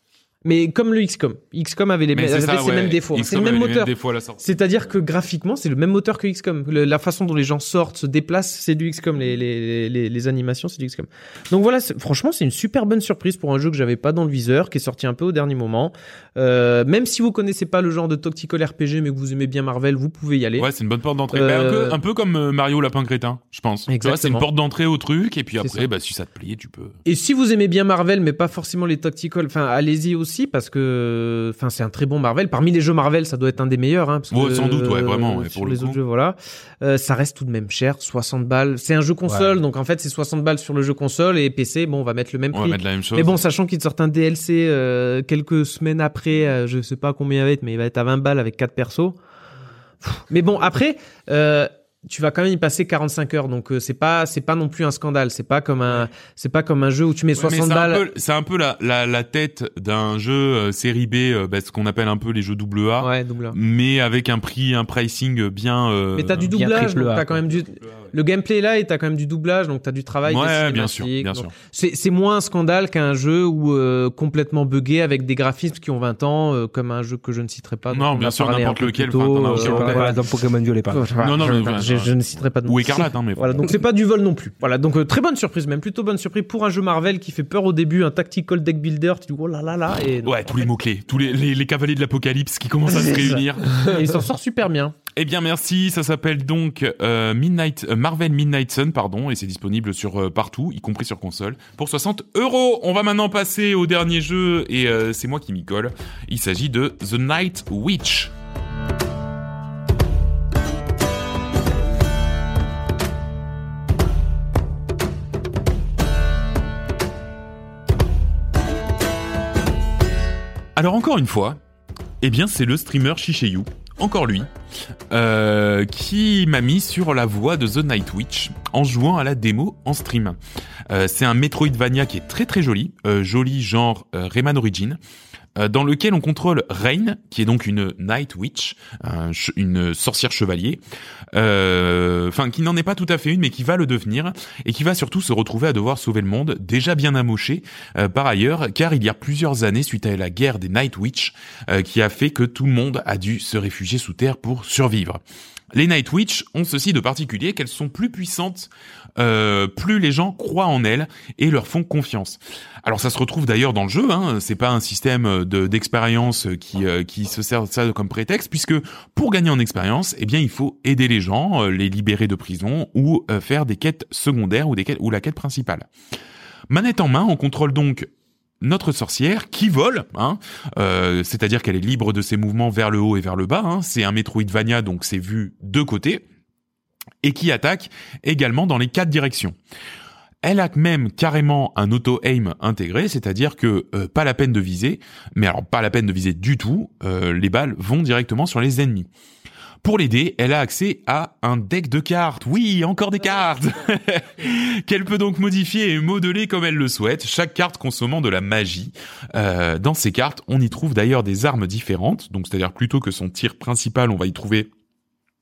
Mais comme le X COM, X COM avait les Mais mêmes, c'est avait ça, ces ouais. mêmes défauts. X C'est le COM même avait les moteur. défauts à la sortie. C'est-à-dire que graphiquement, c'est le même moteur que X COM. Le- la façon dont les gens sortent, se déplacent, c'est du X COM. Les, les, les, les animations, c'est du X COM. Donc voilà, c'est- franchement, c'est une super bonne surprise pour un jeu que j'avais pas dans le viseur, qui est sorti un peu au dernier moment. Euh, même si vous connaissez pas le genre de tactical R P G, mais que vous aimez bien Marvel, vous pouvez y aller. Ouais, c'est une bonne porte d'entrée. Euh, Bah, un, peu, un peu comme euh, Mario Lapin Crétin, je pense. Tu vois, c'est une Exactement. porte d'entrée au truc, et puis C'est après, ça. bah, si ça te plaît, tu peux. Et si vous aimez bien Marvel, mais pas forcément les tactical, enfin, allez-y aussi, parce que, enfin, c'est un très bon Marvel. Parmi les jeux Marvel, ça doit être un des meilleurs, hein, parce Ouais, que, sans doute, ouais, euh, vraiment, ouais, sur pour le les coup. autres jeux, voilà. Euh, ça reste tout de même cher, soixante balles. C'est un jeu console, donc en fait, c'est soixante balles sur le jeu console, et P C, bon, on va mettre le même On va prix. mettre la même chose. Mais bon, sachant qu'ils te sortent un D L C euh, quelques semaines après, euh, je sais pas combien il va être, mais il va être à vingt balles avec quatre persos. Pff. Mais bon, après, euh, tu vas quand même y passer quarante-cinq heures, donc euh, c'est pas c'est pas non plus un scandale. C'est pas comme un c'est pas comme un jeu où tu mets Ouais, mais soixante c'est balles. un peu, c'est un peu la, la, la tête d'un jeu euh, série B, euh, bah, ce qu'on appelle un peu les jeux double A, Ouais, double A. mais avec un prix, un pricing bien. Euh, Mais t'as du bien doublage, triple donc A, t'as quand quoi. même du le gameplay là et t'as quand même du doublage, donc t'as du travail. Ouais, des bien sûr, cinématiques, bien donc sûr. C'est c'est moins un scandale qu'un jeu où euh, complètement buggé avec des graphismes qui ont vingt ans, euh, comme un jeu que je ne citerai pas. dont Non, on bien a sûr, parlé un n'importe peu lequel, plus tôt, enfin, t'en as euh, aucun en Par tête. exemple, Pokémon Violet, par exemple. Voilà, Non, non, je, mais- je- je ne citerai pas de nom. Ou Écarlate, hein, mais. Voilà, donc c'est pas du vol non plus. Voilà, donc euh, très bonne surprise, même plutôt bonne surprise pour un jeu Marvel qui fait peur au début, un tactical deck builder. Tu dis oh là là là et Ouais, tous les mots-clés, tous les, les, les cavaliers de l'apocalypse qui commencent à se C'est ça. réunir. et il s'en sort super bien. Eh bien, merci. Ça s'appelle donc euh, Midnight, euh, Marvel Midnight Sun, pardon, et c'est disponible sur euh, partout, y compris sur console, pour soixante euros. On va maintenant passer au dernier jeu, et euh, c'est moi qui m'y colle. Il s'agit de The Night Witch. Alors encore une fois, eh bien c'est le streamer Shishayu, encore lui, euh, qui m'a mis sur la voie de The Night Witch en jouant à la démo en stream. Euh, c'est un Metroidvania qui est très très joli, euh, joli genre euh, Rayman Origins, euh, dans lequel on contrôle Rain, qui est donc une Night Witch, un ch- une sorcière chevalier, euh, enfin qui n'en est pas tout à fait une, mais qui va le devenir, et qui va surtout se retrouver à devoir sauver le monde, déjà bien amoché euh, par ailleurs, car il y a plusieurs années, suite à la guerre des Night Witch, euh, qui a fait que tout le monde a dû se réfugier sous terre pour survivre. Les Night Witch ont ceci de particulier qu'elles sont plus puissantes, euh, plus les gens croient en elles et leur font confiance. Alors ça se retrouve d'ailleurs dans le jeu, hein, c'est pas un système de, d'expérience qui, euh, qui se sert de ça comme prétexte, puisque pour gagner en expérience, eh bien il faut aider les gens, euh, les libérer de prison ou euh, faire des quêtes secondaires ou, des quêtes, ou la quête principale. Manette en main, on contrôle donc notre sorcière qui vole, hein, euh, c'est-à-dire qu'elle est libre de ses mouvements vers le haut et vers le bas, hein, c'est un Metroidvania donc c'est vu de côté, et qui attaque également dans les quatre directions. Elle a même carrément un auto-aim intégré, c'est-à-dire que euh, pas la peine de viser, mais alors pas la peine de viser du tout, euh, les balles vont directement sur les ennemis. Pour l'aider, elle a accès à un deck de cartes. Oui, encore des cartes qu'elle peut donc modifier et modeler comme elle le souhaite, chaque carte consommant de la magie. Euh, dans ces cartes, on y trouve d'ailleurs des armes différentes, donc c'est-à-dire plutôt que son tir principal, on va y trouver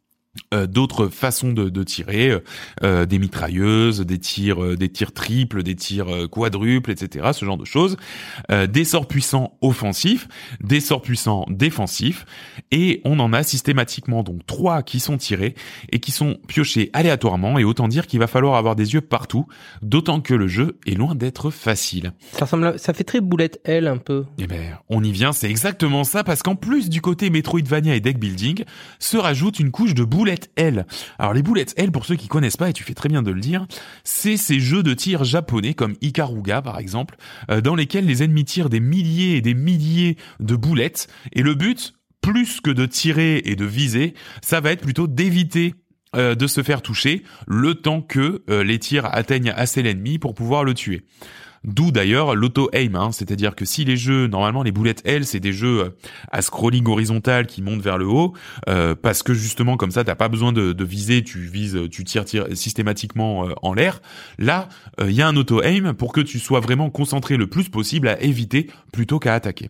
Euh, d'autres façons de, de tirer, euh, des mitrailleuses, des tirs, euh, des tirs triples, des tirs euh, quadruples, et cetera. Ce genre de choses. Euh, des sorts puissants offensifs, des sorts puissants défensifs, et on en a systématiquement donc trois qui sont tirés et qui sont piochés aléatoirement. Et autant dire qu'il va falloir avoir des yeux partout, d'autant que le jeu est loin d'être facile. Ça ressemble, à... ça fait très boulette L un peu. Eh ben, on y vient, c'est exactement ça, parce qu'en plus du côté Metroidvania et deck building, se rajoute une couche de boulettes L. Alors les boulettes L, pour ceux qui connaissent pas, et tu fais très bien de le dire, c'est ces jeux de tir japonais comme Ikaruga par exemple, euh, dans lesquels les ennemis tirent des milliers et des milliers de boulettes, et le but, plus que de tirer et de viser, ça va être plutôt d'éviter euh, de se faire toucher le temps que euh, les tirs atteignent assez l'ennemi pour pouvoir le tuer. D'où d'ailleurs l'auto-aim, hein, c'est-à-dire que si les jeux, normalement les boulettes L, c'est des jeux à scrolling horizontal qui montent vers le haut, euh, parce que justement comme ça t'as pas besoin de, de viser, tu vises, tu tires, tires systématiquement euh, en l'air. Là, il euh, y a un auto-aim pour que tu sois vraiment concentré le plus possible à éviter plutôt qu'à attaquer.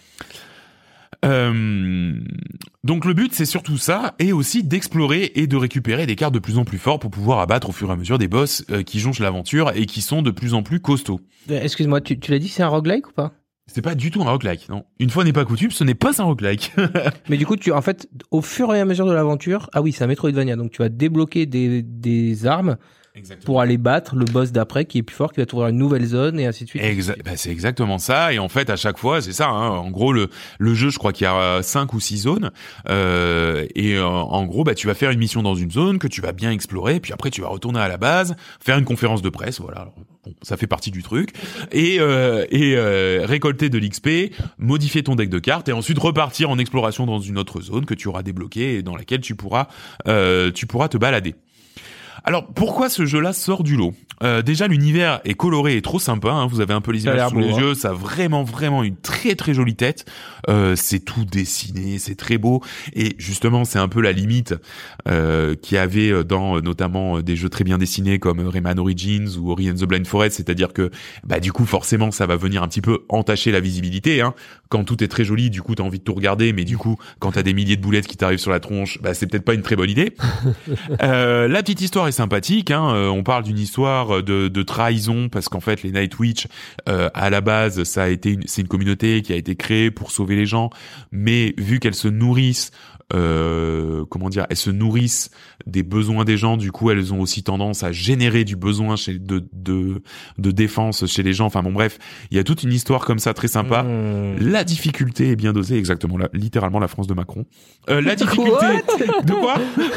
Euh, donc le but c'est surtout ça, et aussi d'explorer et de récupérer des cartes de plus en plus fortes pour pouvoir abattre au fur et à mesure des boss euh, qui jonchent l'aventure et qui sont de plus en plus costauds. Euh, excuse-moi, tu, tu l'as dit, c'est un roguelike ou pas? C'est pas du tout un roguelike, non. Une fois n'est pas coutume, ce n'est pas un roguelike. Mais du coup, tu, en fait, au fur et à mesure de l'aventure, ah oui, c'est un Metroidvania, donc tu vas débloquer des, des armes. Exactement. Pour aller battre le boss d'après qui est plus fort, qui va t'ouvrir une nouvelle zone et ainsi de suite. Exa- bah c'est exactement ça. Et en fait, à chaque fois, c'est ça. Hein. En gros, le le jeu, je crois qu'il y a cinq ou six zones. Euh, et euh, en gros, bah tu vas faire une mission dans une zone que tu vas bien explorer. Puis après, tu vas retourner à la base, faire une conférence de presse. Voilà. Alors, bon, ça fait partie du truc. Et euh, et euh, récolter de l'X P, modifier ton deck de cartes et ensuite repartir en exploration dans une autre zone que tu auras débloquée et dans laquelle tu pourras euh, tu pourras te balader. Alors, pourquoi ce jeu-là sort du lot ? euh, Déjà, l'univers est coloré et trop sympa. Hein, vous avez un peu les images sous les beau, yeux. Hein. Ça a vraiment, vraiment une très, très jolie tête. Euh, c'est tout dessiné, c'est très beau. Et justement, c'est un peu la limite euh, qu'il y avait dans notamment des jeux très bien dessinés comme Rayman Origins ou Ori and the Blind Forest. C'est-à-dire que, bah, du coup, forcément, ça va venir un petit peu entacher la visibilité. Hein. Quand tout est très joli, du coup, t'as envie de tout regarder. Mais du coup, quand t'as des milliers de boulettes qui t'arrivent sur la tronche, bah, c'est peut-être pas une très bonne idée. euh, la petite histoire est sympathique, hein. Euh, on parle d'une histoire de, de trahison parce qu'en fait les Night Witch euh, à la base ça a été une, c'est une communauté qui a été créée pour sauver les gens, mais vu qu'elles se nourrissent euh, comment dire, elles se nourrissent des besoins des gens, du coup elles ont aussi tendance à générer du besoin chez de de de défense chez les gens. Enfin bon bref, il y a toute une histoire comme ça très sympa. Mmh. La difficulté est bien dosée, exactement là, littéralement la France de Macron. Euh, la difficulté de quoi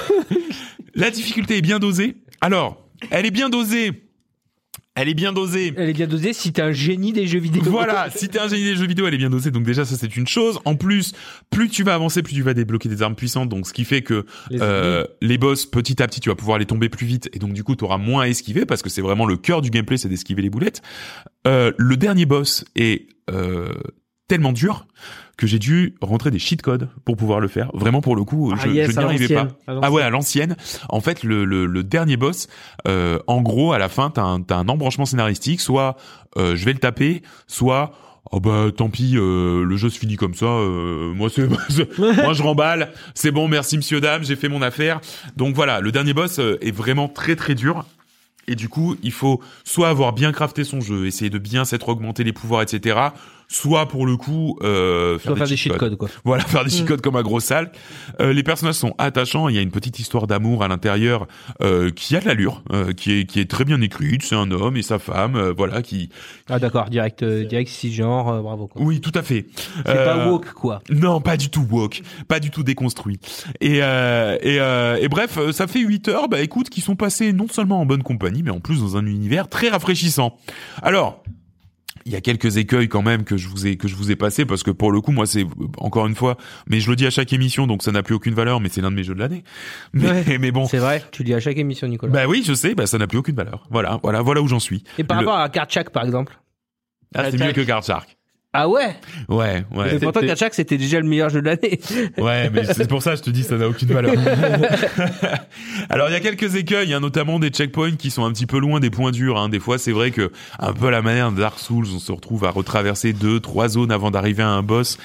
La difficulté est bien dosée. Alors, elle est bien dosée. Elle est bien dosée. Elle est bien dosée si t'es un génie des jeux vidéo. Voilà, si t'es un génie des jeux vidéo, elle est bien dosée. Donc déjà, ça c'est une chose. En plus, plus tu vas avancer, plus tu vas débloquer des armes puissantes. Donc ce qui fait que les, euh, les boss, petit à petit, tu vas pouvoir les tomber plus vite. Et donc du coup, t'auras moins à esquiver parce que c'est vraiment le cœur du gameplay, c'est d'esquiver les boulettes. Euh, le dernier boss est euh, tellement dur que j'ai dû rentrer des cheat codes pour pouvoir le faire. Vraiment, pour le coup, ah je, yes, je n'y arrivais pas. Ah ouais, à l'ancienne. En fait, le, le, le dernier boss, euh, en gros, à la fin, t'as un, t'as un embranchement scénaristique. Soit euh, je vais le taper, soit oh bah tant pis, euh, le jeu se finit comme ça. Euh, moi, c'est, moi je remballe. C'est bon, merci monsieur dame, j'ai fait mon affaire. Donc voilà, le dernier boss euh, est vraiment très très dur. Et du coup, il faut soit avoir bien crafté son jeu, essayer de bien s'être augmenté les pouvoirs, et cetera. Soit pour le coup euh, faire, des, faire des cheat codes, quoi. Voilà, faire des cheat codes comme un gros sale. Euh, les personnages sont attachants. Il y a une petite histoire d'amour à l'intérieur euh, qui a de l'allure, euh, qui est qui est très bien écrite. C'est un homme et sa femme, euh, voilà, qui. Ah d'accord, direct, euh, direct cisgenre, euh, bravo. Quoi. Oui, tout à fait. C'est euh, pas woke, quoi. Non, pas du tout woke, pas du tout déconstruit. Et euh, et euh, et bref, ça fait huit heures. Bah écoute, qui sont passées non seulement en bonne compagnie, mais en plus dans un univers très rafraîchissant. Alors. Il y a quelques écueils quand même que je vous ai que je vous ai passé parce que pour le coup moi c'est encore une fois, mais je le dis à chaque émission donc ça n'a plus aucune valeur, mais c'est l'un de mes jeux de l'année. Mais, ouais, mais bon, c'est vrai, tu le dis à chaque émission, Nicolas. Bah oui, je sais, bah ça n'a plus aucune valeur. Voilà, voilà, voilà où j'en suis. Et par le... rapport à Card Shark par exemple. Ah, c'est mieux que Card Shark. Ah ouais. Ouais, ouais. Mais pourtant Card Shark c'était déjà le meilleur jeu de l'année. Ouais, mais c'est pour ça que je te dis ça n'a aucune valeur. Alors il y a quelques écueils, hein, notamment des checkpoints qui sont un petit peu loin des points durs. Hein. Des fois c'est vrai que un peu à la manière de Dark Souls, on se retrouve à retraverser deux, trois zones avant d'arriver à un boss.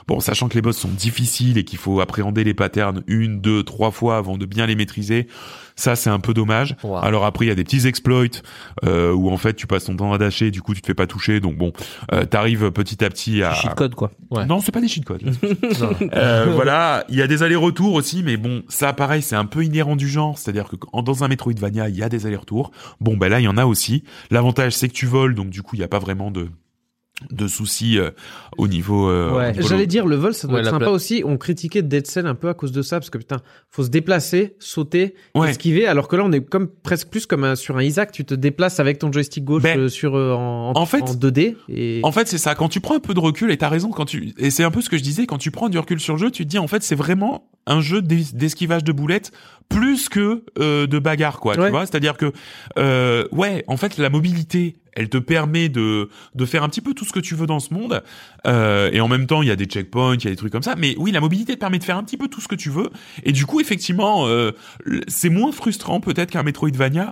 Bon, sachant que les boss sont difficiles et qu'il faut appréhender les patterns une, deux, trois fois avant de bien les maîtriser, ça c'est un peu dommage. Wow. Alors après il y a des petits exploits euh, où en fait tu passes ton temps à dasher, du coup tu te fais pas toucher, donc bon, euh, t'arrives petit à petit à. Cheat code quoi. Ouais. Non, c'est pas des cheat codes. euh, voilà, il y a des allers-retours aussi, mais bon, ça pareil, c'est un peu inhérent du genre, c'est-à-dire que dans un Metroidvania il y a des allers-retours. Bon ben là il y en a aussi. L'avantage c'est que tu voles, donc du coup il y a pas vraiment de de soucis euh, au niveau. Euh, Ouais. au niveau J'allais dire, le vol, ça doit Ouais, être la sympa pla- aussi. On critiquait Dead Cell un peu à cause de ça, parce que putain, faut se déplacer, sauter, Ouais. esquiver, alors que là, on est comme presque plus comme un, sur un Isaac. Tu te déplaces avec ton joystick gauche Ben, euh, sur euh, en, en fait- en deux D. Et... En fait, c'est ça. Quand tu prends un peu de recul, et t'as raison, quand tu, et c'est un peu ce que je disais, quand tu prends du recul sur le jeu, tu te dis, en fait, c'est vraiment un jeu d'es- d'esquivage de boulettes plus que euh, de bagarre, quoi. Ouais. Tu vois, c'est-à-dire que, euh, ouais, en fait, la mobilité, elle te permet de de faire un petit peu tout ce que tu veux dans ce monde, euh, et en même temps, il y a des checkpoints, il y a des trucs comme ça. Mais oui, la mobilité te permet de faire un petit peu tout ce que tu veux, et du coup, effectivement, euh, c'est moins frustrant peut-être qu'un Metroidvania.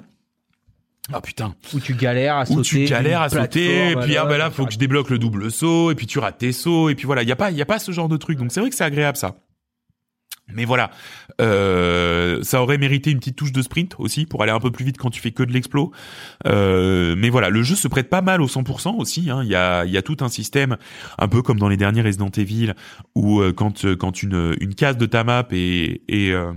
Ah putain. Où tu galères à sauter. Où tu galères à d'une sauter, et plateforme, puis ah alors, bah là faut que je débloque le double saut, et puis tu rates tes sauts, et puis voilà, il y a pas il y a pas ce genre de truc, donc c'est vrai que c'est agréable ça. Mais voilà, euh, ça aurait mérité une petite touche de sprint aussi pour aller un peu plus vite quand tu fais que de l'explo. Euh, mais voilà, le jeu se prête pas mal au cent pour cent aussi. Hein. Il y a il y a tout un système, un peu comme dans les derniers Resident Evil, où euh, quand quand une une case de ta map est est euh,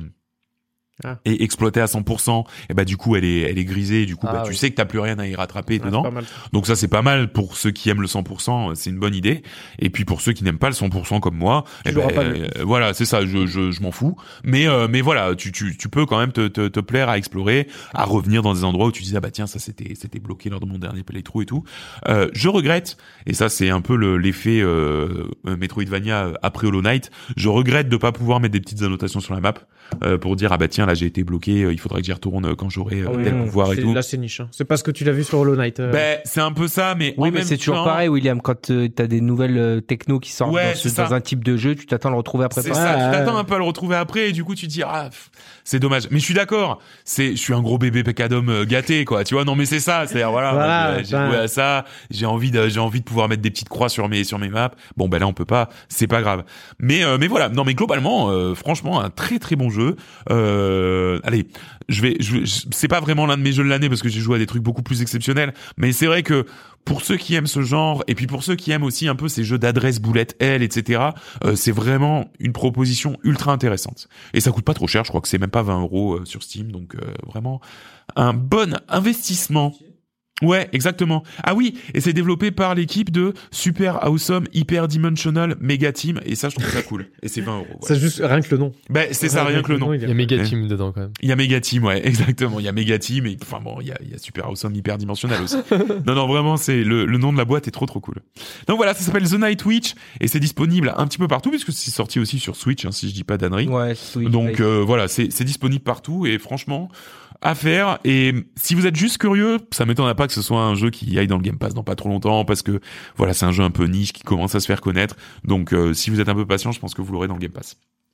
Ah. et exploitée à cent pour cent, et bah du coup elle est elle est grisée, et du coup Ah, bah tu oui. sais que t'as plus rien à y rattraper Ouais, c'est dedans. pas mal. Donc ça c'est pas mal pour ceux qui aiment le cent pour cent, c'est une bonne idée. Et puis pour ceux qui n'aiment pas le cent pour cent comme moi, Tu eh joueras ben, pas mieux. euh, voilà, c'est ça, je je je m'en fous. Mais euh, mais voilà, tu tu tu peux quand même te te te plaire à explorer, à revenir dans des endroits où tu dis ah bah tiens, ça c'était c'était bloqué lors de mon dernier playthrough et tout. Euh, je regrette, et ça c'est un peu le l'effet euh, Metroidvania après Hollow Knight, je regrette de pas pouvoir mettre des petites annotations sur la map euh, pour dire ah bah tiens là j'ai été bloqué, il faudrait que j'y retourne quand j'aurai euh, Ah oui, tel non, pouvoir et c'est- tout. Là, c'est niche. Hein. C'est pas ce que tu l'as vu sur Hollow Knight. euh. Ben c'est un peu ça, mais Oui, en mais même c'est toujours temps- pareil, William. Quand euh, t'as des nouvelles euh, techno qui sortent Ouais, dans, ce- c'est ça. dans un type de jeu, tu t'attends à le retrouver après. C'est pas. ça, Ah, tu t'attends ouais. un peu à le retrouver après, et du coup tu te dis ah pff, c'est dommage. Mais je suis d'accord, c'est je suis un gros bébé pécadum euh, gâté quoi, tu vois. Non mais c'est ça, c'est voilà, Voilà, moi, j'ai j'ai ben. joué à ça, j'ai envie de j'ai envie de pouvoir mettre des petites croix sur mes sur mes maps. Bon ben là on peut pas, c'est pas grave. Mais euh, mais voilà, non mais globalement euh, franchement un très très bon jeu. Euh, allez, je vais je, je- c'est pas vraiment l'un de mes jeux de l'année parce que j'ai joué à des trucs beaucoup plus exceptionnels, mais c'est vrai que pour ceux qui aiment ce genre, et puis pour ceux qui aiment aussi un peu ces jeux d'adresse boulette L, et cetera, euh, c'est vraiment une proposition ultra intéressante. Et ça coûte pas trop cher, je crois que c'est même pas vingt euros euh, sur Steam, donc euh, vraiment un bon investissement. Ouais, exactement. Ah oui, et c'est développé par l'équipe de Super Awesome Hyper Dimensional Mega Team, et ça je trouve ça cool. Et c'est vingt euros. Ouais. C'est juste rien que le nom. Ben c'est ça, rien que le nom. Il y a Mega Team dedans quand même. Il y a Mega Team, ouais, exactement. Il y a Mega Team, et enfin bon, il y a, il y a Super Awesome Hyper Dimensional aussi. non, non, vraiment, c'est le, le nom de la boîte est trop trop cool. Donc voilà, ça s'appelle The Night Witch, et c'est disponible un petit peu partout, puisque c'est sorti aussi sur Switch, hein, si je dis pas d'annerie. Ouais, Switch, Donc ouais. euh, voilà, c'est c'est disponible partout, et franchement, à faire. Et si vous êtes juste curieux, ça m'étonnerait pas que ce soit un jeu qui aille dans le Game Pass dans pas trop longtemps, parce que voilà, c'est un jeu un peu niche qui commence à se faire connaître. Donc euh, si vous êtes un peu patient, je pense que vous l'aurez dans le Game Pass.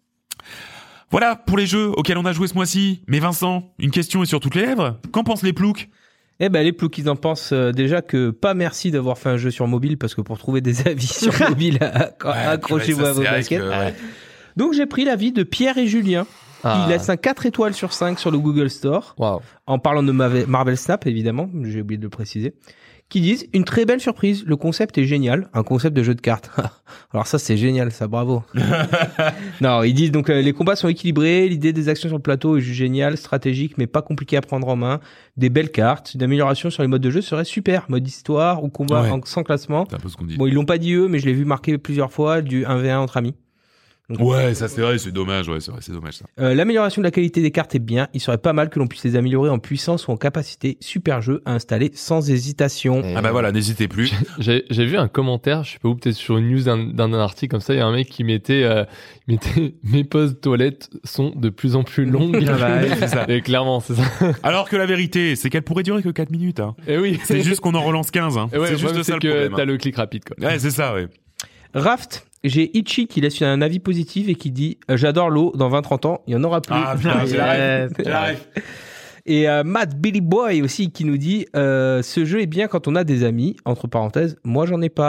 Voilà pour les jeux auxquels on a joué ce mois-ci. Mais Vincent, une question est sur toutes les lèvres. Qu'en pensent les ploucs? Eh ben les ploucs, ils en pensent euh, déjà que pas merci d'avoir fait un jeu sur mobile, parce que pour trouver des avis sur mobile, acc- accrochez-vous Ouais, à ça, vos c'est vrai baskets. que, ouais. Donc j'ai pris l'avis de Pierre et Julien, Ah. qui laissent un quatre étoiles sur cinq sur le Google Store, Waouh. en parlant de Marvel Marvel Snap évidemment, j'ai oublié de le préciser, qui disent une très belle surprise, le concept est génial, un concept de jeu de cartes. Alors ça c'est génial, ça, bravo. Non, ils disent donc euh, les combats sont équilibrés, l'idée des actions sur le plateau est juste géniale, stratégique mais pas compliqué à prendre en main, des belles cartes, une amélioration sur les modes de jeu serait super, mode histoire ou combat Ouais. en, sans classement. C'est un peu ce qu'on dit. Bon, ils l'ont pas dit eux, mais je l'ai vu marquer plusieurs fois du un v un entre amis. Donc, Ouais, ça c'est vrai, c'est dommage, ouais, c'est vrai, c'est dommage ça. Euh, l'amélioration de la qualité des cartes est bien. Il serait pas mal que l'on puisse les améliorer en puissance ou en capacité. Super jeu à installer sans hésitation. Et Ah bah voilà, n'hésitez plus. J'ai j'ai vu un commentaire, je sais pas où, peut-être sur une news d'un d'un article comme ça, il y a un mec qui mettait, euh, il mettait mes pauses toilettes sont de plus en plus longues. Ah bah, ouais, c'est ça. Et clairement, c'est ça. Alors que la vérité, c'est qu'elle pourrait durer que quatre minutes. Hein. Et oui. C'est juste qu'on en relance quinze. Hein. Et ouais, c'est juste ouais, ça le que problème. t'as hein. le clic rapide, quoi. Ouais, c'est ça, ouais. Raft, j'ai Ichi qui laisse un avis positif et qui dit euh, j'adore l'eau, dans vingt trente ans, il y en aura plus. Ah putain, j'ai la rêve. J'ai la rêve. Et euh, Matt Billy Boy aussi qui nous dit euh, ce jeu est bien quand on a des amis, entre parenthèses, moi j'en ai pas.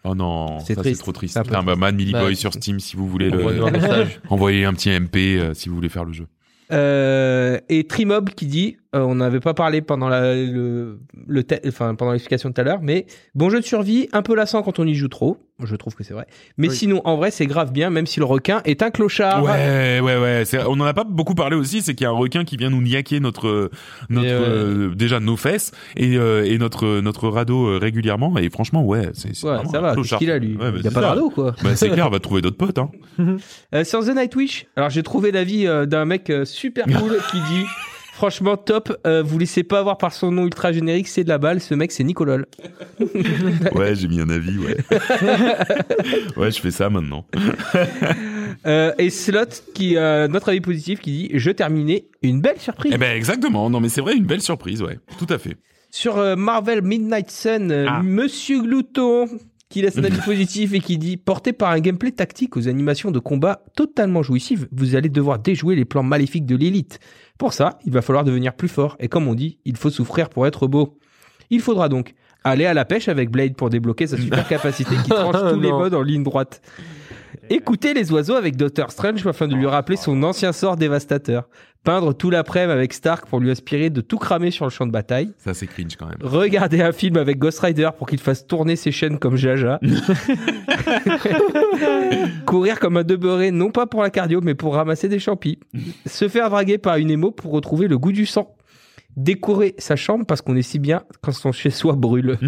Oh non, C'est ça triste. c'est trop triste. C'est un peu Putain, bah, Mad Millie Bah, Boy sur Steam si vous voulez le... Envoie-nous un message. Envoyez un petit M P euh, si vous voulez faire le jeu. Euh, et Trimob qui dit, euh, on n'avait pas parlé pendant la, le, le te- enfin pendant l'explication de tout à l'heure, mais bon jeu de survie, un peu lassant quand on y joue trop. Je trouve que c'est vrai. Mais Oui. sinon, en vrai, c'est grave bien, même si le requin est un clochard. Ouais, ouais, ouais. C'est, on en a pas beaucoup parlé aussi, c'est qu'il y a un requin qui vient nous niaquer notre, notre, Et ouais. euh, déjà nos fesses et, euh, et notre, notre radeau euh, régulièrement. Et franchement, ouais, c'est, c'est Ouais, vraiment ça un va. Qu'est-ce clochard. qu'il a lui Ouais, bah, Il y a c'est pas de ça. radeau quoi. Bah, c'est clair, va trouver d'autres potes, hein. Euh, sur The Nightwish, alors j'ai trouvé l'avis euh, d'un mec euh, super cool qui dit franchement top, euh, vous laissez pas avoir par son nom ultra générique, c'est de la balle, ce mec c'est Nicolol. Ouais, j'ai mis un avis, ouais. Ouais, je fais ça maintenant. Euh, et Slot qui euh, notre avis positif qui dit je terminais une belle surprise. Eh ben, exactement. Non, mais c'est vrai, une belle surprise, ouais. Tout à fait. Sur euh, Marvel Midnight Sun, euh, Ah. Monsieur Glouton qui laisse un avis positif et qui dit porté par un gameplay tactique aux animations de combat totalement jouissives, vous allez devoir déjouer les plans maléfiques de l'élite. Pour ça, il va falloir devenir plus fort et comme on dit, il faut souffrir pour être beau. Il faudra donc aller à la pêche avec Blade pour débloquer sa super capacité qui tranche tous les Non. modes en ligne droite. Écouter les oiseaux avec Doctor Strange afin de lui rappeler son ancien sort dévastateur. Peindre tout l'après-midi avec Stark pour lui aspirer de tout cramer sur le champ de bataille. Ça, c'est cringe quand même. Regarder un film avec Ghost Rider pour qu'il fasse tourner ses chaînes comme Jaja. Courir comme un debeuré, non pas pour la cardio, mais pour ramasser des champis. Se faire draguer par une émo pour retrouver le goût du sang. Décorer sa chambre parce qu'on est si bien quand son chez-soi brûle.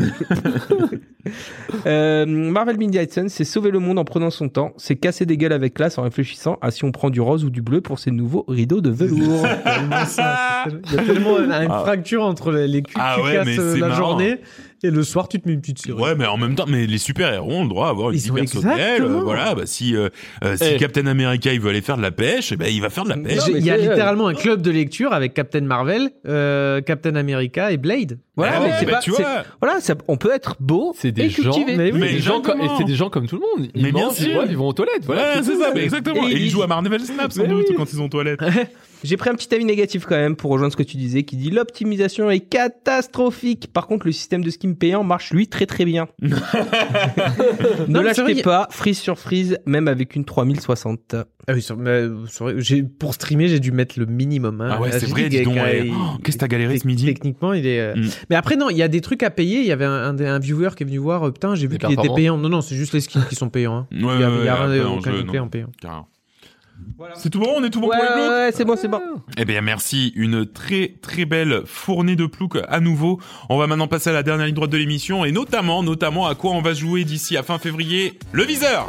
euh, Marvel Midnight Sun, c'est sauver le monde en prenant son temps. C'est casser des gueules avec classe en réfléchissant à si on prend du rose ou du bleu pour ces nouveaux rideaux de velours. Tellement ça, c'est tellement- Il y a tellement une Ah. fracture entre les, les culs que Ah tu ouais, casses mais euh, c'est la marrant. journée et le soir tu te mets une petite série. Ouais, mais en même temps, mais les super-héros ont le droit d'avoir une Ils ont hyper saut de aile. exactement. Euh, voilà, bah, si, euh, euh, si Eh. Captain America, il veut aller faire de la pêche, eh ben, il va faire de la pêche. J'ai- mais Il y a c'est- littéralement un club de lecture avec Captain Marvel, euh, Captain America et Blade. Voilà, Ah mais ouais, c'est bah, pas, tu c'est- vois. voilà, ça- on peut être beau C'est des et gens, cultivé. mais oui. mais des gens comme- et exactement. c'est des gens comme tout le monde. Ils Mais bien mangent, sûr. ils boivent, ils vont aux toilettes. Voilà, Ouais, c'est tout. ça, mais exactement. Et Et, il- ils jouent à Marvel Snap sans Mais doute oui. quand ils ont toilette. J'ai pris un petit avis négatif quand même pour rejoindre ce que tu disais, qui dit l'optimisation est catastrophique. Par contre, le système de skin payant marche lui très très bien. ne Non, mais c'est vrai, l'achetez pas, freeze sur freeze, même avec une trois mille soixante. Ah oui, sur- mais, sur- j'ai, pour streamer, j'ai dû mettre le minimum. Hein. Ah ouais, La c'est G vrai, D, dis donc. euh, ouais. il- Oh, qu'est-ce que t'as galéré ce midi? Techniquement, il est. euh, Mm. Mais après, non, il y a des trucs à payer. Il y avait un, un, un viewer qui est venu voir. euh, Putain, j'ai vu Des qu'il était performances. payant. Non, non, c'est juste les skins qui sont payants. Hein. Ouais, Il y a, il y a ouais, rien, après, en aucun jeu, gameplay non. en payant. Carrément. C'est tout bon, on est tout bon Ouais, pour les ploucs. ouais, c'est bon, c'est bon. Eh bien, merci. Une très, très belle fournée de ploucs à nouveau. On va maintenant passer à la dernière ligne droite de l'émission et notamment, notamment à quoi on va jouer d'ici à fin février. Le viseur!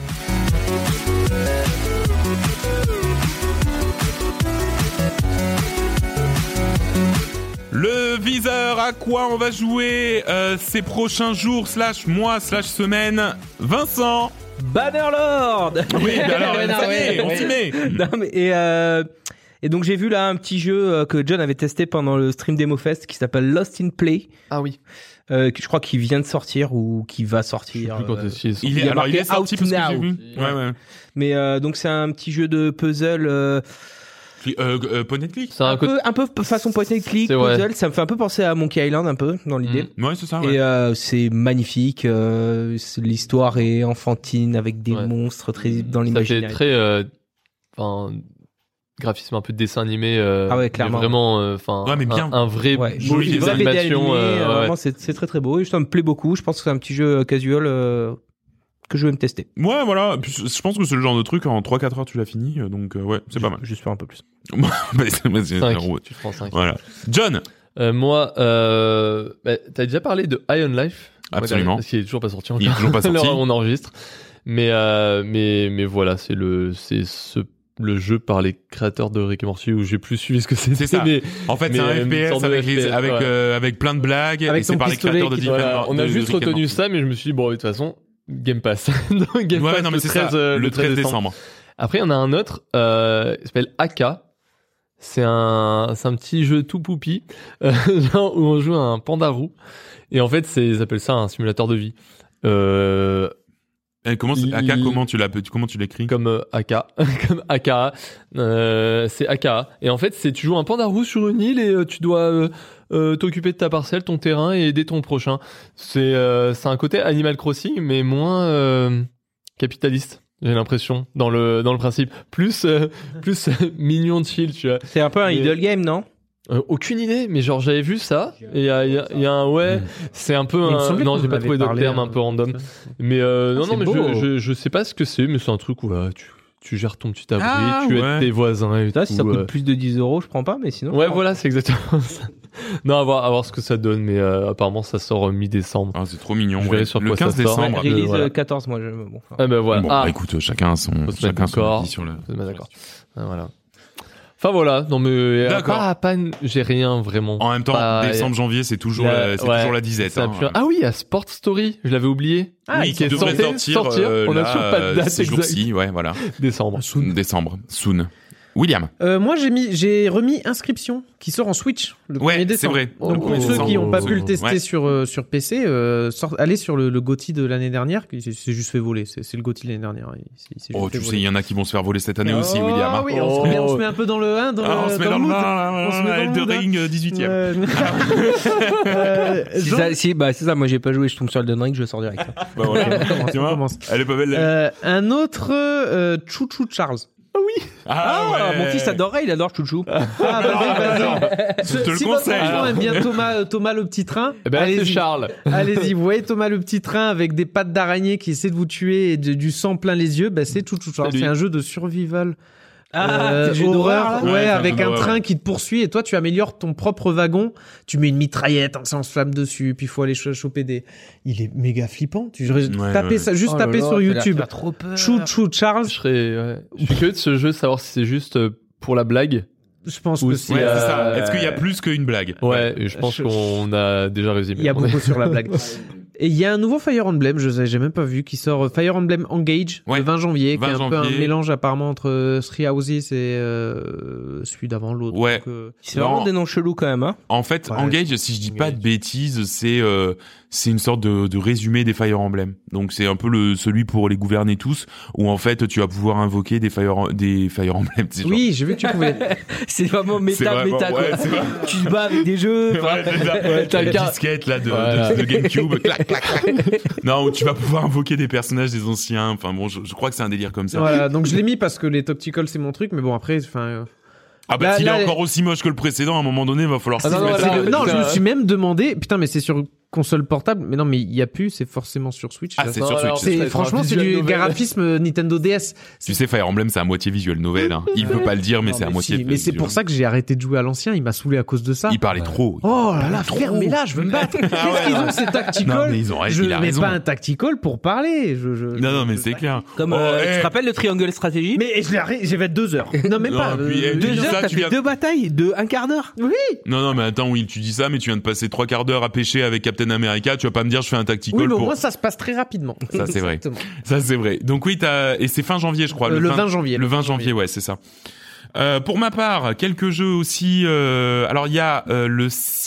Le viseur, à quoi on va jouer euh, ces prochains jours, slash mois, slash semaines. Vincent! Bannerlord. Oui, bah alors, Ouais, non, ça y est, ouais, on ouais. s'y met. Non, mais, et, euh, et donc j'ai vu là un petit jeu euh, que John avait testé pendant le stream Demo Fest qui s'appelle Lost in Play, Ah oui. euh, qui je crois qu'il vient de sortir ou qui va Je sais sortir. plus quand euh, est-ce qu'il est sorti. Il est, Il y a alors, il marqué est sorti Out parce que j'ai Now. vu. Ouais, ouais. Mais euh, donc c'est un petit jeu de puzzle. Euh, Cli- Euh, euh, point and click. C'est un, un côté. peu, un peu façon point and click, C'est vrai. puzzle. Ça me fait un peu penser à Monkey Island un peu dans l'idée. Mm. Ouais, c'est ça, ouais. Et euh, c'est magnifique. euh, c'est- L'histoire est enfantine avec des Ouais. monstres très dans Ça fait l'imaginaire. très. euh, Enfin. Graphisme un peu de dessin animé. euh, Ah ouais, mais clairement. Vraiment. euh, Enfin. Ouais, mais bien. Un, un vrai. Ouais, joli une dessin vraie B D animation, animée, euh, euh, ouais, vraiment, ouais. c'est c'est très très beau et ça me plaît beaucoup. Je pense que c'est un petit jeu casual euh, que je vais me tester. Ouais, voilà. Puis, je pense que c'est le genre de truc, en trois quatre heures, tu l'as fini. euh, Donc, euh, ouais, c'est pas mal. J'espère un peu plus. Bah, c'est- bah, c'est- cinq. ouais. Tu te prends cinq. Voilà. John. Euh, moi, euh, bah, t'as déjà parlé de Iron Life. Absolument. Parce qu'il est toujours pas sorti encore. Il est toujours pas À l'heure sorti. où on enregistre. Mais, euh, mais, mais voilà, c'est le, c'est ce, le jeu par les créateurs de Rick et Morty où j'ai plus suivi ce que c'était. C'est ça. Mais En fait, Mais, c'est un euh, F P une S sorte de avec, les, F P S, avec, ouais. euh, avec plein de blagues. Avec et c'est ton par les pistolet créateurs de qui- différents. voilà, on a de- juste de Rick and retenu Morty. ça, mais je me suis dit, bon, de toute façon, Game Pass. Donc, Game Ouais, Pass non, mais le c'est treize, ça. euh, Le treize décembre. décembre. Après, il y en a un autre, euh, il s'appelle Aka. C'est un, c'est un petit jeu tout poupi, euh, genre où on joue à un panda roux. Et en fait, c'est, ils appellent ça un simulateur de vie. Euh, Et comment, c'est- Il- Aka, comment tu l'as, comment tu l'écris? comme euh, Aka, comme Aka, euh, c'est Aka. Et en fait, c'est tu joues un panda roux sur une île et euh, tu dois euh, euh, t'occuper de ta parcelle, ton terrain et aider ton prochain. C'est euh, c'est un côté Animal Crossing, mais moins euh, capitaliste. J'ai l'impression dans le dans le principe, plus euh, plus mignon de chill, tu vois. C'est un peu un Mais- idle game, non? Euh, aucune idée, mais genre j'avais vu ça et il y a, il y, a, il y a un ouais, c'est un peu Il me un semblait non qu'on j'ai en pas avait trouvé d'autres parlé, termes hein. un peu random, mais euh, non Ah, non mais c'est beau. je, je je sais pas ce que c'est, mais c'est un truc où là tu tu gères ton petit abri, Ah, tu ouais. aides tes voisins et Ça, tout. si ça coûte euh. plus de dix euros, je prends pas, mais sinon. Ouais voilà c'est exactement ça. Non à voir à voir ce que ça donne, mais euh, apparemment ça sort euh, mi-décembre. Ah, c'est trop mignon. Je ouais. verrai sur Le quoi ça quinze sort. décembre. Release voilà. euh, quatorze, moi, je, bon, enfin. Ah ben voilà. Bon, ah bah, écoute, chacun son, Faut se mettre chacun son d'accord. avis sur le. Faut se mettre d'accord. Ah, voilà. Enfin voilà, non mais euh, D'accord. pas, pas j'ai rien vraiment. En même temps, Pas- décembre, janvier, c'est toujours, La- la, c'est ouais, toujours la disette. c'est un hein. pur- Ah oui, à Sport Story, je l'avais oublié. Ah, oui, qui devrait censé sortir, euh, On a là, toujours pas de date ces exacte. jours-ci, ouais, voilà. Décembre. Décembre, soon. William. Euh, moi, j'ai mis, j'ai remis Inscription qui sort en Switch le Ouais, premier c'est décembre. vrai. Donc Oh, pour oh, ceux qui oh, n'ont pas oh, pu le oh. tester Ouais. sur euh, sur P C, euh, sort, allez sur le, le GOTY de l'année dernière. qui s'est c'est juste fait voler. C'est c'est le GOTY de l'année dernière. Il s'est- il s'est Oh, juste tu fait sais, voler. il y en a qui vont se faire voler cette année aussi, Oh, William. hein. oui, on, se met, on Oh. se met un peu dans le hein, dans Ah, on le, se met dans le mood. bain, On se met dans le Elden mood, hein. Ring, dix-huitième. Euh, euh, Si, Jean- ça, si, bah, c'est ça, moi, j'ai pas joué, je tombe sur Elden Ring, je sors direct. Bah, voilà. On commence, Tu on vois, commence. elle est pas belle. la vie. Euh, un autre euh, Chouchou Charles. Ah, ouais. mon fils adorait, il adore Chouchou. Ah, vas-y, vas-y. Je te le Si votre conseille. enfant aime bien Thomas, euh, Thomas le petit train, Eh ben, c'est allez-y. Charles. Allez-y, vous voyez Thomas le petit train avec des pattes d'araignée qui essaie de vous tuer et de- du sang plein les yeux, bah c'est Chouchou Charles. C'est lui. C'est un jeu de survival. Ah, Euh, c'est le jeu d'horreur, horreur, là ouais, Ouais, c'est un avec jeu un d'horreur. train qui te poursuit et toi tu améliores ton propre wagon, tu mets une mitraillette, un lance-flamme dessus, puis il faut aller ch- choper des. Il est méga flippant. Tu Ouais, tapez ouais. ça, juste Oh là taper là, sur ça a l'air- YouTube. ça a trop peur. Chouchou Charles, Je serais, ouais. Je suis curieux de ce jeu, savoir si c'est juste euh, pour la blague. je pense Ou que si, c'est. Ouais, c'est euh, ça. Est-ce qu'il y a plus qu'une blague? Ouais, et je pense Je- qu'on a déjà résumé. Il y a beaucoup sur la blague. Et il y a un nouveau Fire Emblem, je sais, j'ai même pas vu, qui sort euh, Fire Emblem Engage Ouais. le vingt janvier, qui vingt est un peu janvier. un mélange apparemment entre euh, Three Houses et euh, celui d'avant l'autre. Ouais. Donc, euh, C'est vraiment Non. des noms chelous quand même, hein. En fait, Ouais. Engage, si je dis pas de Engage. bêtises, c'est euh, c'est une sorte de, de résumé des Fire Emblem. Donc c'est un peu le celui pour les gouverner tous, où en fait tu vas pouvoir invoquer des Fire des Fire Emblem. c'est genre- Oui, j'ai vu que tu pouvais. C'est vraiment c'est méta, vraiment- méta, quoi. ouais, c'est vrai. Tu te bats avec des jeux. enfin, Ouais, c'est ça. Ouais, t'as T'as le la cas. disquette là de, Voilà. de, de GameCube, clac, clac, clac. Non, où tu vas pouvoir invoquer des personnages des anciens. Enfin bon, je, je crois que c'est un délire comme ça. Voilà, donc je l'ai mis parce que les Tactical c'est mon truc, mais bon après, enfin. euh, Ah bah Là- s'il là, est encore aussi moche que le précédent, à un moment donné, il va falloir Ah s'y non, non, mettre. là, c'est le- non, putain, je me ouais. suis même demandé, putain, mais c'est sur console portable, mais non, mais il y a plus, c'est forcément sur Switch. Ah, là. c'est Non, sur alors, Switch. c'est- C'est un franchement c'est visual du novel. graphisme Nintendo D S. Tu sais, Fire Emblem, c'est à moitié visuel novel. Hein. Il veut pas le dire, mais Non, c'est à mais moitié. si, mais c'est pour ça que j'ai arrêté de jouer à l'ancien. Il m'a saoulé à cause de ça. Il parlait trop. Oh là là, Trop. fermez-la, je veux me battre. Qu'est-ce qu'ils ont ces Non, tactical mais ils ont raison, Je il a mets raison. pas un tactical pour parler. Je, je, Non, non, mais je- c'est clair. Comme, Oh, euh, eh. tu te rappelles le triangle stratégie? Mais je l'ai arrêté, j'ai fait deux heures. Non, même Non, pas. puis, euh, eh, deux dis Deux ça, heures, t'as tu fait viens- deux batailles de un quart d'heure. Oui. Non, non, mais attends, Will, tu dis ça, mais tu viens de passer trois quarts d'heure à pêcher avec Captain America. Tu vas pas me dire, je fais un tactical Oui, mais au pour. moins ça se passe très rapidement. Ça, c'est vrai. Exactement. Ça, c'est vrai. Donc oui, t'as, et c'est fin janvier, je crois. Euh, le vingt janvier. Le vingt janvier, ouais, c'est ça. Euh, pour ma part, quelques jeux aussi. Euh, alors il y a euh, le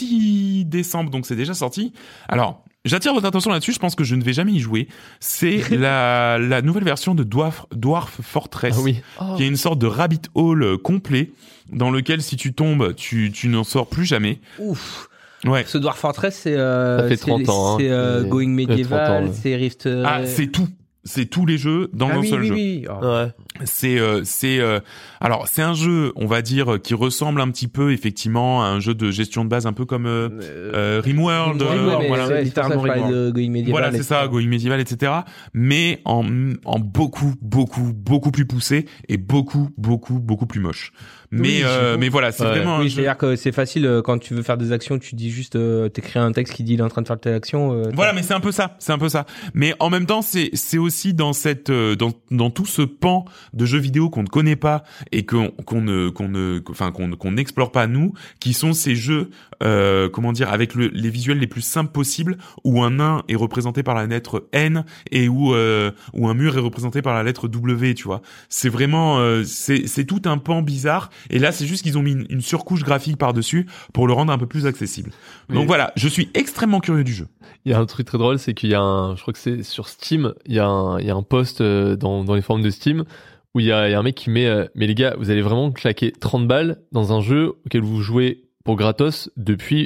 six décembre, donc c'est déjà sorti. Alors j'attire votre attention là-dessus. Je pense que je ne vais jamais y jouer. C'est la la nouvelle version de Dwarf Dwarf Fortress, Ah oui. qui est une sorte de rabbit hole euh, complet dans lequel si tu tombes, tu tu n'en sors plus jamais. Ouf. Ouais. Ce Dwarf Fortress, c'est, euh, Ça fait c'est- trente ans, hein. C'est, euh, Et- Going trente ans, Medieval, là. c'est Rift. euh, Ah, c'est tout. C'est tous les jeux dans Ah un oui, seul oui, jeu. oui. Oh. Ouais. C'est euh, c'est euh, alors c'est un jeu, on va dire, qui ressemble un petit peu effectivement à un jeu de gestion de base, un peu comme euh, euh, Rimworld. Oui, euh, mais voilà. ouais, c'est littéralement pour ça que je parlais de Going Medieval. Voilà, et c'est tout ça, Going Medieval, et cetera. Mais en, en beaucoup, beaucoup, beaucoup plus poussé et beaucoup, beaucoup, beaucoup plus moche. Mais, Oui, euh, j'avoue. mais voilà, c'est Ouais. vraiment un Oui, jeu. c'est-à-dire que c'est facile euh, quand tu veux faire des actions, tu dis juste, euh, t'écris un texte qui dit il est en train de faire telle action. euh, Voilà, mais c'est un peu ça, c'est un peu ça. Mais en même temps, c'est c'est aussi dans cette euh, dans dans tout ce pan de jeux vidéo qu'on ne connaît pas et qu'on qu'on ne qu'on ne enfin qu'on qu'on n'explore pas nous, qui sont ces jeux euh, comment dire avec le, les visuels les plus simples possibles, où un nain est représenté par la lettre N et où euh, où un mur est représenté par la lettre W, tu vois. C'est vraiment euh, c'est c'est tout un pan bizarre. Et là, c'est juste qu'ils ont mis une, une surcouche graphique par-dessus pour le rendre un peu plus accessible. Donc Mais- voilà, je suis extrêmement curieux du jeu. Il y a un truc très drôle, c'est qu'il y a un, je crois que c'est sur Steam, il y a un, il y a un post euh, dans, dans les forums de Steam où il y a, il y a un mec qui met, euh, mais les gars, vous allez vraiment claquer trente balles dans un jeu auquel vous jouez pour gratos depuis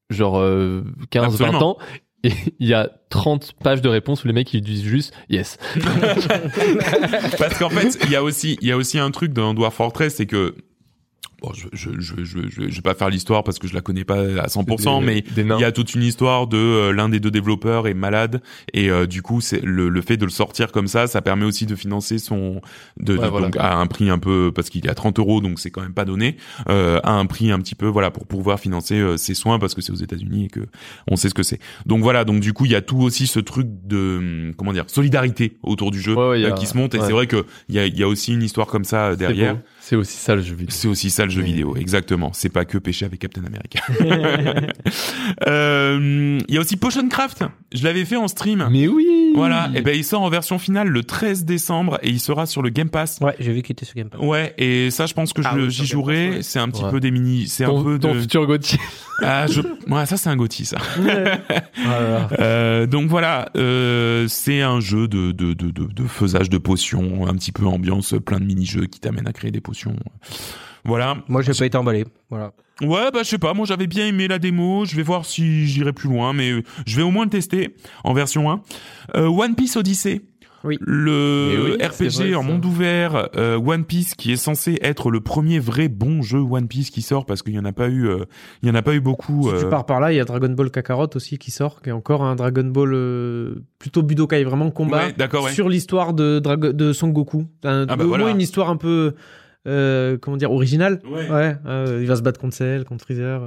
genre euh, quinze vingt Absolument. ans. Et il y a trente pages de réponses où les mecs ils disent juste yes. Parce qu'en fait, il y a aussi, il y a aussi un truc dans Dwarf Fortress, c'est que bon, je, je, je, je, je, je vais pas faire l'histoire parce que je la connais pas à cent pour cent, Des- mais des nains. il y a toute une histoire de euh, l'un des deux développeurs est malade et euh, du coup, c'est le, le fait de le sortir comme ça, ça permet aussi de financer son, de, Ouais, de- voilà. donc à un prix un peu parce qu'il est à trente euros, donc c'est quand même pas donné, euh, à un prix un petit peu voilà pour pouvoir financer euh, ses soins parce que c'est aux États-Unis et que on sait ce que c'est. Donc voilà, donc du coup, il y a tout aussi ce truc de hum, comment dire solidarité autour du jeu Ouais, ouais, il y a- euh, qui se monte et ouais. c'est vrai que il y a, il y a aussi une histoire comme ça euh, C'est derrière. beau. C'est aussi ça le jeu vidéo. C'est aussi ça le jeu Mais- vidéo, exactement. C'est pas que pêcher avec Captain America. Euh, Il y a aussi Potion Craft. Je l'avais fait en stream. Mais oui. Voilà. Et ben il sort en version finale le treize décembre et il sera sur le Game Pass. Ouais, j'ai vu qu'il était sur Game Pass. Ouais. Et ça, je pense que je Ah le- oui, j'y sur Game Pass, jouerai. ouais. C'est un petit Ouais. peu des mini. C'est un Ton, peu ton de. futur Gauthier. Ah, je. Ouais, ça c'est un Gotti ça. Voilà. Euh, donc voilà, euh, c'est un jeu de, de, de, de, de faisage de potions, un petit peu ambiance, plein de mini-jeux qui t'amènent à créer des potions. Voilà. Moi, j'ai pas été emballé. Voilà. Ouais, bah je sais pas, moi j'avais bien aimé la démo, je vais voir si j'irai plus loin, mais euh, je vais au moins le tester en version un. Euh, One Piece Odyssey. Oui. Le Mais oui, R P G c'est vrai, en ça. monde ouvert euh, One Piece qui est censé être le premier vrai bon jeu One Piece qui sort parce qu'il y en a pas eu euh, il y en a pas eu beaucoup Si euh, tu pars par là, il y a Dragon Ball Kakarot aussi qui sort, qui est encore un Dragon Ball euh, plutôt Budokai, vraiment combat ouais, d'accord ouais. sur l'histoire de, Drago- de Son Goku. Un, Ah bah au voilà. moins une histoire un peu, euh, comment dire, originale. Ouais. Ouais, euh, il va se battre contre Cell, contre Freezer.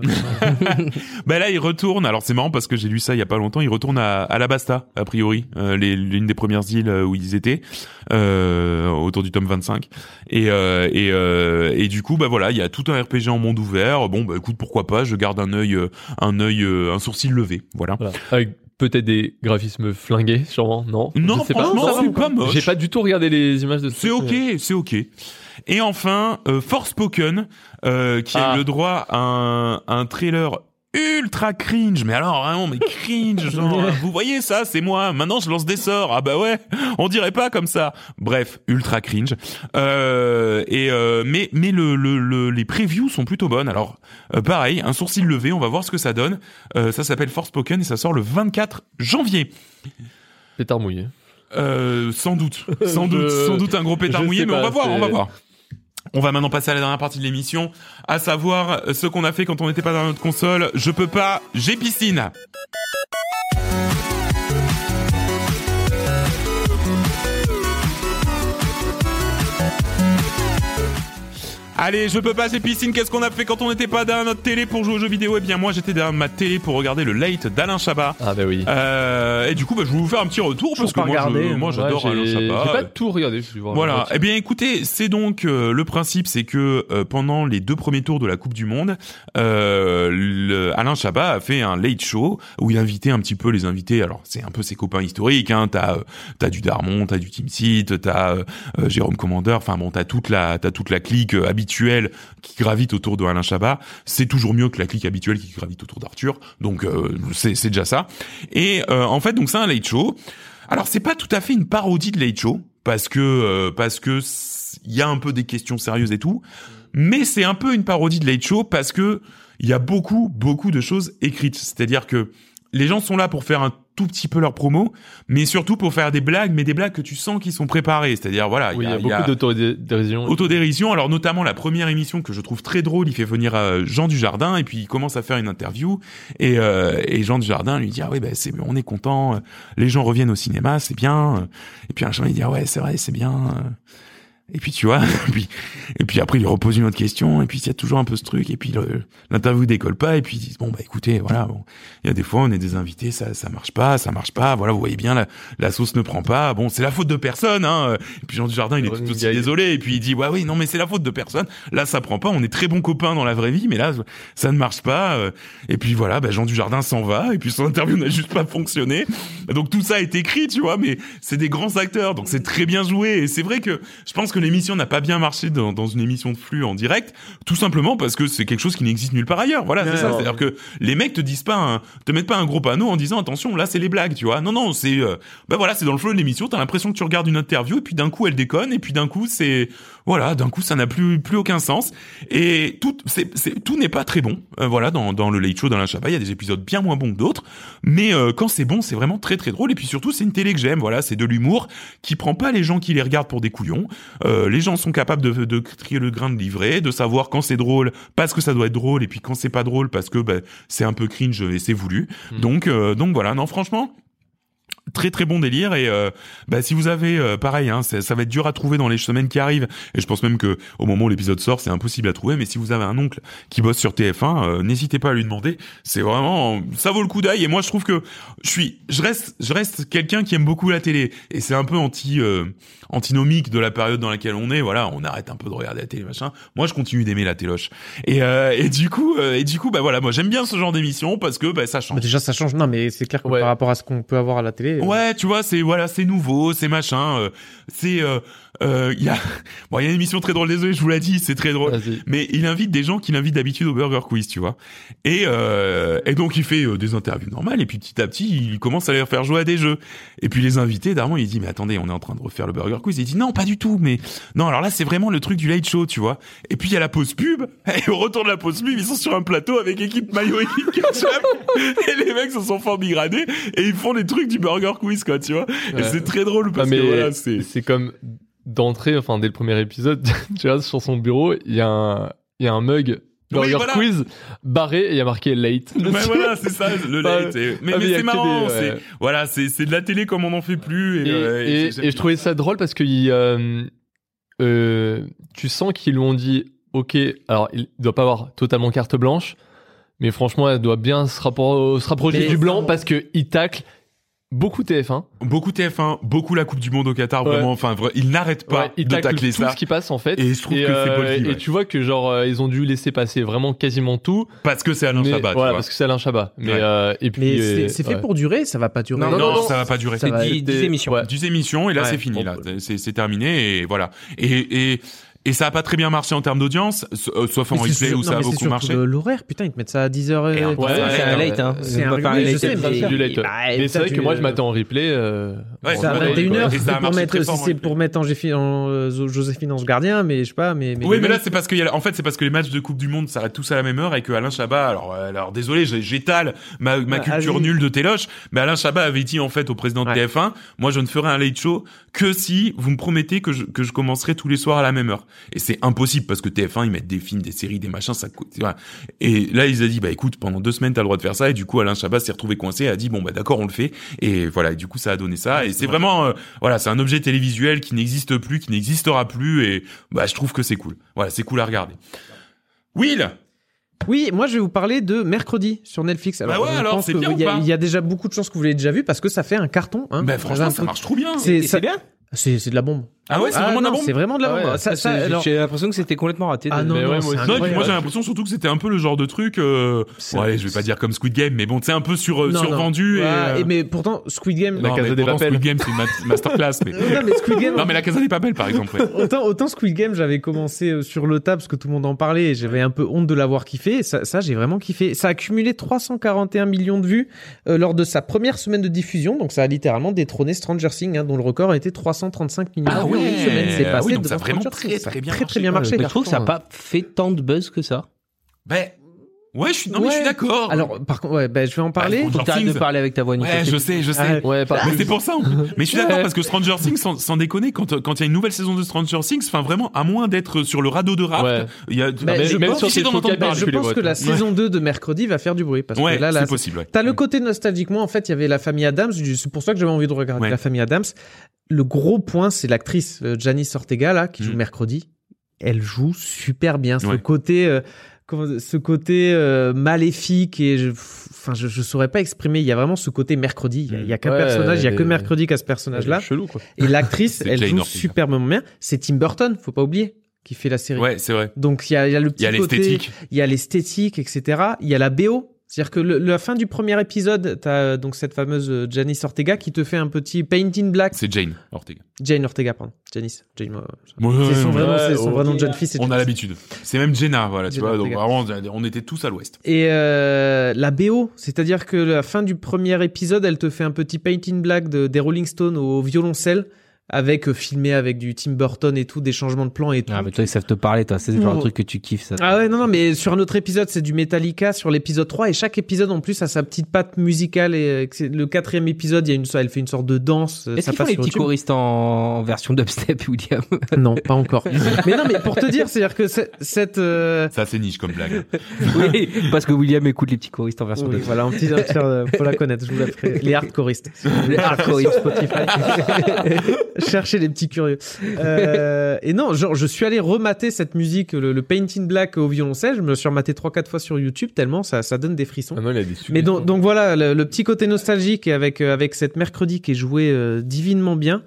Bah là, il retourne. Alors c'est marrant parce que j'ai lu ça il y a pas longtemps. Il retourne à Alabasta, a priori, euh, les, l'une des premières îles euh, où ils étaient, euh, autour du tome vingt-cinq. Et euh, et euh, et du coup, bah voilà, il y a tout un R P G en monde ouvert. Bon, bah écoute, pourquoi pas. Je garde un œil, euh, un œil, euh, un sourcil levé. Voilà. Voilà. Avec peut-être des graphismes flingués, sûrement. Non. Non, Je sais pas. franchement, Non, c'est pas moche. J'ai pas du tout regardé les images de ce C'est truc, ok, mais- c'est ok. Et enfin, euh, Forspoken, euh, qui a Ah. eu le droit à un, un trailer ultra cringe, mais alors vraiment, mais cringe, genre, vous voyez ça, c'est moi, maintenant je lance des sorts, ah bah ouais, on dirait pas comme ça. Bref, ultra cringe. Euh, et euh, mais mais le, le, le les previews sont plutôt bonnes. Alors euh, pareil, un sourcil levé, on va voir ce que ça donne. Euh, ça s'appelle Forspoken et ça sort le vingt-quatre janvier. Pétard mouillé. Euh, sans doute, sans doute, Je- sans doute un gros pétard je mouillé, sais mais on pas, va voir, on va c'est- voir. On va maintenant passer à la dernière partie de l'émission, à savoir ce qu'on a fait quand on n'était pas dans notre console. Je peux pas, j'ai piscine. Allez, je peux pas, j'ai piscine. Qu'est-ce qu'on a fait quand on n'était pas derrière notre télé pour jouer aux jeux vidéo? Eh bien, moi, j'étais derrière ma télé pour regarder le Late d'Alain Chabat. Ah bah oui. Euh, et du coup, bah, je vais vous faire un petit retour parce que pas moi, je- regardé. moi, j'adore Ouais, Alain j'ai- Chabat. J'ai pas tout regardé. Je suis voir Voilà. la Eh moitié. bien, écoutez, c'est donc euh, le principe, c'est que euh, pendant les deux premiers tours de la Coupe du Monde, euh, le- Alain Chabat a fait un late show où il invitait un petit peu les invités. Alors, c'est un peu ses copains historiques. Hein. T'as, euh, t'as du Darmon, t'as du Team Seat, t'as euh, euh, Jérôme Commander. Enfin bon, t'as toute la, t'as toute la clique euh, habituelle qui gravite autour de Alain Chabat. C'est toujours mieux que la clique habituelle qui gravite autour d'Arthur. Donc, euh, c'est, c'est déjà ça. Et euh, en fait, donc c'est un late show. Alors, c'est pas tout à fait une parodie de late show parce que euh, parce que il y a un peu des questions sérieuses et tout, mais c'est un peu une parodie de Late Show parce que il y a beaucoup beaucoup de choses écrites. C'est-à-dire que les gens sont là pour faire un tout petit peu leur promo, mais surtout pour faire des blagues, mais des blagues que tu sens qu'ils sont préparés. C'est-à-dire voilà, Oui, il y a il y a- beaucoup d'autodérision. autodérision. Alors notamment la première émission que je trouve très drôle, il fait venir euh, Jean Dujardin et puis il commence à faire une interview et, euh, et Jean Dujardin lui dit ah oui ben c'est on est content, euh, les gens reviennent au cinéma, c'est bien. Et puis un jour il dit ah ouais c'est vrai c'est bien. euh. Et puis tu vois, et puis et puis après il lui repose une autre question et puis il y a toujours un peu ce truc et puis le, l'interview décolle pas et puis ils disent bon bah écoutez voilà bon il y a des fois on est des invités ça ça marche pas ça marche pas voilà vous voyez bien la la sauce ne prend pas bon c'est la faute de personne hein et puis Jean Dujardin il est tout aussi désolé et puis il dit ouais oui non mais c'est la faute de personne là ça prend pas on est très bons copains dans la vraie vie mais là ça ne marche pas et puis voilà bah Jean Dujardin s'en va et puis son interview n'a juste pas fonctionné donc tout ça est écrit tu vois mais c'est des grands acteurs donc c'est très bien joué et c'est vrai que je pense pense que l'émission n'a pas bien marché dans, dans une émission de flux en direct, tout simplement parce que c'est quelque chose qui n'existe nulle part ailleurs. Voilà, c'est Ouais, ça. ouais. C'est-à-dire que les mecs te disent pas, un, te mettent pas un gros panneau en disant attention, là c'est les blagues, tu vois. Non, non, c'est, euh, bah voilà, c'est dans le flow de l'émission. T'as l'impression que tu regardes une interview et puis d'un coup elle déconne et puis d'un coup c'est, voilà, d'un coup ça n'a plus plus aucun sens et tout, c'est, c'est tout n'est pas très bon. Euh, voilà, dans dans le Late Show d'Alain Chabat, il y a des épisodes bien moins bons que d'autres, mais euh, quand c'est bon, c'est vraiment très très drôle et puis surtout c'est une télé que j'aime. Voilà, c'est de l'humour qui prend pas les gens qui les regardent pour des couillons. Euh, les gens sont capables de, de trier le grain de livret, de savoir quand c'est drôle parce que ça doit être drôle et puis quand c'est pas drôle parce que bah, c'est un peu cringe et c'est voulu. Mmh. Donc euh, donc voilà, non franchement très très bon délire et euh, bah si vous avez euh, pareil hein, ça va être dur à trouver dans les semaines qui arrivent et je pense même que au moment où l'épisode sort c'est impossible à trouver, mais si vous avez un oncle qui bosse sur T F un, euh, n'hésitez pas à lui demander, c'est vraiment ça vaut le coup d'œil. Et moi je trouve que je suis je reste je reste quelqu'un qui aime beaucoup la télé et c'est un peu anti euh, antinomique de la période dans laquelle on est. Voilà, on arrête un peu de regarder la télé machin. Moi je continue d'aimer la téloche et euh, et du coup euh, et du coup bah voilà, moi j'aime bien ce genre d'émission parce que bah ça change. Bah déjà ça change. Non mais c'est clair que Ouais. par rapport à ce qu'on peut avoir à la télé. Ouais, tu vois, c'est voilà, c'est nouveau, c'est machin, euh, c'est euh, euh, il y a bon, il y a une émission très drôle, désolé, je vous l'ai dit, c'est très drôle. Vas-y. Mais il invite des gens qu'il invite d'habitude au Burger Quiz, tu vois. Et euh, et donc il fait euh, des interviews normales et puis petit à petit, il commence à les faire jouer à des jeux. Et puis les invités, d'avant, il dit mais attendez, on est en train de refaire le Burger Quiz. Et il dit non, pas du tout, mais non, alors là, c'est vraiment le truc du Late Show, tu vois. Et puis il y a la pause pub et au retour de la pause pub, ils sont sur un plateau avec équipe maillot et équipe ketchup et les mecs se sont formigradés et ils font les trucs du Burger Quiz, quoi, tu vois. Et Ouais. c'est très drôle parce Ah, mais que voilà, c'est c'est comme d'entrée, enfin dès le premier épisode, tu vois, sur son bureau, il y a un, il y a un mug Burger Oui, voilà. Quiz barré et il y a marqué late. ouais, voilà, c'est ça, le late. Et- Mais, Ah, mais mais il y a c'est que marrant, des, c'est ouais. voilà, c'est c'est de la télé comme on n'en fait plus. Et, Et, euh, et, c'est- et je trouvais ça drôle parce que il, euh, euh, tu sens qu'ils lui ont dit, ok, alors il doit pas avoir totalement carte blanche, mais franchement, elle doit bien se, rappro- se rapprocher Mais- du blanc parce que il tacle beaucoup T F un. beaucoup T F un, beaucoup la Coupe du Monde au Qatar, Ouais. vraiment. Enfin, vra- ils n'arrêtent pas Ouais, il de tacle tacler tout ça. ce qui passe en fait. Et je trouve que c'est euh, Paul Guy, Et ouais. tu vois que genre euh, ils ont dû laisser passer vraiment quasiment tout. Parce que c'est Alain mais, Chabat, tu voilà, vois. parce que c'est Alain Chabat. Mais Ouais. euh, et puis Mais euh, c'est c'est fait ouais. pour durer, ça va pas durer. Non, Non, non, non, ça va pas durer. ça va- C'était- dix émissions. ouais. dix émissions et là Ouais. c'est fini, là. Bon, C'est c'est terminé et voilà. Et et et ça a pas très bien marché en termes d'audience, euh, sauf en Mais c'est replay sur- où non, ça a mais c'est beaucoup surtout marché. le- l'horaire, putain, ils te mettent ça à dix heures. Et un peu, Ouais, c'est ouais, un ouais, late, hein. c'est On va un- faire un oui, je late. sais, et- mais- du late. Bah, Mais putain, c'est vrai tu- que moi je m'attends en replay. Euh... Ouais, bon, Ça Ouais, à ouais, vingt et une heures, et si ça a c'est pour marché mettre, très si fort en c'est replay. pour mettre Angéphine- en, euh, Joséphine Ange Gardien, mais je sais pas, mais. Oui, mais là les c'est parce qu'il y a, en fait c'est parce que les matchs de Coupe du Monde s'arrêtent tous à la même heure et que Alain Chabat, alors euh, alors désolé, j'ai- j'étale ma ma Ah, culture vas-y. nulle de téloche, mais Alain Chabat avait dit en fait au président de Ouais. T F un, moi je ne ferai un late show que si vous me promettez que je que je commencerai tous les soirs à la même heure. Et c'est impossible parce que T F un ils mettent des films, des séries, des machins, ça coûte. Voilà. Et là ils ont dit bah écoute, pendant deux semaines t'as le droit de faire ça et du coup Alain Chabat s'est retrouvé coincé et a dit bon bah d'accord on le fait et voilà et du coup ça a donné ça et c'est vraiment euh, voilà c'est un objet télévisuel qui n'existe plus, qui n'existera plus et bah je trouve que c'est cool. Voilà c'est cool à regarder. Will. Oui, moi je vais vous parler de Mercredi sur Netflix. Alors, Bah ouais, je alors, pense c'est que bien il y, ou a- pas il y a déjà beaucoup de chances que vous l'ayez déjà vu parce que ça fait un carton. Hein, Ben Ça franchement un ça truc- marche trop bien. C'est Et ça- c'est bien. C'est c'est de la bombe. Ah ouais c'est vraiment de la non, bombe. C'est vraiment de la Ah bombe. ouais, Ça- Ça, ça, c'est- alors- J'ai l'impression que c'était complètement raté. Ah de- non, Mais non, ouais, moi c'est aussi. Non, et puis moi incroyable. j'ai l'impression surtout que c'était un peu le genre de truc euh... C'est- bon, allez, je vais pas dire comme Squid Game mais bon, c'est un peu sur euh, Non, non. survendu et, Ouais, euh, et mais pourtant Squid Game. La non, Casa mais des pourtant, Papel. Squid Game c'est une ma- masterclass mais Non, mais Squid Game. non mais la Casa des Papel par exemple. Ouais. Autant, autant Squid Game, j'avais commencé euh, sur le tas parce que tout le monde en parlait et j'avais un peu honte de l'avoir kiffé. Et ça, ça j'ai vraiment kiffé. Ça a cumulé trois cent quarante et un millions de vues euh, lors de sa première semaine de diffusion. Donc ça a littéralement détrôné Stranger Things, hein, dont le record a été trois cent trente-cinq millions Ah de vues en une ouais. semaine. C'est Ah passé oui, donc devant ça a vraiment Stranger très, Things. Ça a très bien très, très marché. bien marché. Mais je trouve que ça n'a pas fait tant de buzz que ça. Ben ouais, je suis non mais je suis Ouais. d'accord. Alors, par contre, ouais, ben, je vais en parler. Bah, Faut que Stranger t'arrêtes de Things. parler avec ta voix, Nico. Ouais, je sais, je sais. Ah, Ouais, par Mais c'est pour ça. en plus. Mais je suis Ouais. d'accord parce que Stranger Things, sans, sans déconner, quand quand il y a une nouvelle saison de Stranger Things, enfin vraiment, à moins d'être sur le radeau de raft, Ouais. il y a. Bah, même- je même pense- sur si tes d'en entendre focales, Ben, parler. je tu les pense vois, que la toi. saison deux de Mercredi va faire du bruit parce Ouais, que là, là, c'est possible. Ouais. t'as le côté nostalgiquement, en fait, il y avait la famille Adams. C'est pour ça que j'avais envie de regarder Ouais. la famille Adams. Le gros point, c'est l'actrice euh, Janice Ortega là qui joue Mm. Mercredi. Elle joue super bien. Ce Ouais. côté, euh, comment- ce côté euh, maléfique et, je, enfin, je, je saurais pas exprimer. Il y a vraiment ce côté Mercredi. Il y a, il y a qu'un Ouais, personnage, il y a que et- Mercredi qui a ce personnage-là. Chelou quoi. Et l'actrice, C'est elle Jane joue Ortega. superbement bien. C'est Tim Burton, faut pas oublier, qui fait la série. Ouais, c'est vrai. Donc il y a, il y a le Il petit y a côté, l'esthétique. il y a l'esthétique, et cetera. Il y a la B O. C'est-à-dire que le, la fin du premier épisode, t'as donc cette fameuse Janice Ortega qui te fait un petit Paint in Black. C'est Jane Ortega. Jane Ortega, pardon. Janice. Jane, euh, Ouais, c'est son vrai nom, ouais, c'est son ouais. vrai nom de jeune fille. c'est On a Janice. l'habitude. C'est même Jenna, voilà, tu Jenna vois. Donc Ortega. vraiment, on était tous à l'ouest. Et euh, la B O, c'est-à-dire que la fin du premier épisode, elle te fait un petit Paint in Black de, des Rolling Stones au violoncelle, avec euh, filmé avec du Tim Burton et tout, des changements de plans et tout. Ah, mais toi, ils savent te parler, toi. C'est le genre de Oh. truc que tu kiffes, ça. Ah ouais, non, non, mais sur un autre épisode, c'est du Metallica, sur l'épisode trois, et chaque épisode, en plus, a sa petite patte musicale, et euh, c'est- le quatrième épisode, il y a une, elle fait une sorte de danse, euh, Est-ce ça qu'ils font passe les sur petits YouTube. choristes en, en version dubstep, William? Non, pas encore. Mais non, mais pour te dire, c'est-à-dire que c'est- cette, euh, Ça, c'est niche comme blague. Oui, parce que William écoute les petits choristes en version oui, dubstep. voilà, un petit, un petit, euh, faut la connaître, je vous la ferai. Les hardcoreistes. Les hardcoreistes. Sur Spotify. Cherchez les petits curieux. Euh, et non, genre, je suis allé remater cette musique, le, le Paint in Black au violoncelle. Je me suis rematé trois quatre fois sur YouTube tellement ça, ça donne des frissons. Ah, moi, il a des suggestions. Mais donc, donc voilà, le, le petit côté nostalgique et avec euh, avec cette mercredi qui est joué euh, divinement bien.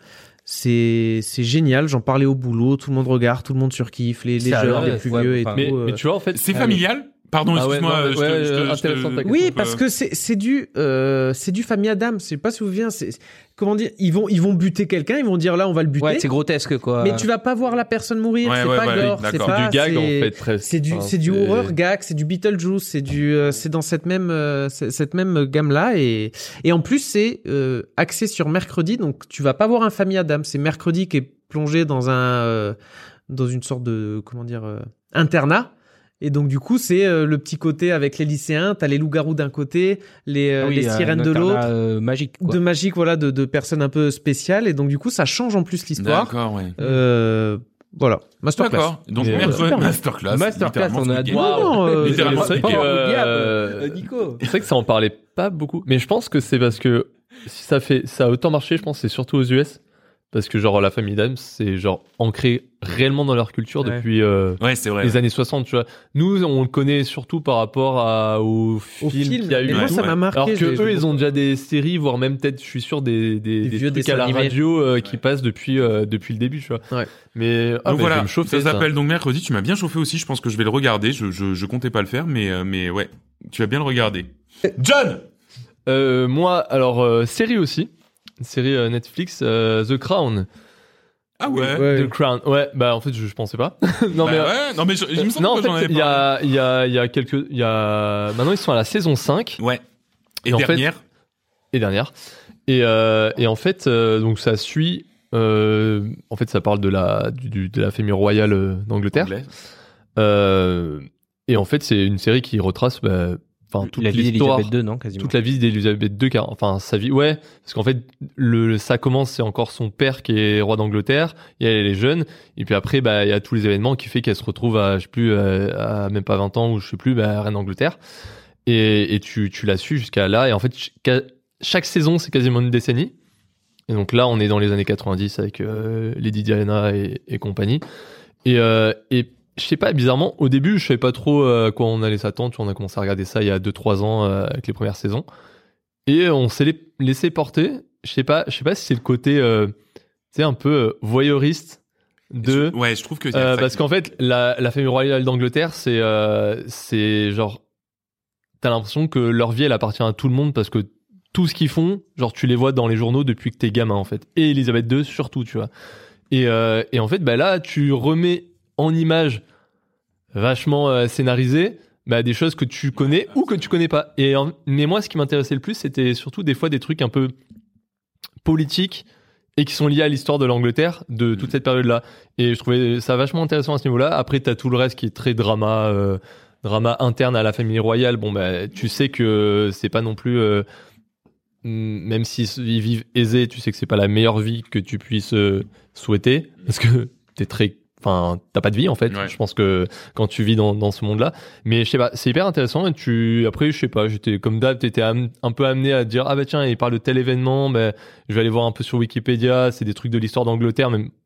C'est c'est génial. J'en parlais au boulot. Tout le monde regarde, tout le monde surkiffe, les, les Ça, jeunes, ouais, les plus ouais, vieux et enfin, tout. mais, euh. mais tu vois, en fait, C'est ah, familial? Pardon, Ah ouais, excuse-moi. non, je te- ouais, je te- je te- intéressant ta question. Oui, coupe, parce euh, que c'est c'est du euh, c'est du famille Adam. Je sais pas si vous vous souvenez. C'est comment dire. Ils vont ils vont buter quelqu'un. Ils vont dire là on va le buter. Ouais, c'est grotesque, quoi. mais tu vas pas voir la personne mourir. Ouais, c'est ouais, pas ouais, gore. C'est d'accord. pas du gag, c'est- en fait, très. C'est du enfin, c'est du c'est- horror gag. C'est du Beetlejuice. C'est du euh, c'est dans cette même euh, c'est- cette même gamme là et et en plus c'est euh, axé sur mercredi. Donc tu vas pas voir un famille Adam. C'est mercredi qui est plongé dans un euh, dans une sorte de comment dire euh, internat. Et donc du coup c'est euh, le petit côté avec les lycéens, t'as les loups-garous d'un côté, les, euh, Ah oui, les un sirènes de internat, l'autre, euh, magique, quoi. de magique voilà, de, de personnes un peu spéciales et donc du coup ça change en plus l'histoire. D'accord, ouais. Euh, voilà, masterclass. D'accord. Donc, Mais, mercredi, super. masterclass. Masterclass, littéralement, on a Squid Game. Wow. Non, euh, Littéralement, c'est vrai Squid que, Game. euh, Nico. C'est vrai que ça en parlait pas beaucoup, mais je pense que c'est parce que si ça fait ça a autant marché, je pense que c'est surtout aux U S parce que genre la famille Adams c'est genre ancré réellement dans leur culture Ouais. depuis euh, Ouais, c'est vrai. les années soixante, tu vois. Nous on le connaît surtout par rapport à au Au film film, qu'il y a eu mais et moi Ouais. tout. ça m'a marqué. Alors que je l'ai- je eux l'ai ils ont déjà des séries voire même peut-être je suis sûr des des, Des des vieux trucs dessins à la animés. radio euh, qui passent depuis euh, depuis le début, tu vois. Ouais. Mais ah, Donc bah, je vais voilà, me chauffer, ça s'appelle donc mercredi. Tu m'as bien chauffé aussi. Je pense que je vais le regarder. Je, je, je comptais pas le faire, mais, euh, mais ouais, tu vas bien le regarder. John! Euh, moi, alors, euh, série aussi. Une série euh, Netflix, euh, The Crown. Ah ouais. Ouais. The Crown. Ouais, bah en fait, je, je pensais pas. non, Bah mais. euh, ouais, non mais je, il me semble non, en que j'en fait, avais il y parlé. a, il y, a, il y a quelques. Il y a... Maintenant, ils sont à la saison cinq Ouais. Et, Et en fait- dernière. et dernière. Et, euh, et en fait, euh, donc ça suit. Euh, en fait, ça parle de la, du, du- de la famille royale euh, d'Angleterre. Anglais. Euh, et en fait, c'est une série qui retrace bah, enfin, toute La vie l'histoire. d'Elisabeth deux, non, quasiment. Toute la vie d'Elisabeth deux, car, enfin sa vie, ouais, parce qu'en fait, le, ça commence, c'est encore son père qui est roi d'Angleterre, et elle, elle est jeune, et puis après, bah, il y a tous les événements qui fait qu'elle se retrouve à, je sais plus, à, à même pas vingt ans, ou je sais plus, bah, reine d'Angleterre, et, et tu, tu l'as su jusqu'à là, et en fait, chaque, chaque saison, c'est quasiment une décennie, et donc là, on est dans les années quatre-vingt-dix avec euh, Lady Diana et, et compagnie, et, euh, et je sais pas, bizarrement, au début, je savais pas trop euh, à quoi on allait s'attendre. Tu vois, on a commencé à regarder ça il y a deux trois ans euh, avec les premières saisons. Et on s'est les- laissé porter. Je sais pas, je sais pas si c'est le côté, euh, tu sais, un peu euh, voyeuriste de... Je- ouais, je trouve que c'est Euh, ça parce qui- qu'en fait, la, la famille royale d'Angleterre, c'est euh, c'est genre... T'as l'impression que leur vie, elle appartient à tout le monde parce que tout ce qu'ils font, genre tu les vois dans les journaux depuis que t'es gamin, en fait. Et Elisabeth deux, surtout, tu vois. Et, euh, et en fait, bah là, tu remets en images vachement euh, scénarisées bah, des choses que tu connais ou que tu connais pas. Et en- mais moi, ce qui m'intéressait le plus, c'était surtout des fois des trucs un peu politiques et qui sont liés à l'histoire de l'Angleterre de toute cette période-là. Et je trouvais ça vachement intéressant à ce niveau-là. Après, t'as tout le reste qui est très drama, euh, drama interne à la famille royale. Bon, bah, tu sais que c'est pas non plus, euh, même s'ils ils vivent aisés, tu sais que c'est pas la meilleure vie que tu puisses euh, souhaiter parce que t'es très, enfin, t'as pas de vie en fait. Ouais. Je pense que quand tu vis dans, dans ce monde-là, mais je sais pas, c'est hyper intéressant. Et tu, après, je sais pas, j'étais comme d'hab, t'étais am- un peu amené à dire ah bah tiens, il parle de tel événement, ben je vais aller voir un peu sur Wikipédia, c'est des trucs de l'histoire d'Angleterre, mais bon,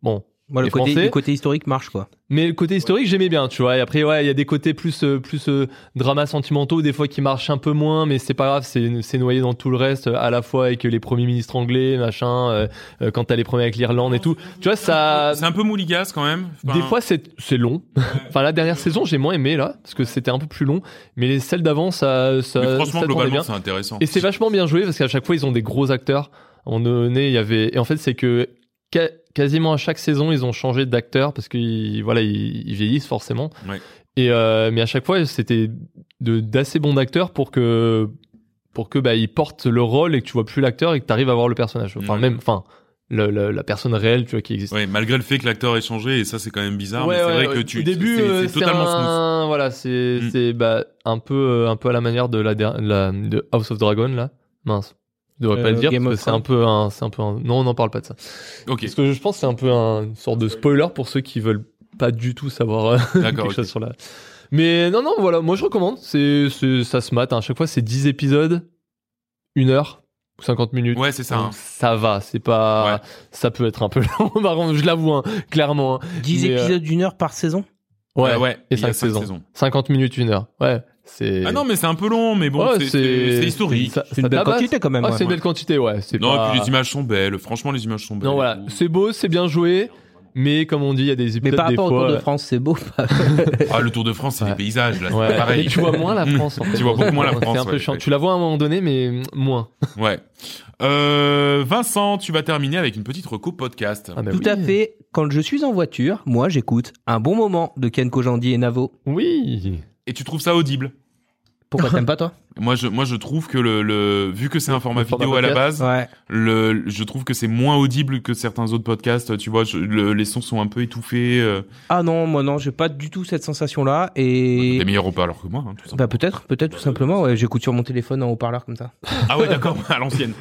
Moi, le les côté, Français. le côté historique marche, quoi. Mais le côté historique, j'aimais bien, tu vois. Et après, ouais, il y a des côtés plus, euh, plus euh, dramas sentimentaux, des fois qui marchent un peu moins, mais c'est pas grave, c'est, c'est noyé dans tout le reste, à la fois avec les premiers ministres anglais, machin, euh, euh, quand t'as les premiers avec l'Irlande et tout. Tu vois, ça. C'est un peu mouligasse quand même. Enfin, Des fois, c'est, c'est long. enfin, la dernière saison, j'ai moins aimé, là, parce que c'était un peu plus long, mais celles d'avant, ça, ça, mais franchement, ça tournait globalement, bien. c'est intéressant. Et c'est vachement bien joué, parce qu'à chaque fois, ils ont des gros acteurs. À un moment donné, il y avait, et en fait, c'est que, Ca- quasiment à chaque saison, ils ont changé d'acteur parce qu'ils voilà, ils, ils vieillissent forcément. Ouais. Et euh, mais à chaque fois, c'était de d'assez bons acteurs pour que pour que bah ils portent le rôle et que tu vois plus l'acteur et que tu arrives à voir le personnage. Enfin Ouais. même enfin le, le, la personne réelle, tu vois, qui existe. Ouais, malgré le fait que l'acteur ait changé, et ça c'est quand même bizarre, Ouais, mais c'est ouais, vrai ouais. que tu Au début, c'est, euh, c'est totalement smooth. un, voilà, c'est Mm. c'est bah un peu euh, un peu à la manière de la, der- la de House of Dragon là. Mince. Je devrais pas Euh, le dire Game parce of que c'est un peu un c'est un peu un... non, on n'en parle pas de ça. Ok, Parce que je pense que c'est un peu un, une sorte de spoiler pour ceux qui veulent pas du tout savoir euh, d'accord. quelque ok. chose sur la. Mais non, non, voilà, moi je recommande. C'est, c'est, ça se mate. Hein. À chaque fois, c'est dix épisodes, une heure ou cinquante minutes. Ouais, c'est ça. Donc, hein. ça va, c'est pas. Ouais. Ça peut être un peu long, par contre, je l'avoue, hein, clairement. hein. dix Mais, euh, épisodes d'une heure par saison. Ouais, ouais. et il y a cinq cinq saisons. cinquante minutes, une heure. Ouais, c'est. Ah non, mais c'est un peu long, mais bon, Ouais, c'est, c'est, c'est historique. Ça, C'est ça une belle tabasse. quantité quand même. Ah, ouais. c'est une belle quantité, ouais. C'est Non, pas... et puis les images sont belles. Franchement, les images sont belles. Non, voilà, c'est beau, c'est bien joué. Mais comme on dit, il y a des Mais épisodes par des rapport au fois. Tour de France, c'est beau. Ah, le Tour de France, c'est Ouais. les paysages, là. C'est Ouais. pas pareil. Et tu vois moins la France en fait. Tu vois beaucoup moins la C'est France, un peu ouais, chiant. ouais. Tu la vois à un moment donné, mais moins. Ouais. Euh, Vincent, tu vas terminer avec une petite reco podcast. Ah bah Tout oui. à fait. Quand je suis en voiture, moi, j'écoute Un bon moment de Ken Kojandi et Navo. Oui. Et tu trouves ça audible? Pourquoi t'aimes pas, toi? Moi, je, moi, je trouve que le, le, vu que c'est un format Le format vidéo à la podcast. base, Ouais. le, je trouve que c'est moins audible que certains autres podcasts. Tu vois, je- le, les sons sont un peu étouffés. Euh, Ah non, moi non, j'ai pas du tout cette sensation-là. Des Et. meilleurs haut-parleurs que moi, hein, tout simplement. Bah peut-être, peut-être tout simplement. Ouais, j'écoute sur mon téléphone en haut-parleur comme ça. Ah ouais, d'accord, à l'ancienne.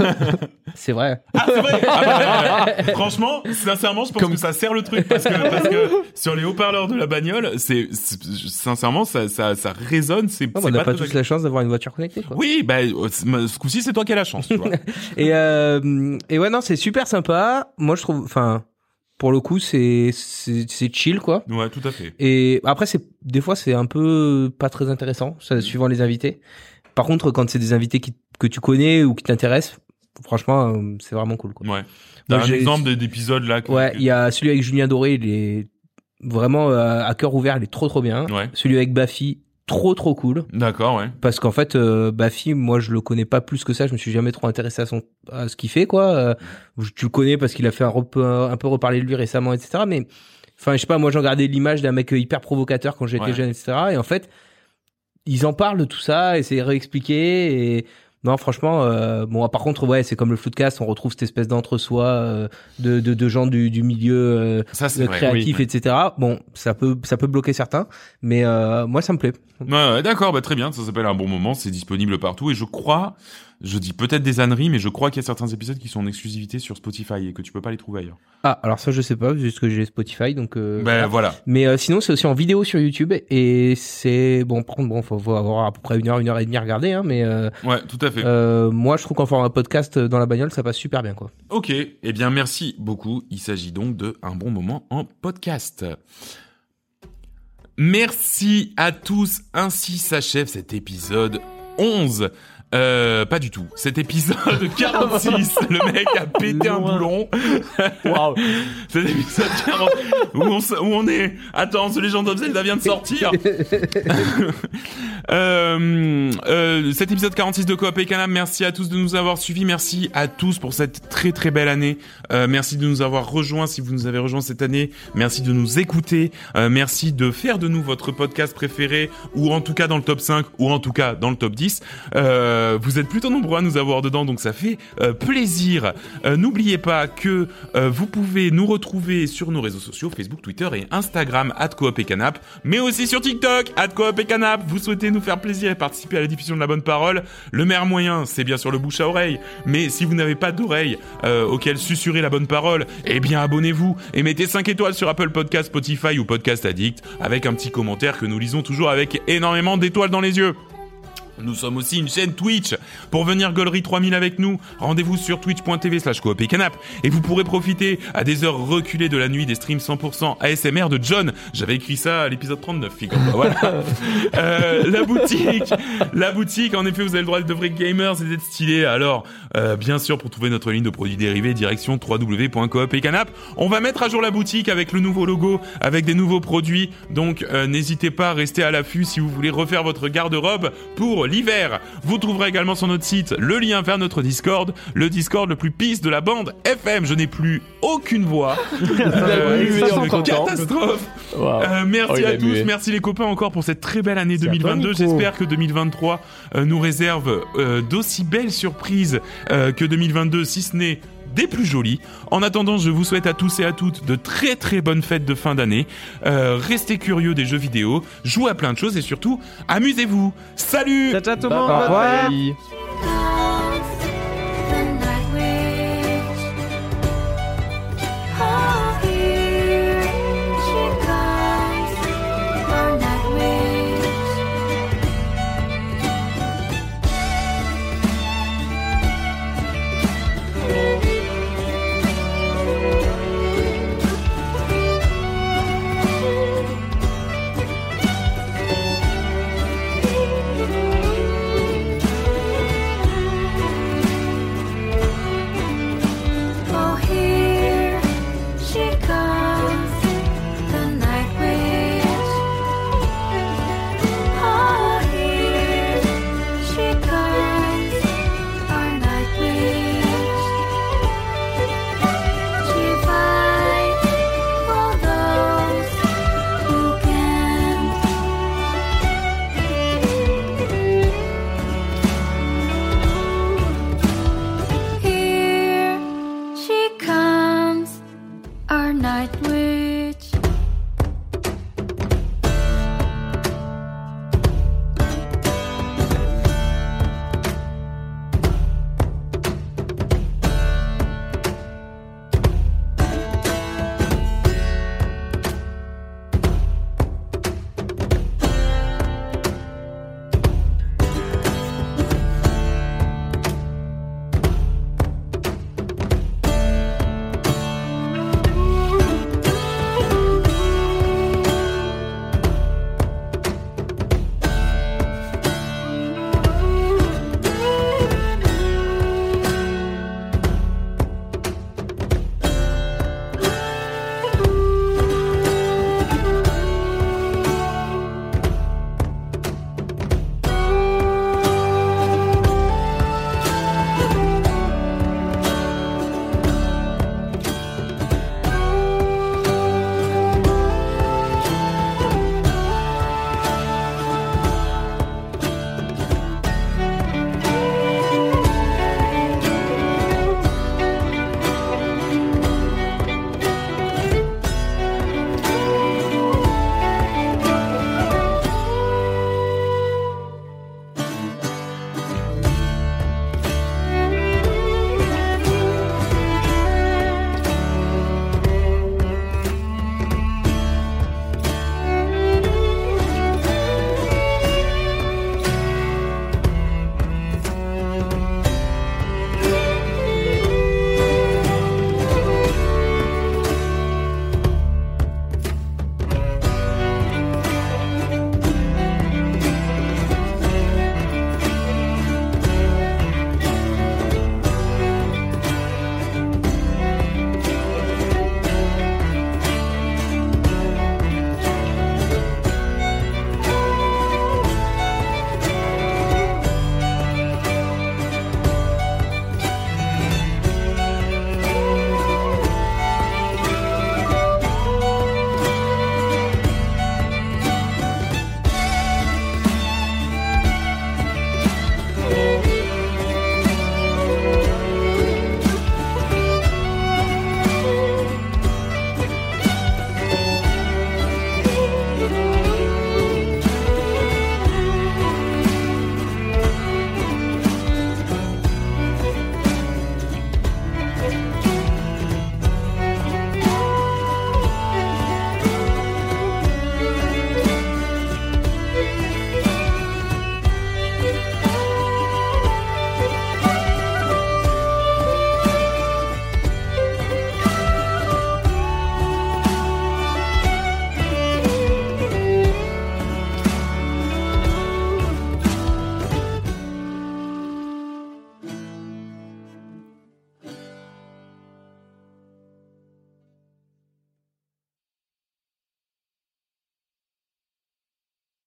C'est vrai. Ah, c'est vrai. Ah bah, ouais, ouais. Franchement, sincèrement, je pense Comme- que ça sert le truc parce que, parce que sur les haut-parleurs de la bagnole, c'est, c'est- sincèrement, ça, ça, ça résonne. C'est, Ouais, c'est on n'a pas très tous la chance d'avoir une voiture connectée, quoi. Oui, bah, ce coup-ci, c'est toi qui as la chance, tu vois. Et, euh, et ouais, non, c'est super sympa. Moi, je trouve, enfin, pour le coup, c'est, c'est, c'est chill, quoi. Ouais, tout à fait. Et après, c'est, des fois, c'est un peu pas très intéressant, ça, suivant les invités. Par contre, quand c'est des invités qui, que tu connais ou qui t'intéressent, franchement, euh, c'est vraiment cool, quoi. Ouais. T'as Moi, un j'ai- exemple d- d'épisode là que, Ouais, que- il y a celui avec Julien Doré, il est vraiment euh, à cœur ouvert, il est trop trop bien. Ouais. Celui avec Baffy, trop trop cool. D'accord, ouais. Parce qu'en fait, euh, Baffy, moi je le connais pas plus que ça, je me suis jamais trop intéressé à son à ce qu'il fait, quoi. Euh, tu le connais parce qu'il a fait un, peu un peu reparler de lui récemment, et cetera. Mais enfin, je sais pas, moi j'en gardais l'image d'un mec hyper provocateur quand j'étais Ouais. jeune, et cetera. Et en fait, ils en parlent de tout ça et c'est réexpliqué et non, franchement, euh, bon, par contre, ouais, c'est comme le Floodcast, on retrouve cette espèce d'entre-soi euh, de, de, de gens du, du milieu euh, Ça, c'est de vrai. créatif, oui. et cetera. Bon, ça peut, ça peut bloquer certains, mais euh, moi, ça me plaît. Ouais, ouais, d'accord, bah, très bien. Ça s'appelle Un bon moment. C'est disponible partout. Et je crois, je dis peut-être des âneries, mais je crois qu'il y a certains épisodes qui sont en exclusivité sur Spotify et que tu peux pas les trouver ailleurs. Ah, alors ça, je sais pas, juste que j'ai Spotify, donc. Euh, Ben, voilà. voilà. Mais euh, sinon, c'est aussi en vidéo sur YouTube et c'est bon. Par contre, bon, faut, faut avoir à peu près une heure, une heure et demie à regarder, hein. Mais euh, Ouais, tout à fait. euh, moi, je trouve qu'en format podcast dans la bagnole, ça passe super bien, quoi. Ok, eh bien merci beaucoup. Il s'agit donc de Un bon moment en podcast. Merci à tous. Ainsi s'achève cet épisode onze. Euh, pas du tout. Cet épisode quarante-six, le mec a pété un Loin. boulon. Waouh. Cet épisode quarante, où on, s- où on est. Attends, The Legend of Zelda vient de sortir. euh, euh, cet épisode quarante-six de Coop et Canap, merci à tous de nous avoir suivis. Merci à tous pour cette très très belle année. Euh, merci de nous avoir rejoints si vous nous avez rejoints cette année. Merci de nous écouter. Euh, merci de faire de nous votre podcast préféré, ou en tout cas dans le top cinq, ou en tout cas dans le top dix. Euh, vous êtes plutôt nombreux à nous avoir dedans, donc ça fait euh, plaisir. Euh, n'oubliez pas que euh, vous pouvez nous retrouver sur nos réseaux sociaux, Facebook, Twitter et Instagram, at Coop et Canap, mais aussi sur TikTok, at Coop et Canap. Vous souhaitez nous faire plaisir et participer à la diffusion de la bonne parole. Le meilleur moyen, c'est bien sûr le bouche à oreille, mais si vous n'avez pas d'oreille euh, auquel susurrer la bonne parole, eh bien abonnez-vous et mettez cinq étoiles sur Apple Podcast, Spotify ou Podcast Addict, avec un petit commentaire que nous lisons toujours avec énormément d'étoiles dans les yeux. Nous sommes aussi une chaîne Twitch. Pour venir Gollery trois mille avec nous, rendez-vous sur twitch.tv slash coop et canap et vous pourrez profiter à des heures reculées de la nuit des streams cent pour cent A S M R de John. J'avais écrit ça à l'épisode trente-neuf, figure-toi. Voilà. euh, la boutique, la boutique, en effet, vous avez le droit d'être de vrais gamers et d'être stylés. Alors, euh, bien sûr, pour trouver notre ligne de produits dérivés, direction w w w point coop et canap. On va mettre à jour la boutique avec le nouveau logo, avec des nouveaux produits. Donc, euh, n'hésitez pas à rester à l'affût si vous voulez refaire votre garde-robe pour l'hiver. Vous trouverez également sur notre site le lien vers notre Discord, le Discord le plus pisse de la bande F M. Je n'ai plus aucune voix. euh, ça, c'est catastrophe. Wow. Euh, merci Oh, à a tous, mué. merci les copains encore pour cette très belle année C'est deux mille vingt-deux. à toi, Nico. J'espère que deux mille vingt-trois euh, nous réserve euh, d'aussi belles surprises euh, que deux mille vingt-deux, si ce n'est des plus jolies. En attendant, je vous souhaite à tous et à toutes de très très bonnes fêtes de fin d'année. Euh, restez curieux des jeux vidéo, jouez à plein de choses et surtout, amusez-vous. Salut! Ciao, ciao tout le Bye monde. bye. bonne fête. Bye.